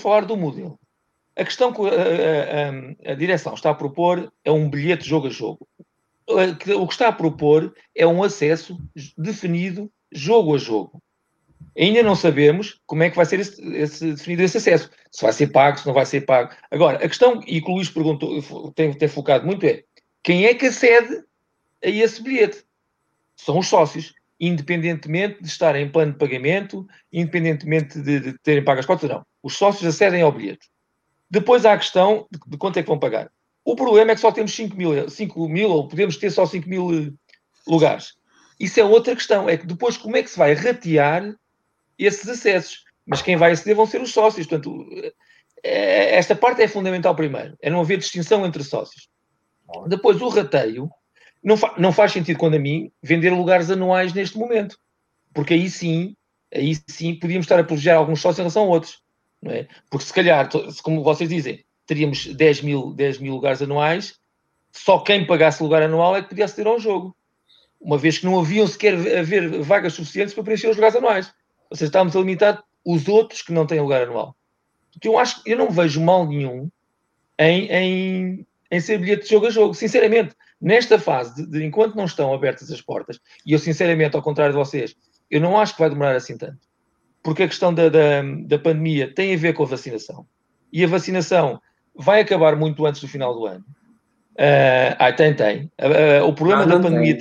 A questão que a direção está a propor é um bilhete jogo a jogo. O que está a propor é um acesso definido jogo a jogo. Ainda não sabemos como é que vai ser definido esse acesso. Se vai ser pago, se não vai ser pago. Agora, a questão, e que o Luís perguntou, tem focado muito, é quem é que acede a esse bilhete? São os sócios, independentemente de estarem em plano de pagamento, independentemente de terem pago as cotas, não. Os sócios acedem ao bilhete. Depois há a questão de quanto é que vão pagar. O problema é que só temos 5 mil, ou podemos ter só 5 mil lugares. Isso é outra questão. É que depois como é que se vai ratear esses acessos? Mas quem vai aceder vão ser os sócios. Portanto, esta parte é fundamental primeiro. É não haver distinção entre sócios. Depois o rateio não faz sentido, quando a mim, vender lugares anuais neste momento. Porque aí sim podíamos estar a privilegiar alguns sócios em relação a outros. Não é? Porque se calhar, como vocês dizem, teríamos 10 mil lugares anuais, só quem pagasse lugar anual é que podia aceder ao jogo. Uma vez que não haviam sequer haver vagas suficientes para preencher os lugares anuais. Ou seja, estávamos a limitar os outros que não têm lugar anual. Porque eu não vejo mal nenhum em ser bilhete de jogo a jogo. Sinceramente, nesta fase, de enquanto não estão abertas as portas, e eu sinceramente, ao contrário de vocês, eu não acho que vai demorar assim tanto. Porque a questão da pandemia tem a ver com a vacinação. E a vacinação vai acabar muito antes do final do ano. Tem. O problema da pandemia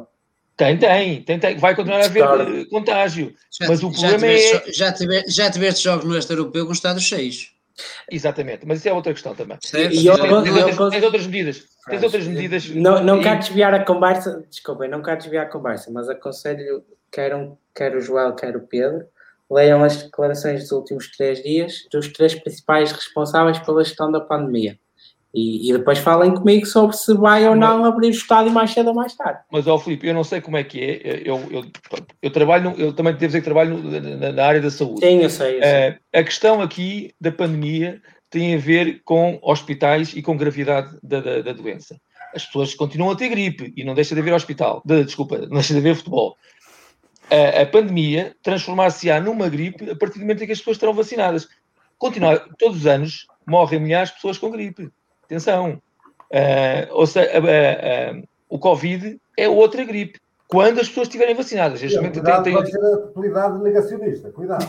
tem. Vai continuar a haver contágio. Mas o problema Já tiveste jogos no Este Europeu com estados cheios. Exatamente, mas isso é outra questão também. Tens outras medidas. Não quero desviar a conversa. Desculpem, não quero desviar a conversa, mas aconselho quer o Joel, quer o Pedro, leiam as declarações dos últimos 3 dias dos 3 principais responsáveis pela gestão da pandemia. E depois falem comigo sobre se vai ou não abrir o estádio mais cedo ou mais tarde. Mas, Filipe, eu não sei como é que é. Eu trabalho, eu também devo dizer que trabalho na área da saúde. Sim, eu sei. A questão aqui da pandemia tem a ver com hospitais e com gravidade da doença. As pessoas continuam a ter gripe e não deixa de haver não deixa de haver futebol. A pandemia transformar-se-á numa gripe a partir do momento em que as pessoas estarão vacinadas. Todos os anos morrem milhares de pessoas com gripe. Atenção. Ou seja, o Covid é outra gripe. Quando as pessoas estiverem vacinadas. Cuidado, vai ser a atividade negacionista. Cuidado.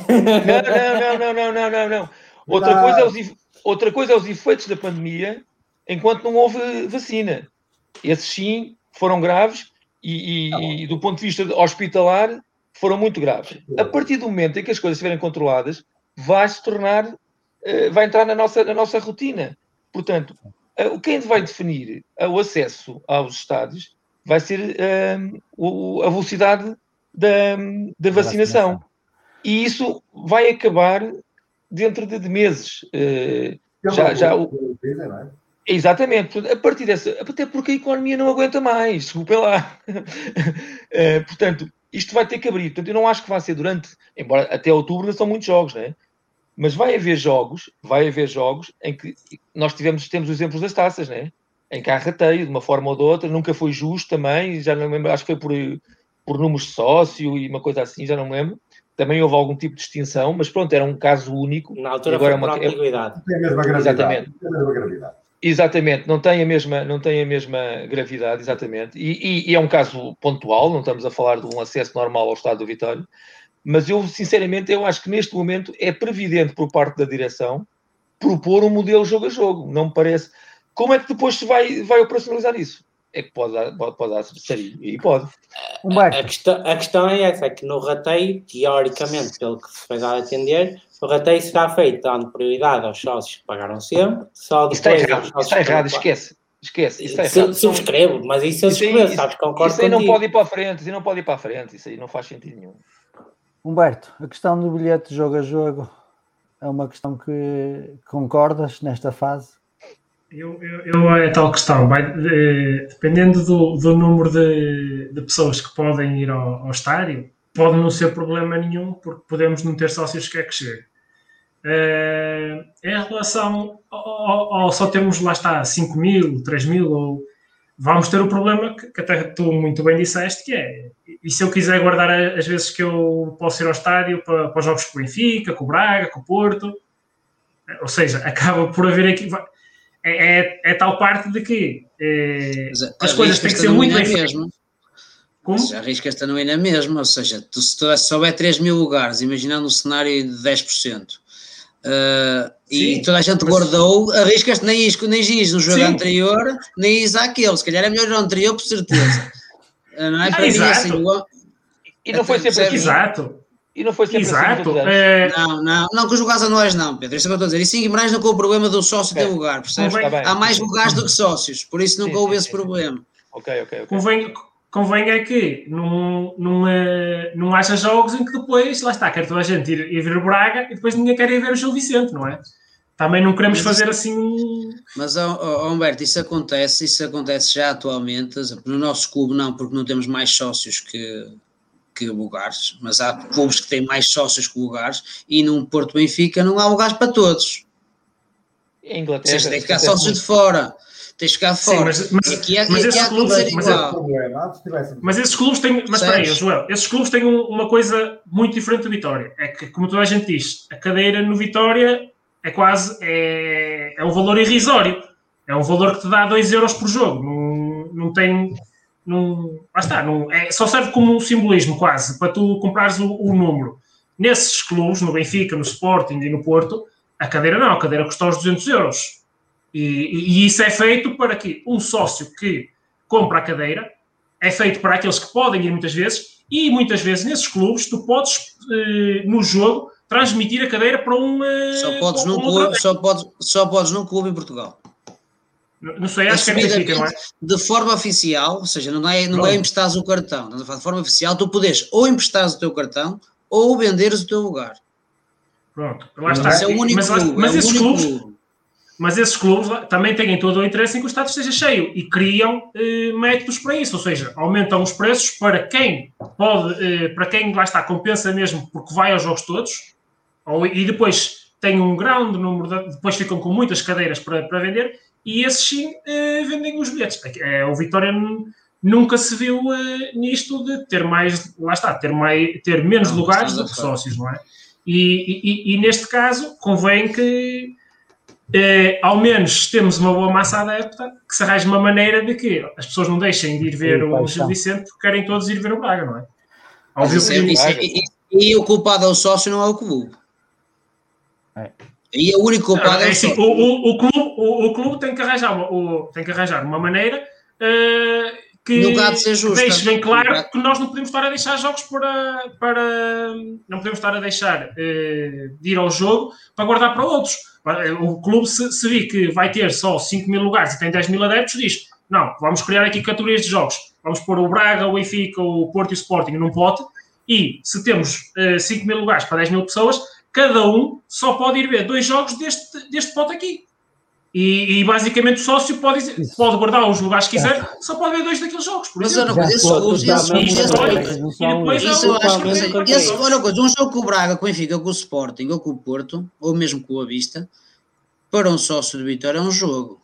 Não. Outra coisa é os efeitos da pandemia enquanto não houve vacina. Esses sim foram graves e do ponto de vista hospitalar foram muito graves. A partir do momento em que as coisas estiverem controladas, vai entrar na nossa rotina. Portanto, quem vai definir o acesso aos estádios vai ser a velocidade da vacinação. E isso vai acabar dentro de meses. Exatamente. A partir dessa... Até porque a economia não aguenta mais. Desculpem lá. Portanto, isto vai ter que abrir. Portanto, eu não acho que vai ser durante... Embora até outubro não são muitos jogos, não é? Mas vai haver jogos em que nós temos os exemplos das taças, não é? Em que há rateio, de uma forma ou de outra. Nunca foi justo também. Já não me lembro. Acho que foi por números de sócio e uma coisa assim. Já não me lembro. Também houve algum tipo de extinção, mas pronto, era um caso único. Na altura agora foi por antiguidade. Tem a mesma gravidade. Exatamente, não tem a mesma gravidade, exatamente. E é um caso pontual, não estamos a falar de um acesso normal ao estado do Vitória, mas eu, sinceramente, eu acho que neste momento é previdente por parte da direção propor um modelo jogo a jogo, não me parece. Como é que depois se vai operacionalizar isso? É que pode dar sair, e pode. A questão é essa, é que no rateio, teoricamente, pelo que se vai dar a atender, o rateio será feito dando prioridade aos sócios que pagaram sempre, só depois está errado, esquece. Isso está errado. Subscrevo, mas isso eu subscrevo, sabes, concordo contigo. Isso aí não pode ir para a frente, isso aí não faz sentido nenhum. Humberto, a questão do bilhete jogo a jogo é uma questão que concordas nesta fase? É tal questão, dependendo do número de pessoas que podem ir ao estádio, pode não ser problema nenhum, porque podemos não ter sócios que chegue. Em relação ao só temos, lá está, 5 mil, 3 mil, ou vamos ter o problema que até tu muito bem disseste, que é, e se eu quiser guardar as vezes que eu posso ir ao estádio para os jogos com o Benfica, com o Braga, com o Porto, ou seja, acaba por haver aqui... É tal parte de que as coisas têm que ser muito bem feitas. Mas arriscas-te a não ir na mesma, ou seja, se só houver 3 mil lugares, imaginando um cenário de 10%, e toda a gente guardou, arriscas-te nem is no jogo anterior, nem is àquele, se calhar é melhor ir ao anterior, por certeza. Não é para mim assim, igual. E não foi sempre assim. Exato. E não foi sempre Exato. Não, que os lugares anuais não, Pedro, isso é o que eu estou a dizer. E sim, Guimarães não com o problema do sócio ter lugar, percebes? Há mais lugares do que sócios, por isso nunca houve esse problema. Ok. Convém é que não haja jogos em que depois, lá está, quer toda a gente ir ver o Braga e depois ninguém quer ir ver o Gil Vicente, não é? Também não queremos fazer assim... Mas, Humberto, isso acontece já atualmente, no nosso clube não, porque não temos mais sócios que lugares, mas há clubes que têm mais sócios que lugares, e num Porto Benfica não há lugares para todos. Em Inglaterra, ou seja, tem que ficar sócios de fora. Tens de ficar fora. Sim, mas esses clubes têm... Mas espera aí, Joel, esses clubes têm uma coisa muito diferente do Vitória. É que, como toda a gente diz, a cadeira no Vitória é quase... É um valor irrisório. É um valor que te dá 2 euros por jogo. Não tem... só serve como um simbolismo quase, para tu comprares o número. Nesses clubes, no Benfica, no Sporting e no Porto, a cadeira custa os 200 euros. E isso é feito para que um sócio que compra a cadeira, é feito para aqueles que podem ir muitas vezes, e muitas vezes nesses clubes tu podes, no jogo, transmitir a cadeira para um... Só podes num clube em Portugal. Não sei, acho que é Benfica, não é? De forma oficial, ou seja, não é emprestares o cartão. De forma oficial, tu podes ou emprestares o teu cartão ou venderes o teu lugar. Pronto, lá está. É o único clube. Mas esses clubes também têm todo o interesse em que o estádio esteja cheio e criam métodos para isso, ou seja, aumentam os preços para quem lá está, compensa mesmo porque vai aos jogos todos, e depois tem um grande número, depois ficam com muitas cadeiras para vender, e esses sim vendem os bilhetes. O Vitória nunca se viu nisto de ter mais, lá está, ter menos lugares do que sócios, não é? E neste caso convém que ao menos temos uma boa massa adepta, que se arranje uma maneira de que as pessoas não deixem de ir ver o Gil Vicente porque querem todos ir ver o Braga, não é? E o culpado é o sócio, não é o clube. E o único culpado é o sócio. O clube tem que arranjar uma maneira que deixe bem claro que nós não podemos estar a deixar jogos não podemos estar a deixar de ir ao jogo para guardar para outros. O clube, se vir que vai ter só 5 mil lugares e tem 10 mil adeptos, diz, não, vamos criar aqui categorias de jogos, vamos pôr o Braga, o Benfica, o Porto e o Sporting num pote E se temos 5 mil lugares para 10 mil pessoas, cada um só pode ir ver 2 jogos deste pote aqui. E basicamente o sócio pode guardar os lugares que quiser, só pode ver 2 daqueles jogos. Por exemplo. Um jogo com o Braga, com o Benfica, com o Sporting, ou com o Porto, ou mesmo com o Avista, para um sócio de Vitória é um jogo.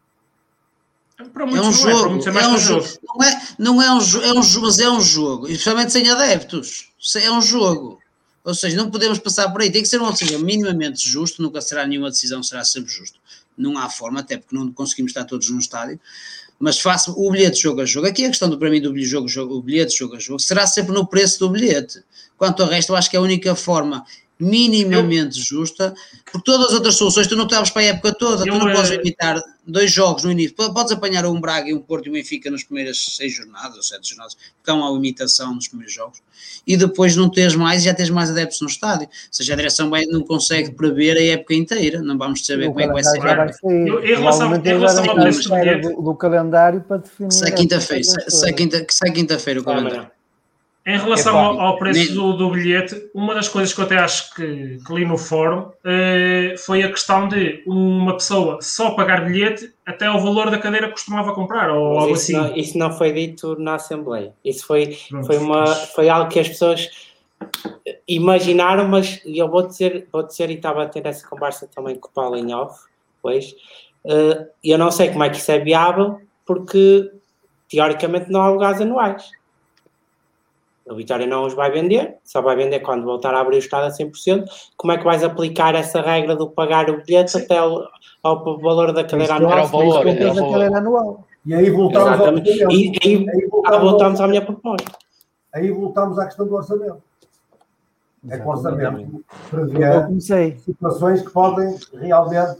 Para muitos é um jogo. Não é um jogo, mas é um jogo, especialmente sem adeptos. É um jogo. Ou seja, não podemos passar por aí. Tem que ser uma decisão minimamente justa, nunca será nenhuma decisão, será sempre justo. Não há forma, até porque não conseguimos estar todos num estádio, mas faça o bilhete jogo a jogo. Aqui a questão para mim do o bilhete jogo a jogo será sempre no preço do bilhete. Quanto ao resto, eu acho que é a única forma minimamente justa, porque todas as outras soluções tu não estavas para a época toda, tu não podes limitar 2 jogos no início, podes apanhar um Braga e um Porto e um Benfica nas primeiras 6 jornadas ou 7 jornadas, porque há uma limitação nos primeiros jogos, e depois não tens mais, já tens mais adeptos no estádio, ou seja, a direção não consegue prever a época inteira, não vamos saber como é que vai ser. Em relação ao preço do bilhete do calendário para definir. Sai quinta-feira o calendário. Em relação ao preço do bilhete, uma das coisas que eu até acho que li no fórum foi a questão de uma pessoa só pagar bilhete até o valor da cadeira que costumava comprar. Ou algo assim. Isso não foi dito na Assembleia. Isso foi algo que as pessoas imaginaram, mas eu vou dizer, e estava a ter essa conversa também com o Paulo em off, pois, eu não sei como é que isso é viável, porque teoricamente não há lugares anuais. A Vitória não os vai vender, só vai vender quando voltar a abrir o estado a 100%. Como é que vais aplicar essa regra do pagar o bilhete até ao valor da cadeira anual? E aí voltamos à minha proposta. Aí voltamos à questão do orçamento. É que o orçamento prevê situações que podem realmente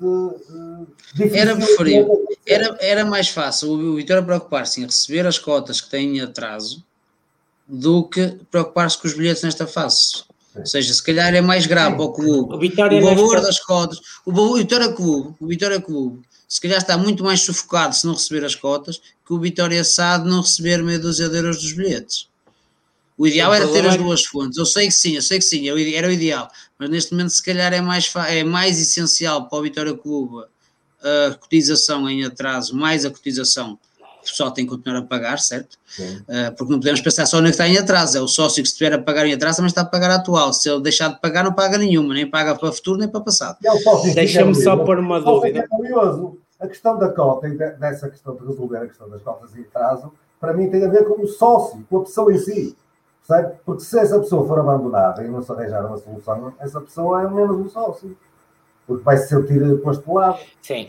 era preferível. Era mais fácil o Vitória preocupar-se em receber as cotas que têm em atraso do que preocupar-se com os bilhetes nesta fase. Ou seja, se calhar é mais grave para o clube. O valor das cotas, o Vitória Clube, se calhar está muito mais sufocado se não receber as cotas que o Vitória SAD não receber meia dúzia de euros dos bilhetes. O ideal era ter as duas fontes. Eu sei que sim, era o ideal. Mas neste momento, se calhar, é mais essencial para o Vitória Clube a cotização em atraso, mais a cotização que o pessoal tem que continuar a pagar, certo? Porque não podemos pensar só no que está em atraso. É o sócio que se estiver a pagar em atraso, mas está a pagar a atual. Se ele deixar de pagar, não paga nenhuma, nem paga para o futuro, nem para o passado. Deixa-me só pôr uma dúvida. A questão da cota, dessa questão de resolver a questão das cotas em atraso, para mim tem a ver com o sócio, com a pessoa em si. Percebe? Porque se essa pessoa for abandonada e não se arranjar uma solução, essa pessoa é menos um sócio. Porque vai se sentir posto de lado. Sim,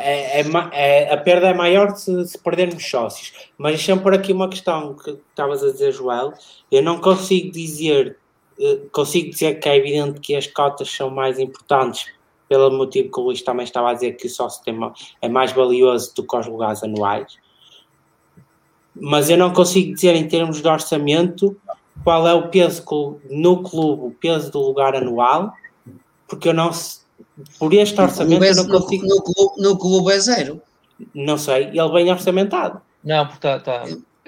a perda é maior se perdermos sócios. Mas deixa-me por aqui uma questão que estavas a dizer, Joel. Eu não consigo dizer que é evidente que as cotas são mais importantes pelo motivo que o Luís também estava a dizer, que o sócio é mais valioso do que os lugares anuais. Mas eu não consigo dizer em termos de orçamento qual é o peso no clube, o peso do lugar anual, porque eu não sei. Por este orçamento eu não consigo... No clube é 0. Não sei, ele vem orçamentado. Não, porque está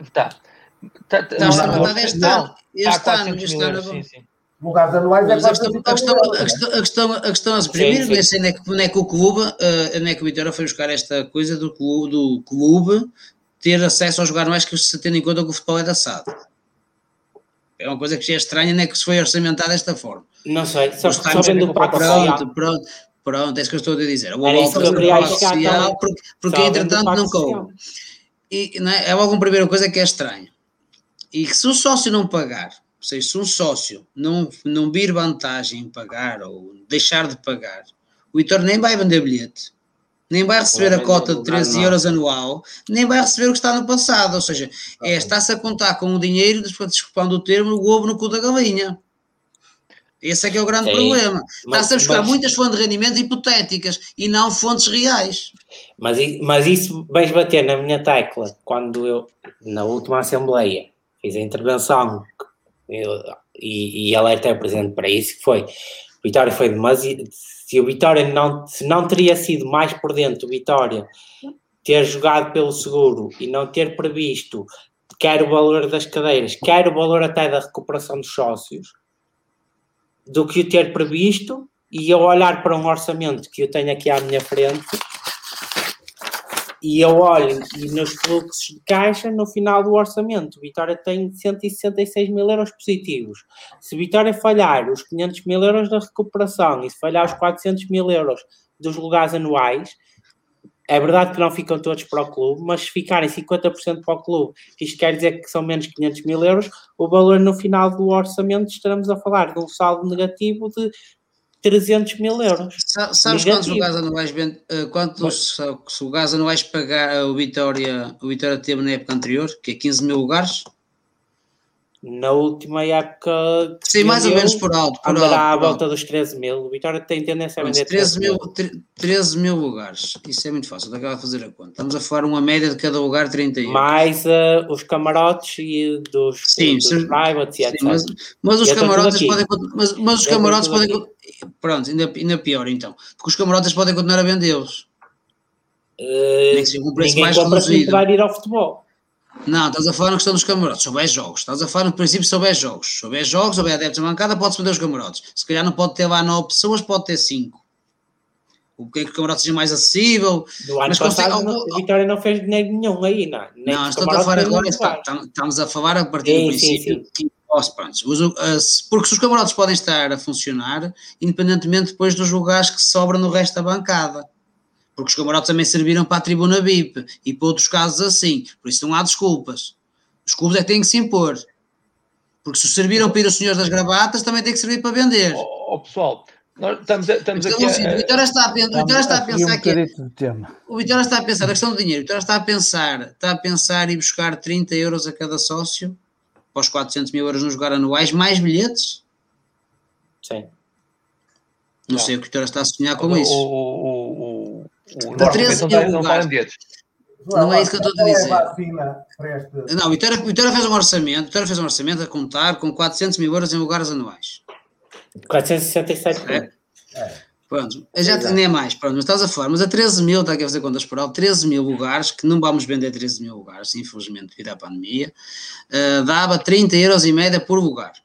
orçamentado este ano. Este ano. Sim. Lugares anuais a questão a exprimir, nem sei onde é que o clube, onde é que o Vitória foi buscar esta coisa do clube ter acesso aos lugares anuais, que se tendo em conta que o futebol é da SAD. É uma coisa que já é estranha, não é que se foi orçamentado desta forma. Não sei, só vendo o papo Pronto, é isso que eu estou a dizer. Porque entretanto não coube. E é logo uma primeira coisa que é estranha. E que se o sócio não pagar, ou seja, se um sócio não vir vantagem em pagar ou deixar de pagar, o Vitória nem vai vender bilhete, nem vai receber a cota de 13 euros anual, nem vai receber o que está no passado. Ou seja, está-se a contar com o dinheiro, desculpando o termo, o ovo no cu da galinha. Esse é que é o grande problema. Está-se a buscar muitas fontes de rendimento hipotéticas e não fontes reais. Mas isso vais bater na minha tecla quando eu, na última Assembleia, fiz a intervenção e alertei o Presidente para isso, que foi, o Vitória foi demasiado... Se o Vitória não teria sido mais por dentro, o Vitória ter jogado pelo seguro e não ter previsto quer o valor das cadeiras, quer o valor até da recuperação dos sócios, do que o ter previsto, e eu olhar para um orçamento que eu tenho aqui à minha frente, e eu olho e nos fluxos de caixa, no final do orçamento, o Vitória tem 166 mil euros positivos. Se o Vitória falhar os 500 mil euros da recuperação e se falhar os 400 mil euros dos lugares anuais, é verdade que não ficam todos para o clube, mas se ficarem 50% para o clube, isto quer dizer que são menos 500 mil euros, o valor no final do orçamento estaremos a falar de um saldo negativo de 300 mil euros. Sabes quantos lugares anuais se o gás anuais pagar o Vitória teve na época anterior, que é 15 mil lugares? Na última época... Sim, mais ou menos por alto. Andará à volta dos 13 mil. O Vitória tem tendência a vender 13 mil lugares. Isso é muito fácil, eu acabo de fazer a conta. Estamos a falar uma média de cada lugar 30 euros. Mais os camarotes e dos privates e etc. Mas os camarotes podem... Mas os camarotes podem... Pronto, ainda pior então. Porque os camarotes podem continuar a vendê-los. Nem que seja um preço mais reduzido. Vai ir ao futebol. Não, estás a falar na questão dos camarotes, se houver jogos. Estás a falar no princípio se houver jogos. Se houver jogos, houver adeptos à bancada, pode-se vender os camarotes. Se calhar não pode ter lá 9 pessoas, pode ter 5. O que é que o camarote seja mais acessível. Do ano passado, a Vitória não fez dinheiro nenhum aí, não. Não, estamos a falar agora, estamos a falar a partir do princípio. Sim. Porque se os camarotes podem estar a funcionar, independentemente depois dos lugares que sobram no resto da bancada. Porque os camarotes também serviram para a tribuna VIP e para outros casos assim. Por isso não há desculpas. Os clubes é que têm que se impor. Porque se serviram para ir os senhores das gravatas, também tem que servir para vender. Pessoal, nós estamos aqui... O Vitória está a pensar que... O Vitória está a pensar, a questão do dinheiro, o Vitória está a pensar em buscar 30 euros a cada sócio, para os 400 mil euros nos jogar anuais, mais bilhetes? Sim. Não sei o que o Vitória está a sonhar com isso. Da 13 mil lugares. Não é isso que eu estou a dizer. Não, o Vitória fez um orçamento a contar com 400 mil euros em lugares anuais. 467 mil. Pronto, já nem é mais, pronto, mas estás a falar, mas a 13 mil, está aqui a fazer contas por alto, 13 mil lugares, que não vamos vender 13 mil lugares, infelizmente, devido à pandemia, dava 30 euros em média por lugar.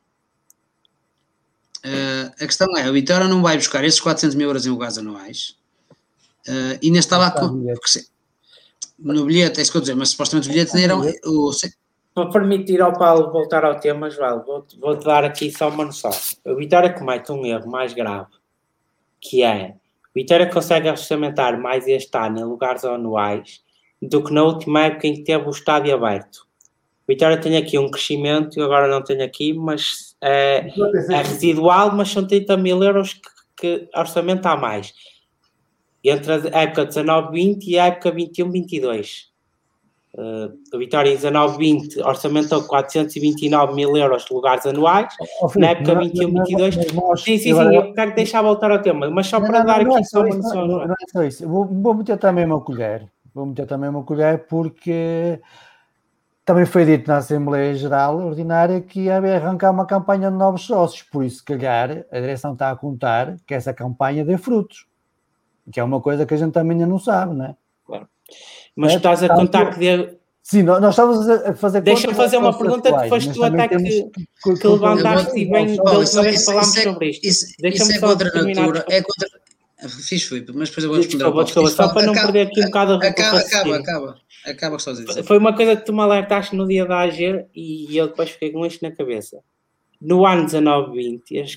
A questão é, a Vitória não vai buscar esses 400 mil euros em lugares anuais, e ainda estava no bilhete, é isso que eu estou a dizer, mas supostamente o bilhete nem era... Para permitir ao Paulo voltar ao tema, João, vou-te dar aqui só uma noção. A Vitória comete um erro mais grave, que é, a Vitória consegue orçamentar mais este ano em lugares anuais do que na última época em que teve o estádio aberto. A Vitória tem aqui um crescimento, eu agora não tenho aqui, mas é residual, mas são 30 mil euros que orçamenta a mais. Entre a época 19-20 e a época 21-22. A Vitória em 19-20 orçamentou 429 mil euros de lugares anuais, na época 21-22. Sim, eu quero deixar voltar ao tema, mas só para dar aqui só uma noção. Não é só isso, vou meter também uma colher, porque também foi dito na Assembleia Geral Ordinária que ia arrancar uma campanha de novos sócios, por isso, se calhar, a direção está a contar que essa campanha dê frutos, que é uma coisa que a gente também ainda não sabe, não é? Claro. Mas estás a contar que dê... Sim, nós estamos a fazer... Deixa-me fazer uma pergunta que foste tu até que levantaste e bem da última vez que falámos sobre isto. Deixa-me só terminar. Fiz foi, mas depois eu vou responder. Desculpa, só para não perder aqui um bocado a Acaba só a dizer. Foi uma coisa que tu me alertaste no dia da AG e eu depois fiquei com isto na cabeça. No ano 19-20, estes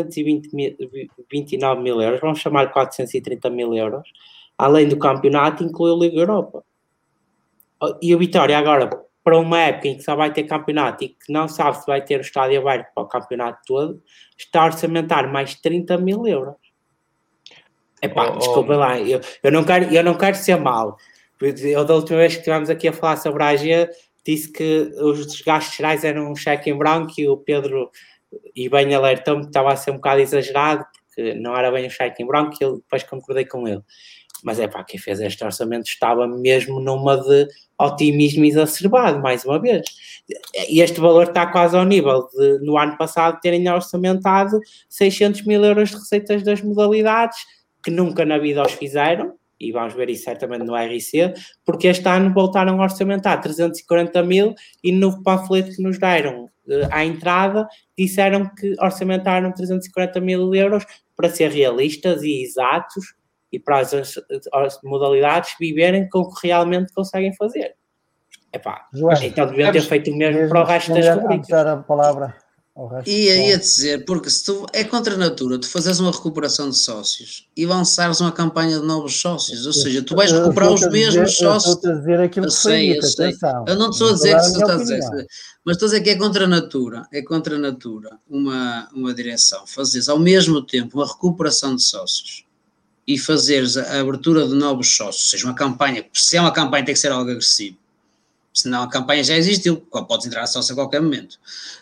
429 mil euros, vamos chamar 430 mil euros, além do campeonato, inclui a Liga Europa. E o Vitória agora, para uma época em que só vai ter campeonato e que não sabe se vai ter o estádio aberto para o campeonato todo, está a orçamentar mais 30 mil euros. Desculpa lá, eu não quero ser mau. Eu da última vez que estivemos aqui a falar sobre a AG, disse que os gastos gerais eram um cheque em branco e o Pedro, e bem alertou-me que estava a ser um bocado exagerado, porque não era bem um cheque em branco, e eu depois concordei com ele. Mas quem fez este orçamento estava mesmo numa de otimismo exacerbado, mais uma vez. E este valor está quase ao nível de, no ano passado, terem orçamentado 600 mil euros de receitas das modalidades, que nunca na vida os fizeram, e vamos ver isso certamente no RIC, porque este ano voltaram a orçamentar 340 mil e no panfleto que nos deram à entrada disseram que orçamentaram 340 mil euros para ser realistas e exatos e para as modalidades viverem com o que realmente conseguem fazer. Epá, então deviam ter feito o mesmo para o resto das rubricas. A palavra. E aí a dizer, porque se tu é contra a natura, tu fazes uma recuperação de sócios e lançares uma campanha de novos sócios, ou seja, tu vais recuperar os mesmos sócios. Eu dizer aquilo que foi dito, atenção. Eu não estou a dizer que você está a dizer, mas estou a dizer que é contra a natura, uma direção, fazeres ao mesmo tempo uma recuperação de sócios e fazeres a abertura de novos sócios, ou seja, uma campanha, se é uma campanha tem que ser algo agressivo, senão a campanha já existiu, podes entrar a sócio a qualquer momento.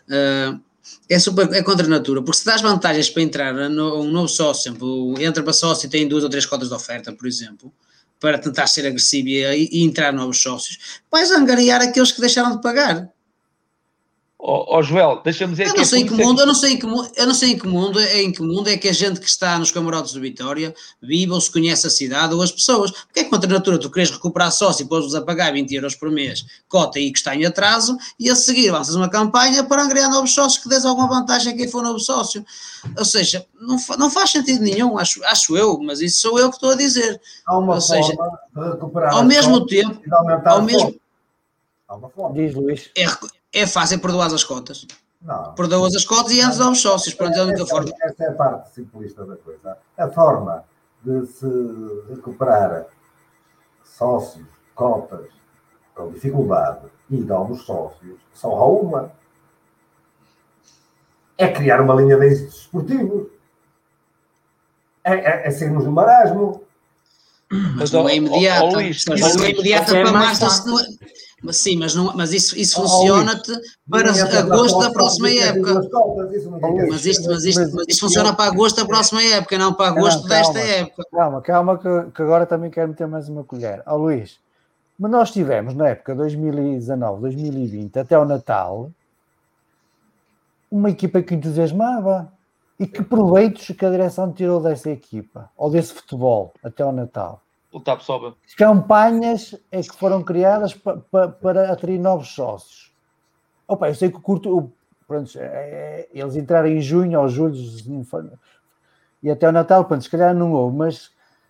É contra a natura, porque se dás vantagens para entrar um novo sócio, entra para sócio e tem 2 ou 3 cotas de oferta, por exemplo, para tentar ser agressivo e entrar novos sócios, vais angariar aqueles que deixaram de pagar. Joel, deixa-me dizer eu não sei em que mundo é que a gente que está nos camarotes do Vitória vive ou se conhece a cidade ou as pessoas, porque é contra a natura tu queres recuperar sócio e pôs-vos a pagar 20 euros por mês, cota aí que está em atraso, e a seguir lanças uma campanha para angariar novos sócios que dês alguma vantagem a quem for novo sócio. Ou seja, não faz sentido nenhum, acho eu, mas isso sou eu que estou a dizer. Há uma forma de recuperar ao mesmo tempo, Diz, Luís. É fácil perdoar as cotas. Não. Perdoas as cotas e antes aos sócios. Pronto, é a única forma. Essa é a parte simplista da coisa. A forma de se recuperar sócios, cotas, com dificuldade e novos sócios, só há uma. É criar uma linha de êxitos esportivos. É sairmos do marasmo. Mas não é imediato. Mas não é imediato para março. Sim, mas isso funciona-te para agosto da próxima época. Mas isto funciona para agosto da próxima época, não para agosto desta época. Calma, que agora também quero meter mais uma colher. Luís, mas nós tivemos na época 2019, 2020, até o Natal, uma equipa que entusiasmava. E que proveitos que a direção tirou dessa equipa, ou desse futebol, até o Natal? O TAP sobe. Campanhas é que foram criadas para atrair novos sócios. Eu sei que eles entraram em junho ou julho e até o Natal, se calhar não houve, mas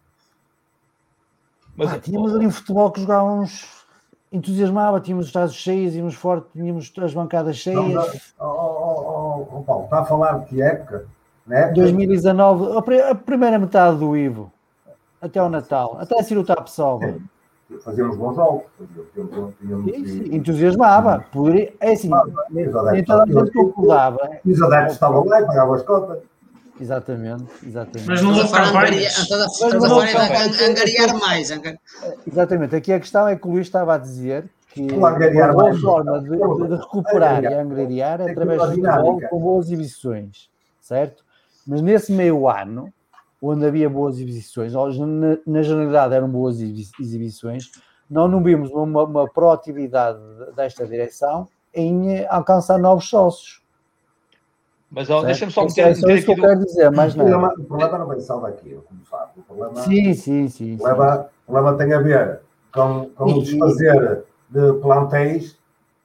tínhamos ali um futebol que jogávamos, entusiasmava, tínhamos os estádios cheios, íamos forte, tínhamos as bancadas cheias. Paulo, está a falar de que época? 2019, a primeira metade do Ivo. Até o Natal, até a o TAP sobe. Fazíamos bons jogos. Entusiasmava. É assim, nem toda a gente concordava. E os adeptos estavam lá e pagavam as cotas. Exatamente. Mas não houve campanhas. Estás a falar de angariar mais. Exatamente. Aqui a questão é que o Luís estava a dizer que a boa forma de recuperar e angariar é através do futebol com boas exibições, certo? Mas nesse meio ano, onde havia boas exibições, na generalidade eram boas exibições, não vimos uma proatividade desta direção em alcançar novos sócios. Mas deixa-me só meter aqui. É isso que eu quero dizer, mas não. O problema não vem só daqui, como sabe. O problema, sim. O problema tem a ver com o desfazer de plantéis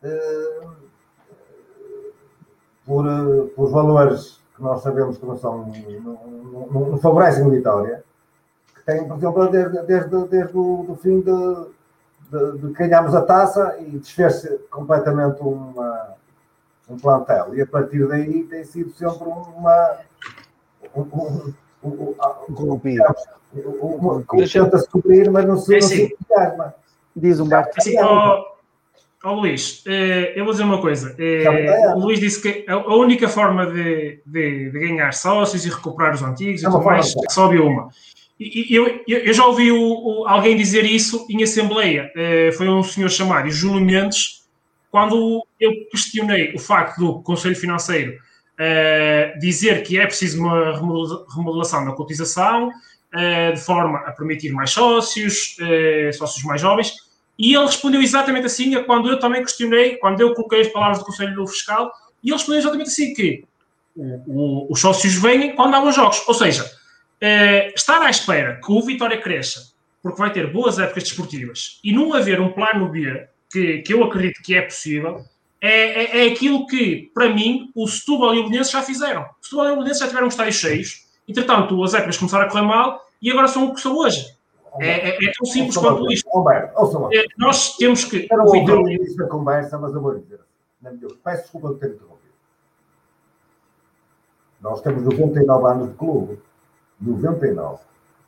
por valores que nós sabemos que não favorecem a Vitória, que tem, por exemplo, desde o fim de ganharmos a taça e desfez-se completamente um plantel. E a partir daí tem sido sempre tenta-se cobrir, mas não se entusiasma. Diz Humberto. Luís, eu vou dizer uma coisa. O Luís disse que a única forma de ganhar sócios e recuperar os antigos e tudo mais é que só havia uma. E eu já ouvi alguém dizer isso em assembleia. Foi um senhor chamado Júlio Mendes, quando eu questionei o facto do Conselho Financeiro dizer que é preciso uma remodelação da cotização de forma a permitir mais sócios mais jovens. E ele respondeu exatamente assim a quando eu também questionei, quando eu coloquei as palavras do Conselho Fiscal, e ele respondeu exatamente assim, que os sócios vêm quando há bons jogos. Ou seja, estar à espera que o Vitória cresça porque vai ter boas épocas desportivas, e não haver um plano B, que eu acredito que é possível, é aquilo que, para mim, o Setúbal e o Belenenses já fizeram. O Setúbal e o Belenenses já tiveram estádios cheios, entretanto, as épocas começaram a correr mal, e agora são o que são hoje. É tão simples quanto isto. Nós temos que... Eu não ouvi isso na conversa, mas eu vou dizer. Peço desculpa de ter interrompido. Nós temos 99 anos de clube. 99.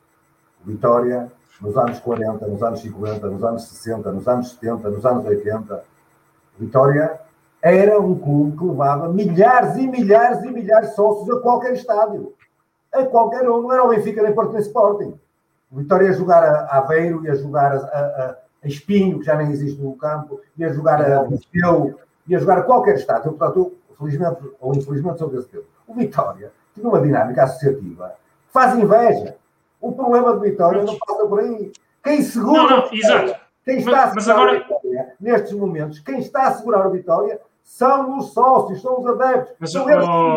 O Vitória, nos anos 40, nos anos 50, nos anos 60, nos anos 70, nos anos 80, o Vitória era um clube que levava milhares e milhares e milhares de sócios a qualquer estádio. A qualquer um. Não era o Benfica nem Porto nem Sporting. O Vitória ia jogar a Aveiro, ia jogar a Espinho, que já nem existe no campo, ia jogar a Viseu, ia jogar a qualquer estádio. Portanto, felizmente ou infelizmente, sou desse tempo. O Vitória tinha uma dinâmica associativa que faz inveja. O problema do Vitória não passa por aí. Quem segura quem está a segurar o Vitória, nestes momentos, quem está a segurar o Vitória são os sócios, são os adeptos. Mas, são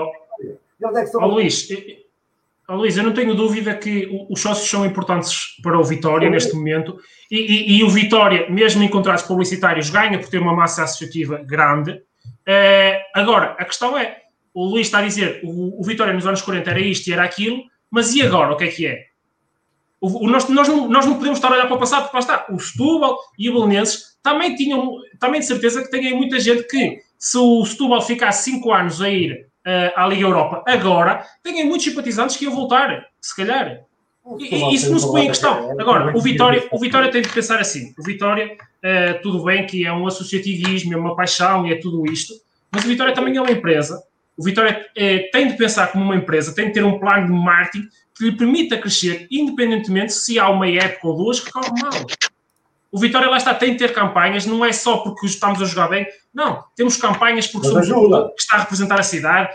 eles é que são Luís, eu não tenho dúvida que os sócios são importantes para o Vitória neste momento e o Vitória, mesmo em contratos publicitários, ganha por ter uma massa associativa grande. Agora, a questão é, o Luís está a dizer, o Vitória nos anos 40 era isto e era aquilo, mas e agora o que é? Nós não podemos estar a olhar para o passado, porque lá está, o Setúbal e o Belenenses também de certeza que tem muita gente que, se o Setúbal ficasse 5 anos a ir à Liga Europa agora, tem muitos simpatizantes que iam voltar, se calhar. E isso não se põe em questão. Agora, o Vitória tem de pensar assim. O Vitória, tudo bem que é um associativismo, é uma paixão, é tudo isto, mas o Vitória também é uma empresa. O Vitória tem de pensar como uma empresa, tem de ter um plano de marketing que lhe permita crescer, independentemente se há uma época ou duas que corre mal. O Vitória, lá está, tem de ter campanhas, não é só porque estamos a jogar bem, não. Temos campanhas porque somos um clube que está a representar a cidade.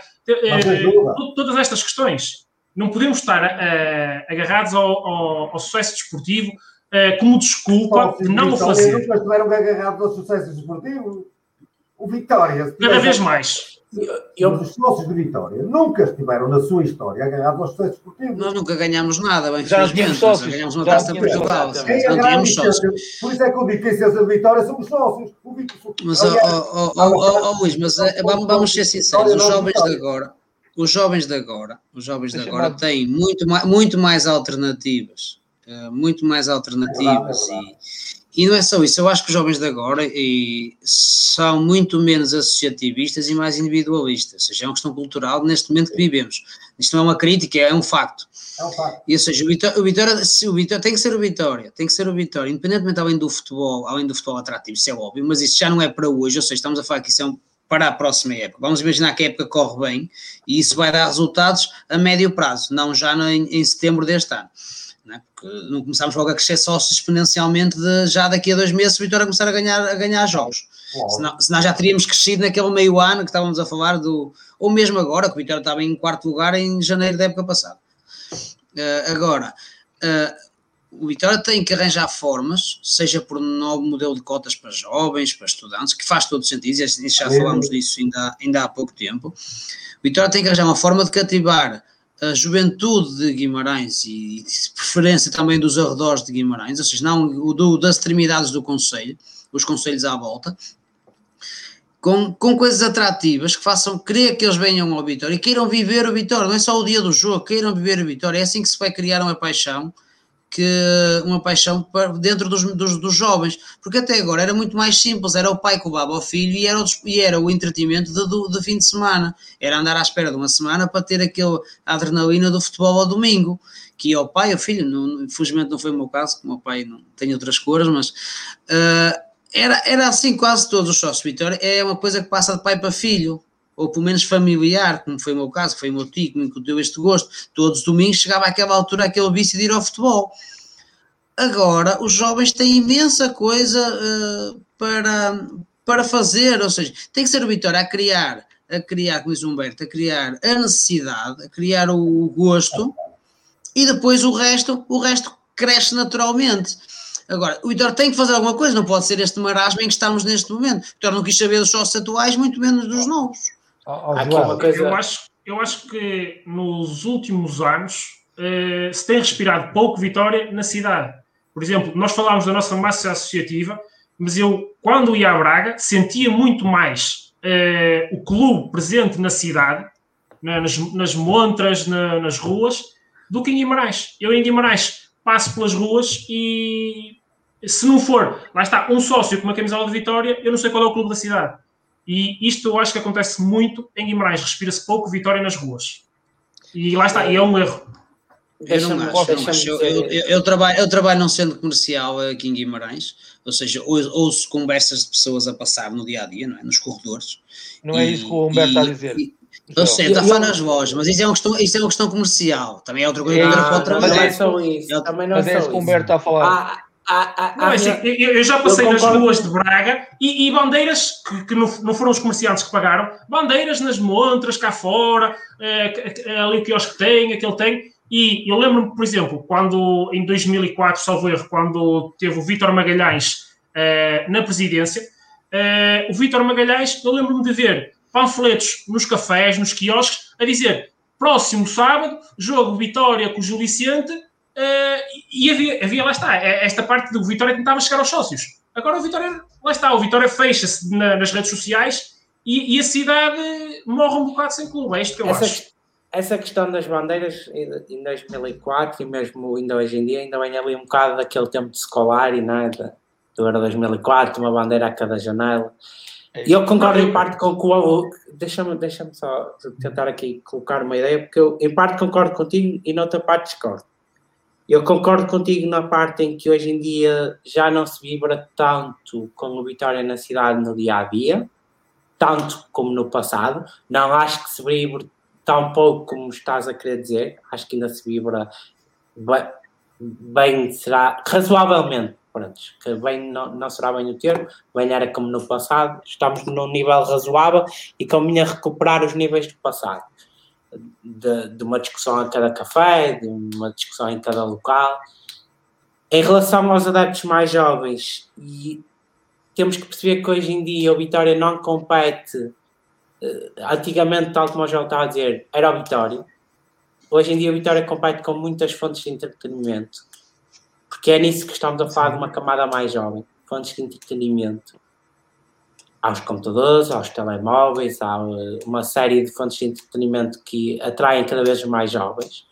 Todas estas questões. Não podemos estar agarrados ao sucesso desportivo como desculpa de não o fazer. Nunca estiveram agarrados ao sucesso desportivo. O Vitória... Cada vez mais. Os sócios de Vitória nunca estiveram na sua história agarrados ao sucesso desportivo. Nós nunca ganhámos nada, bem, já tínhamos sócios. Ganhámos uma taça de Portugal. Não tínhamos sócios. Por isso é que eu digo que a essência de Vitória são os sócios. Mas, Luís, mas vamos ser sinceros, os jovens de agora têm muito mais alternativas. E não é só isso, eu acho que os jovens de agora são muito menos associativistas e mais individualistas, ou seja, é uma questão cultural neste momento que vivemos. Isto não é uma crítica, é um facto. E, ou seja, o Vitória tem que ser o Vitória, independentemente além do futebol atrativo, isso é óbvio, mas isso já não é para hoje, ou seja, estamos a falar que isso é para a próxima época. Vamos imaginar que a época corre bem e isso vai dar resultados a médio prazo, não já em setembro deste ano. Não é? Porque não começámos logo a crescer sócios exponencialmente já daqui a 2 meses se o Vitória começar a ganhar jogos. Senão já teríamos crescido naquele meio ano que estávamos a falar ou mesmo agora, que o Vitória estava em 4º lugar em janeiro da época passada. O Vitória tem que arranjar formas, seja por um novo modelo de cotas para jovens, para estudantes, que faz todo sentido, e já falámos disso ainda há pouco tempo. O Vitória tem que arranjar uma forma de cativar a juventude de Guimarães e de preferência também dos arredores de Guimarães, ou seja, não das extremidades do concelho, os concelhos à volta, com coisas atrativas que façam crer que eles venham ao Vitória e queiram viver o Vitória, não é só o dia do jogo, queiram viver o Vitória. É assim que se vai criar uma paixão dentro dos jovens, porque até agora era muito mais simples, era o pai que levava o filho e era o entretenimento de fim de semana, era andar à espera de uma semana para ter aquela adrenalina do futebol ao domingo, que ia ao pai, ao filho, infelizmente não foi o meu caso, que o meu pai não tem outras cores, mas era assim quase todos os sócios de Vitória, é uma coisa que passa de pai para filho, ou pelo menos familiar, como foi o meu caso, foi o meu tio que me incutiu este gosto. Todos os domingos chegava àquela altura, aquele vício de ir ao futebol. Agora, os jovens têm imensa coisa para fazer, ou seja, tem que ser o Vitória a criar, como diz o Humberto, a criar a necessidade, a criar o gosto, e depois o resto cresce naturalmente. Agora, o Vitória tem que fazer alguma coisa, não pode ser este marasmo em que estamos neste momento. O Vitória não quis saber dos sócios atuais, muito menos dos novos. Eu acho que nos últimos anos se tem respirado pouco Vitória na cidade. Por exemplo, nós falámos da nossa massa associativa, mas eu, quando ia a Braga, sentia muito mais o clube presente na cidade, nas montras, nas ruas, do que em Guimarães. Eu em Guimarães passo pelas ruas e se não for, lá está, um sócio com uma camisola de Vitória, eu não sei qual é o clube da cidade. E isto eu acho que acontece muito em Guimarães, respira-se pouco Vitória nas ruas. E lá está, e é um erro. Eu não acho. Eu trabalho num centro comercial aqui em Guimarães, ou seja, ouço conversas de pessoas a passar no dia-a-dia, não é? Nos corredores. Não é isso que o Humberto está a dizer. Eu sei, está a falar nas vozes, mas isso é uma questão comercial. Também é outra coisa que eu pode trabalhar. Mas é só isso. Também não é só isso que o Humberto está a falar. Não, é assim, eu já passei nas ruas de Braga e bandeiras que não foram os comerciantes que pagaram, bandeiras nas montras, cá fora, ali o quiosque tem, aquele tem. E eu lembro-me, por exemplo, quando em 2004, salvo erro, quando teve o Vítor Magalhães na presidência, o Vítor Magalhães, eu lembro-me de ver panfletos nos cafés, nos quiosques, a dizer, próximo sábado, jogo Vitória com o Gil Vicente, e havia, lá está, esta parte do Vitória que tentava chegar aos sócios. Agora o Vitória, lá está, o Vitória fecha-se nas redes sociais e a cidade morre um bocado sem clube. É isto que eu acho. Essa questão das bandeiras em 2004 e mesmo ainda hoje em dia, ainda vem ali um bocado daquele tempo de Scolari, não é? Do Euro 2004, uma bandeira a cada janela. E eu concordo em parte com o... Deixa-me só tentar aqui colocar uma ideia, porque eu em parte concordo contigo e noutra parte discordo. Eu concordo contigo na parte em que hoje em dia já não se vibra tanto com o Vitória na cidade no dia-a-dia, tanto como no passado. Não acho que se vibra tão pouco como estás a querer dizer. Acho que ainda se vibra bem, será razoavelmente, pronto, que bem não será bem o termo, bem era como no passado. Estamos num nível razoável e convinha recuperar os níveis do passado. De uma discussão a cada café, de uma discussão em cada local. Em relação aos adeptos mais jovens, e temos que perceber que hoje em dia o Vitória não compete, antigamente, tal como o João estava a dizer, era o Vitória. Hoje em dia o Vitória compete com muitas fontes de entretenimento, porque é nisso que estamos a falar de uma camada mais jovem, fontes de entretenimento. Aos computadores, aos telemóveis, há uma série de fontes de entretenimento que atraem cada vez mais jovens.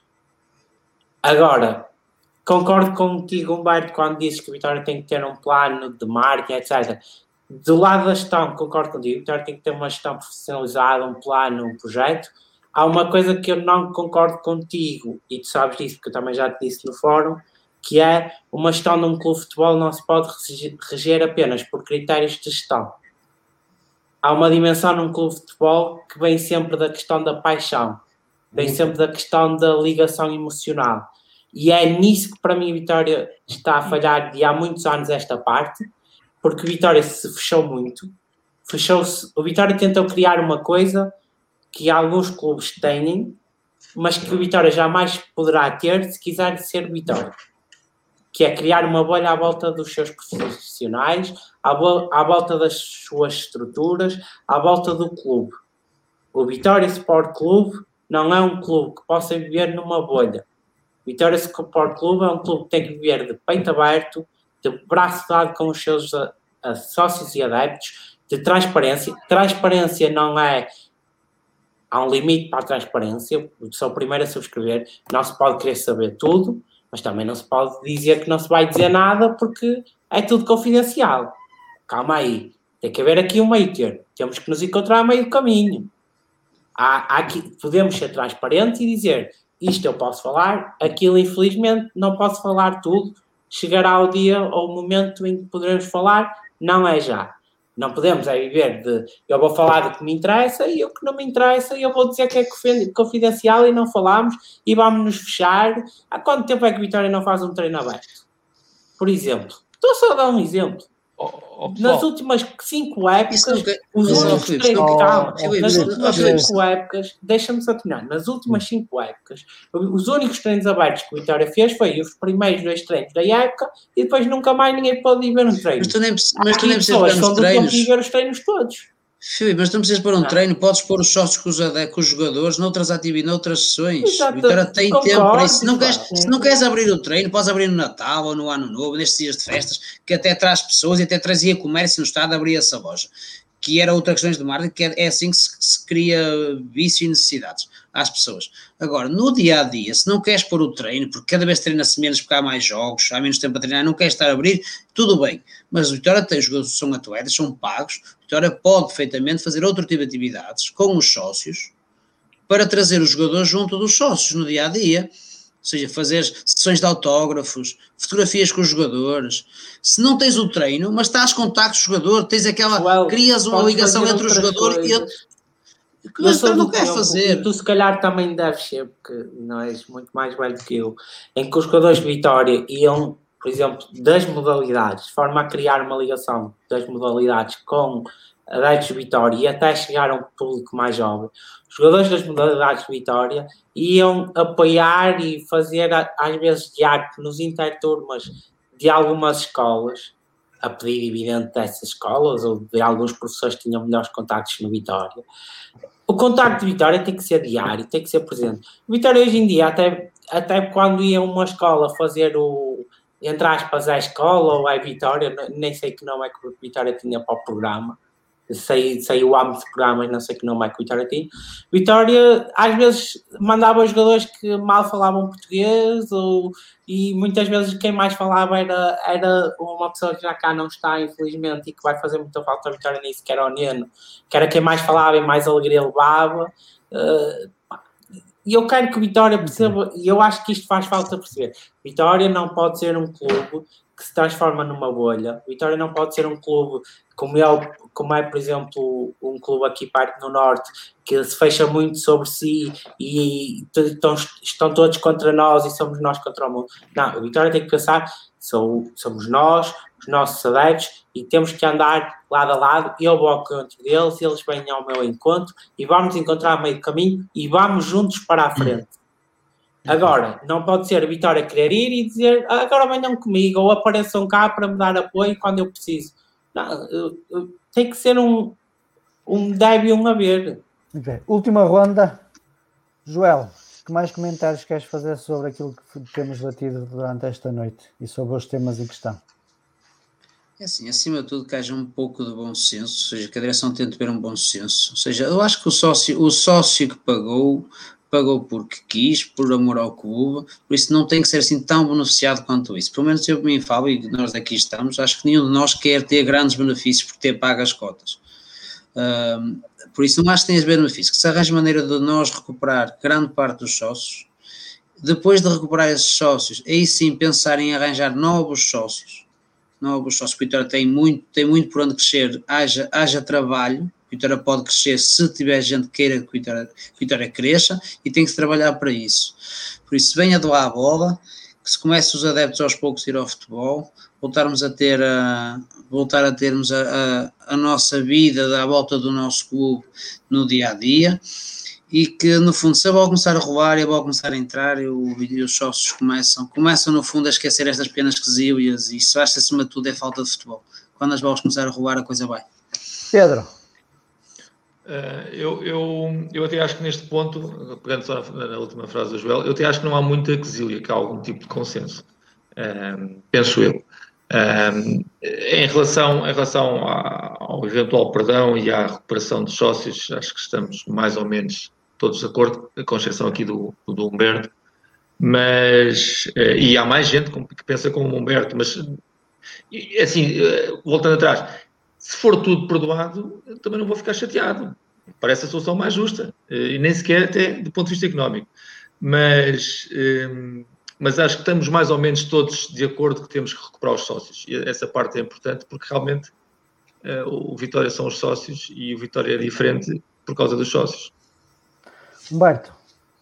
Agora, concordo contigo, Humberto, quando dizes que a Vitória tem que ter um plano de marketing, etc. Do lado da gestão, concordo contigo, a Vitória tem que ter uma gestão profissionalizada, um plano, um projeto. Há uma coisa que eu não concordo contigo, e tu sabes disso, porque eu também já te disse no fórum, que é uma gestão de um clube de futebol não se pode reger apenas por critérios de gestão. Há uma dimensão num clube de futebol que vem sempre da questão da paixão, vem sempre da questão da ligação emocional. E é nisso que, para mim, a Vitória está a falhar de há muitos anos esta parte, porque a Vitória se fechou muito. O Vitória tentou criar uma coisa que alguns clubes têm, mas que o Vitória jamais poderá ter se quiser ser Vitória. Que é criar uma bolha à volta dos seus profissionais, à volta das suas estruturas, à volta do clube. O Vitória Sport Clube não é um clube que possa viver numa bolha. O Vitória Sport Clube é um clube que tem que viver de peito aberto, de braço dado com os seus sócios e adeptos, de transparência. Transparência não é... Há um limite para a transparência. Eu sou o primeiro a subscrever. Não se pode querer saber tudo, mas também não se pode dizer que não se vai dizer nada porque é tudo confidencial. Calma aí. Tem que haver aqui um meio termo. Temos que nos encontrar a meio do caminho. Podemos ser transparentes e dizer isto eu posso falar, aquilo infelizmente não posso falar tudo. Chegará o dia ou o momento em que poderemos falar, não é já. Não podemos viver de eu vou falar do que me interessa e o que não me interessa eu vou dizer que é confidencial e não falamos e vamos nos fechar. Há quanto tempo é que a Vitória não faz um treino aberto? Por exemplo. Estou só a dar um exemplo. Nas últimas 5 épocas, os únicos treinos... Nas últimas 5 épocas, deixa-me só terminar, nas últimas 5 épocas, os únicos treinos abertos que o Vitória fez foi os primeiros 2 treinos da época e depois nunca mais ninguém pode ir ver um treino. Mas tu nem precisas ver os treinos. Ir ver os treinos todos. Filipe, mas não precisas pôr um treino, podes pôr os sócios com os jogadores noutras atividades, noutras sessões. Vitória tem tempo para isso. Se não queres abrir o treino, podes abrir no Natal ou no Ano Novo, nestes dias de festas, que até traz pessoas e até trazia comércio no estado, abria-se a loja. Que era outra questão de marketing, que é assim que se cria vício e necessidades às pessoas. Agora, no dia-a-dia, se não queres pôr o treino, porque cada vez treina-se menos porque há mais jogos, há menos tempo para treinar, não queres estar a abrir, tudo bem. Mas o Vitória tem, os jogadores são atletas, são pagos, o Vitória pode perfeitamente fazer outro tipo de atividades com os sócios para trazer os jogadores junto dos sócios no dia-a-dia. Ou seja, fazer sessões de autógrafos, fotografias com os jogadores. Se não tens o treino, mas estás com contactos com o jogador, tens aquela, crias uma ligação entre o jogador e ele. Que você não quer fazer. Tu se calhar também deves ser, porque não és muito mais velho que eu, em que os jogadores de Vitória iam, por exemplo, das modalidades, de forma a criar uma ligação das modalidades com adeptos de Vitória e até chegar a um público mais jovem. Os jogadores das modalidades de Vitória iam apoiar e fazer, às vezes, de arte nos interturmas de algumas escolas, a pedido evidente dessas escolas ou de alguns professores que tinham melhores contactos no Vitória. O contacto de Vitória tem que ser diário, tem que ser presente. O Vitória hoje em dia, até quando ia a uma escola fazer entre aspas, a escola ou a Vitória, nem sei que nome é que o Vitória tinha para o programa, sei o âmbito de programas, não sei que nome é que o Vitória tinha. Vitória, às vezes, mandava jogadores que mal falavam português, e muitas vezes quem mais falava era uma pessoa que já cá não está, infelizmente, e que vai fazer muita falta a Vitória nisso, que era o Neno, que era quem mais falava e mais alegria levava. E eu quero que o Vitória perceba, e eu acho que isto faz falta perceber, Vitória não pode ser um clube que se transforma numa bolha. Vitória não pode ser um clube como é, por exemplo, um clube aqui perto no Norte, que se fecha muito sobre si e estão todos contra nós e somos nós contra o mundo. Não, a Vitória tem que pensar, somos nós, os nossos adeptos, e temos que andar lado a lado, eu vou ao encontro deles, eles vêm ao meu encontro, e vamos encontrar meio caminho e vamos juntos para a frente. Agora, não pode ser a Vitória querer ir e dizer agora venham comigo ou apareçam cá para me dar apoio quando eu preciso. Não, tem que ser um deve e um haver. Okay. Última ronda. Joel, que mais comentários queres fazer sobre aquilo que temos batido durante esta noite e sobre os temas em questão? É assim, acima de tudo que haja um pouco de bom senso, ou seja, que a direção tente ter um bom senso. Ou seja, eu acho que o sócio que pagou porque quis, por amor ao clube, por isso não tem que ser assim tão beneficiado quanto isso. Pelo menos eu por mim falo, e nós aqui estamos, acho que nenhum de nós quer ter grandes benefícios por ter pago as cotas. Por isso não acho que tenha benefícios, que se arranje maneira de nós recuperar grande parte dos sócios, depois de recuperar esses sócios, aí sim pensar em arranjar novos sócios, que o Vitória tem muito por onde crescer, haja trabalho. Vitória pode crescer se tiver gente que queira que Vitória cresça, e tem que se trabalhar para isso. Por isso, venha de lá a bola, que se comece os adeptos aos poucos a ir ao futebol, voltar a termos a nossa vida à volta do nosso clube no dia-a-dia, e que no fundo, se a bola começar a rolar e a bola começar a entrar, e os sócios começam no fundo a esquecer estas pequenas quesilhas, e isso acho que acima de tudo é falta de futebol. Quando as bolas começarem a rolar, a coisa vai. Pedro. Eu até acho que neste ponto, pegando só na última frase do Joel, eu até acho que não há muita quesilha, que há algum tipo de consenso. Penso eu. Em relação ao eventual perdão e à recuperação dos sócios, acho que estamos mais ou menos todos de acordo, com exceção aqui do Humberto, mas, e há mais gente que pensa como o Humberto, mas assim, voltando atrás, se for tudo perdoado, eu também não vou ficar chateado. Parece a solução mais justa, e nem sequer até do ponto de vista económico. Mas acho que estamos mais ou menos todos de acordo que temos que recuperar os sócios. E essa parte é importante, porque realmente o Vitória são os sócios e o Vitória é diferente por causa dos sócios. Humberto.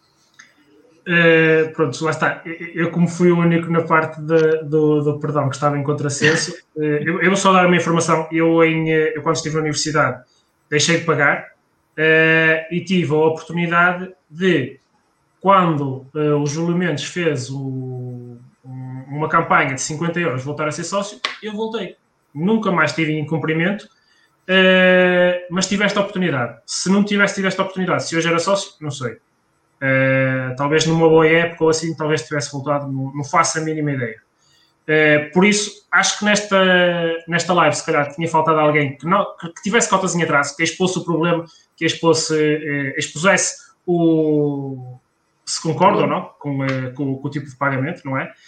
Pronto, lá está. Eu como fui o único na parte do perdão que estava em contrassenso, eu vou só dar uma informação. Eu quando estive na universidade deixei de pagar e tive a oportunidade de, quando o Júlio Mendes fez uma campanha de 50 euros voltar a ser sócio, eu voltei. Nunca mais tive incumprimento mas tiveste a oportunidade. Se não tiveste a oportunidade, se hoje era sócio, não sei. Talvez numa boa época ou assim, talvez tivesse voltado, não faço a mínima ideia. Por isso, acho que nesta live, se calhar, tinha faltado alguém que tivesse cotas em atraso, que expôsse o problema, que expusesse se concorda ou não com o tipo de pagamento, não é?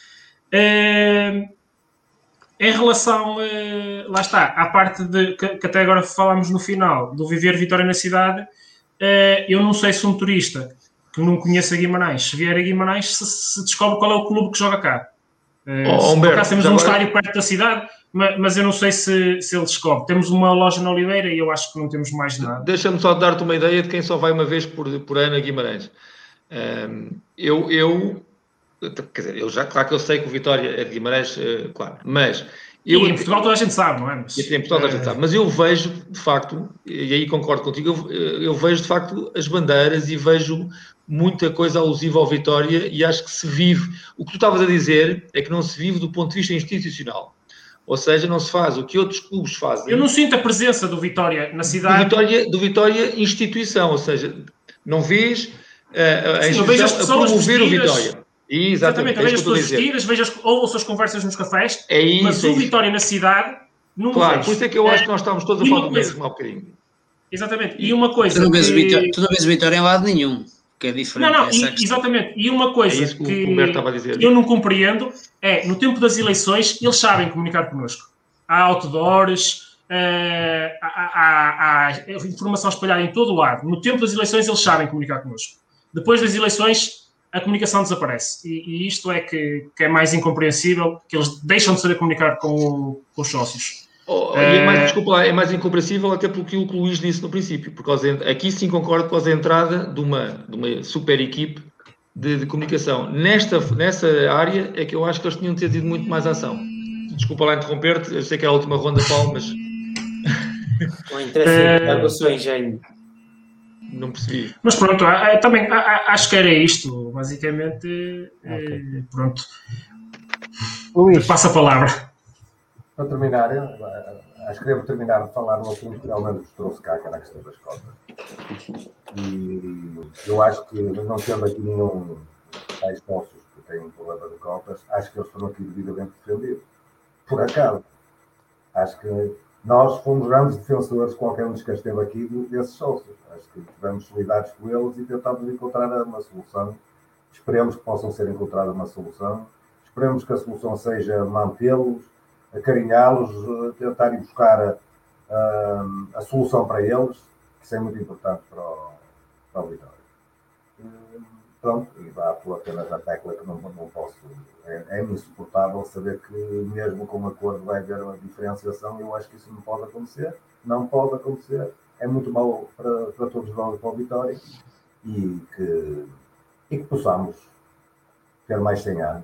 Em relação, lá está, à parte que até agora falámos no final, do viver Vitória na cidade, eu não sei se um turista que não conheça Guimarães, se vier a Guimarães, se descobre qual é o clube que joga cá. Por acaso temos um estádio perto da cidade, mas eu não sei se ele descobre. Temos uma loja na Oliveira e eu acho que não temos mais nada. Deixa-me só dar-te uma ideia de quem só vai uma vez por ano a Guimarães. Quer dizer, claro que eu sei que o Vitória é de Guimarães, claro, mas... em Portugal toda a gente sabe, não é? Em Portugal toda a gente sabe, mas eu vejo, de facto, e aí concordo contigo, eu vejo, de facto, as bandeiras e vejo muita coisa alusiva ao Vitória e acho que se vive... O que tu estavas a dizer é que não se vive do ponto de vista institucional. Ou seja, não se faz o que outros clubes fazem. Eu não sinto a presença do Vitória na cidade. Do Vitória instituição, ou seja, não vês a instituição a promover o Vitória. Exatamente, vejo as pessoas vestidas, ouço as conversas nos cafés, mas o Vitória na cidade não claro, vejo. Por isso é que eu acho que nós estamos todos a falar do mesmo há um bocadinho. Exatamente, e uma coisa... Tu não vês o Vitória em lado nenhum, que é diferente. Não, exatamente, e uma coisa que o Humberto estava a dizer. Eu não compreendo é, no tempo das eleições, eles sabem comunicar connosco. Há outdoors, há informação espalhada em todo o lado. No tempo das eleições, eles sabem comunicar connosco. Depois das eleições, a comunicação desaparece. E isto é que é mais incompreensível, que eles deixam de saber comunicar com os sócios. É mais incompreensível até pelo que o Luís disse no princípio, porque aqui sim concordo com a entrada de uma super equipe de comunicação. Nessa área é que eu acho que eles tinham de ter tido muito mais ação. Desculpa lá interromper-te, eu sei que é a última ronda, Paulo, mas... Não interessa em o seu engenho. Não percebi. Mas pronto, também acho que era isto, basicamente. Okay. Pronto. Luís. Passa a palavra. Para terminar, acho que devo terminar de falar no assunto que realmente vos trouxe cá, que era a questão das cotas. E eu acho que, não tendo aqui nenhum tais sócios que têm um problema de cotas, acho que eles foram aqui devidamente defendidos. Por acaso. Acho que nós fomos grandes defensores, qualquer um dos que esteve aqui, desses sócios. Acho que estivemos solidários com eles e tentámos encontrar uma solução. Esperemos que possam ser encontrada uma solução. Esperemos que a solução seja mantê-los, acarinhá-los, tentar ir buscar a solução para eles, que isso é muito importante para o Vitória. Pronto, e bato apenas na tecla que não posso. É-me insuportável saber que, mesmo com um acordo, vai haver uma diferenciação. Eu acho que isso não pode acontecer. Não pode acontecer. É muito mau para todos nós, para o Vitória. E que possamos ter mais 100 anos.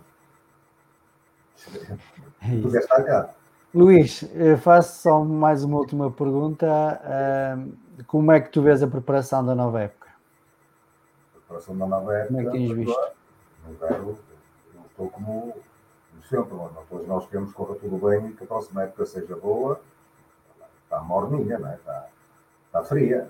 Tu queres estar cá? Luís, faço só mais uma última pergunta. Como é que tu vês a preparação da nova época? A preparação da nova época... Como é que tens visto? Eu estou como sempre. Nós queremos que corra tudo bem e que a próxima época seja boa. Está morninha, não é? Está fria.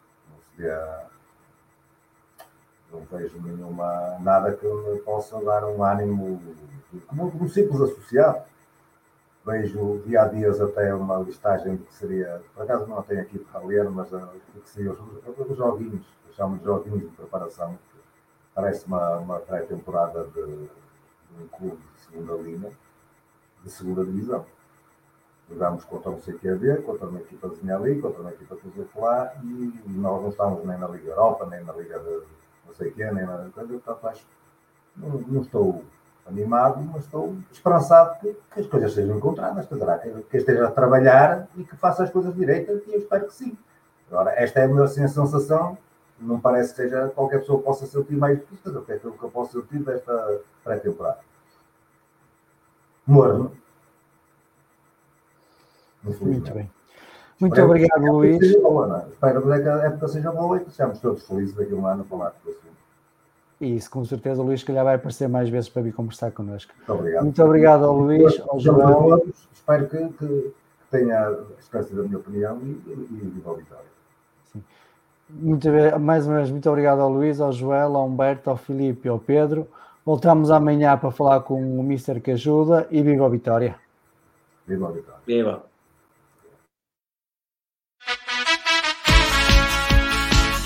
Não vejo nada que me possa dar um ânimo como simples associado. Vejo dia a dias até uma listagem de que seria, por acaso não a tenho aqui para ler, mas que seria os joguinhos, eu chamo de joguinhos de preparação. Parece uma pré-temporada de um clube de segunda linha, de segunda divisão. Jogamos contra um CQB, contra uma equipazinha ali, contra uma equipa que lá, e nós não estamos nem na Liga Europa, nem na Liga de não sei o quê, nem nada. Portanto, acho não estou animado, mas estou esperançado que as coisas sejam encontradas, que esteja a trabalhar e que faça as coisas direitas, e eu espero que sim. Agora, esta é a minha sensação, não parece que seja qualquer pessoa possa sentir mais do que isso, o que é aquilo que eu posso sentir desta pré-temporada. Morno. Muito bem. Muito obrigado, Luís. Espero que a época seja boa e que sejamos todos felizes daqui a um ano a falar do assunto. E isso, com certeza, o Luís, que já vai aparecer mais vezes para vir conversar connosco. Muito obrigado. Muito obrigado ao Luís, ao João. Espero que tenha a distância da minha opinião e viva a Vitória. Sim. Mais uma vez, muito obrigado ao Luís, ao Joel, ao Humberto, ao Filipe e ao Pedro. Voltamos amanhã para falar com o Mr. que ajuda e viva a Vitória. Viva a Vitória. Viva.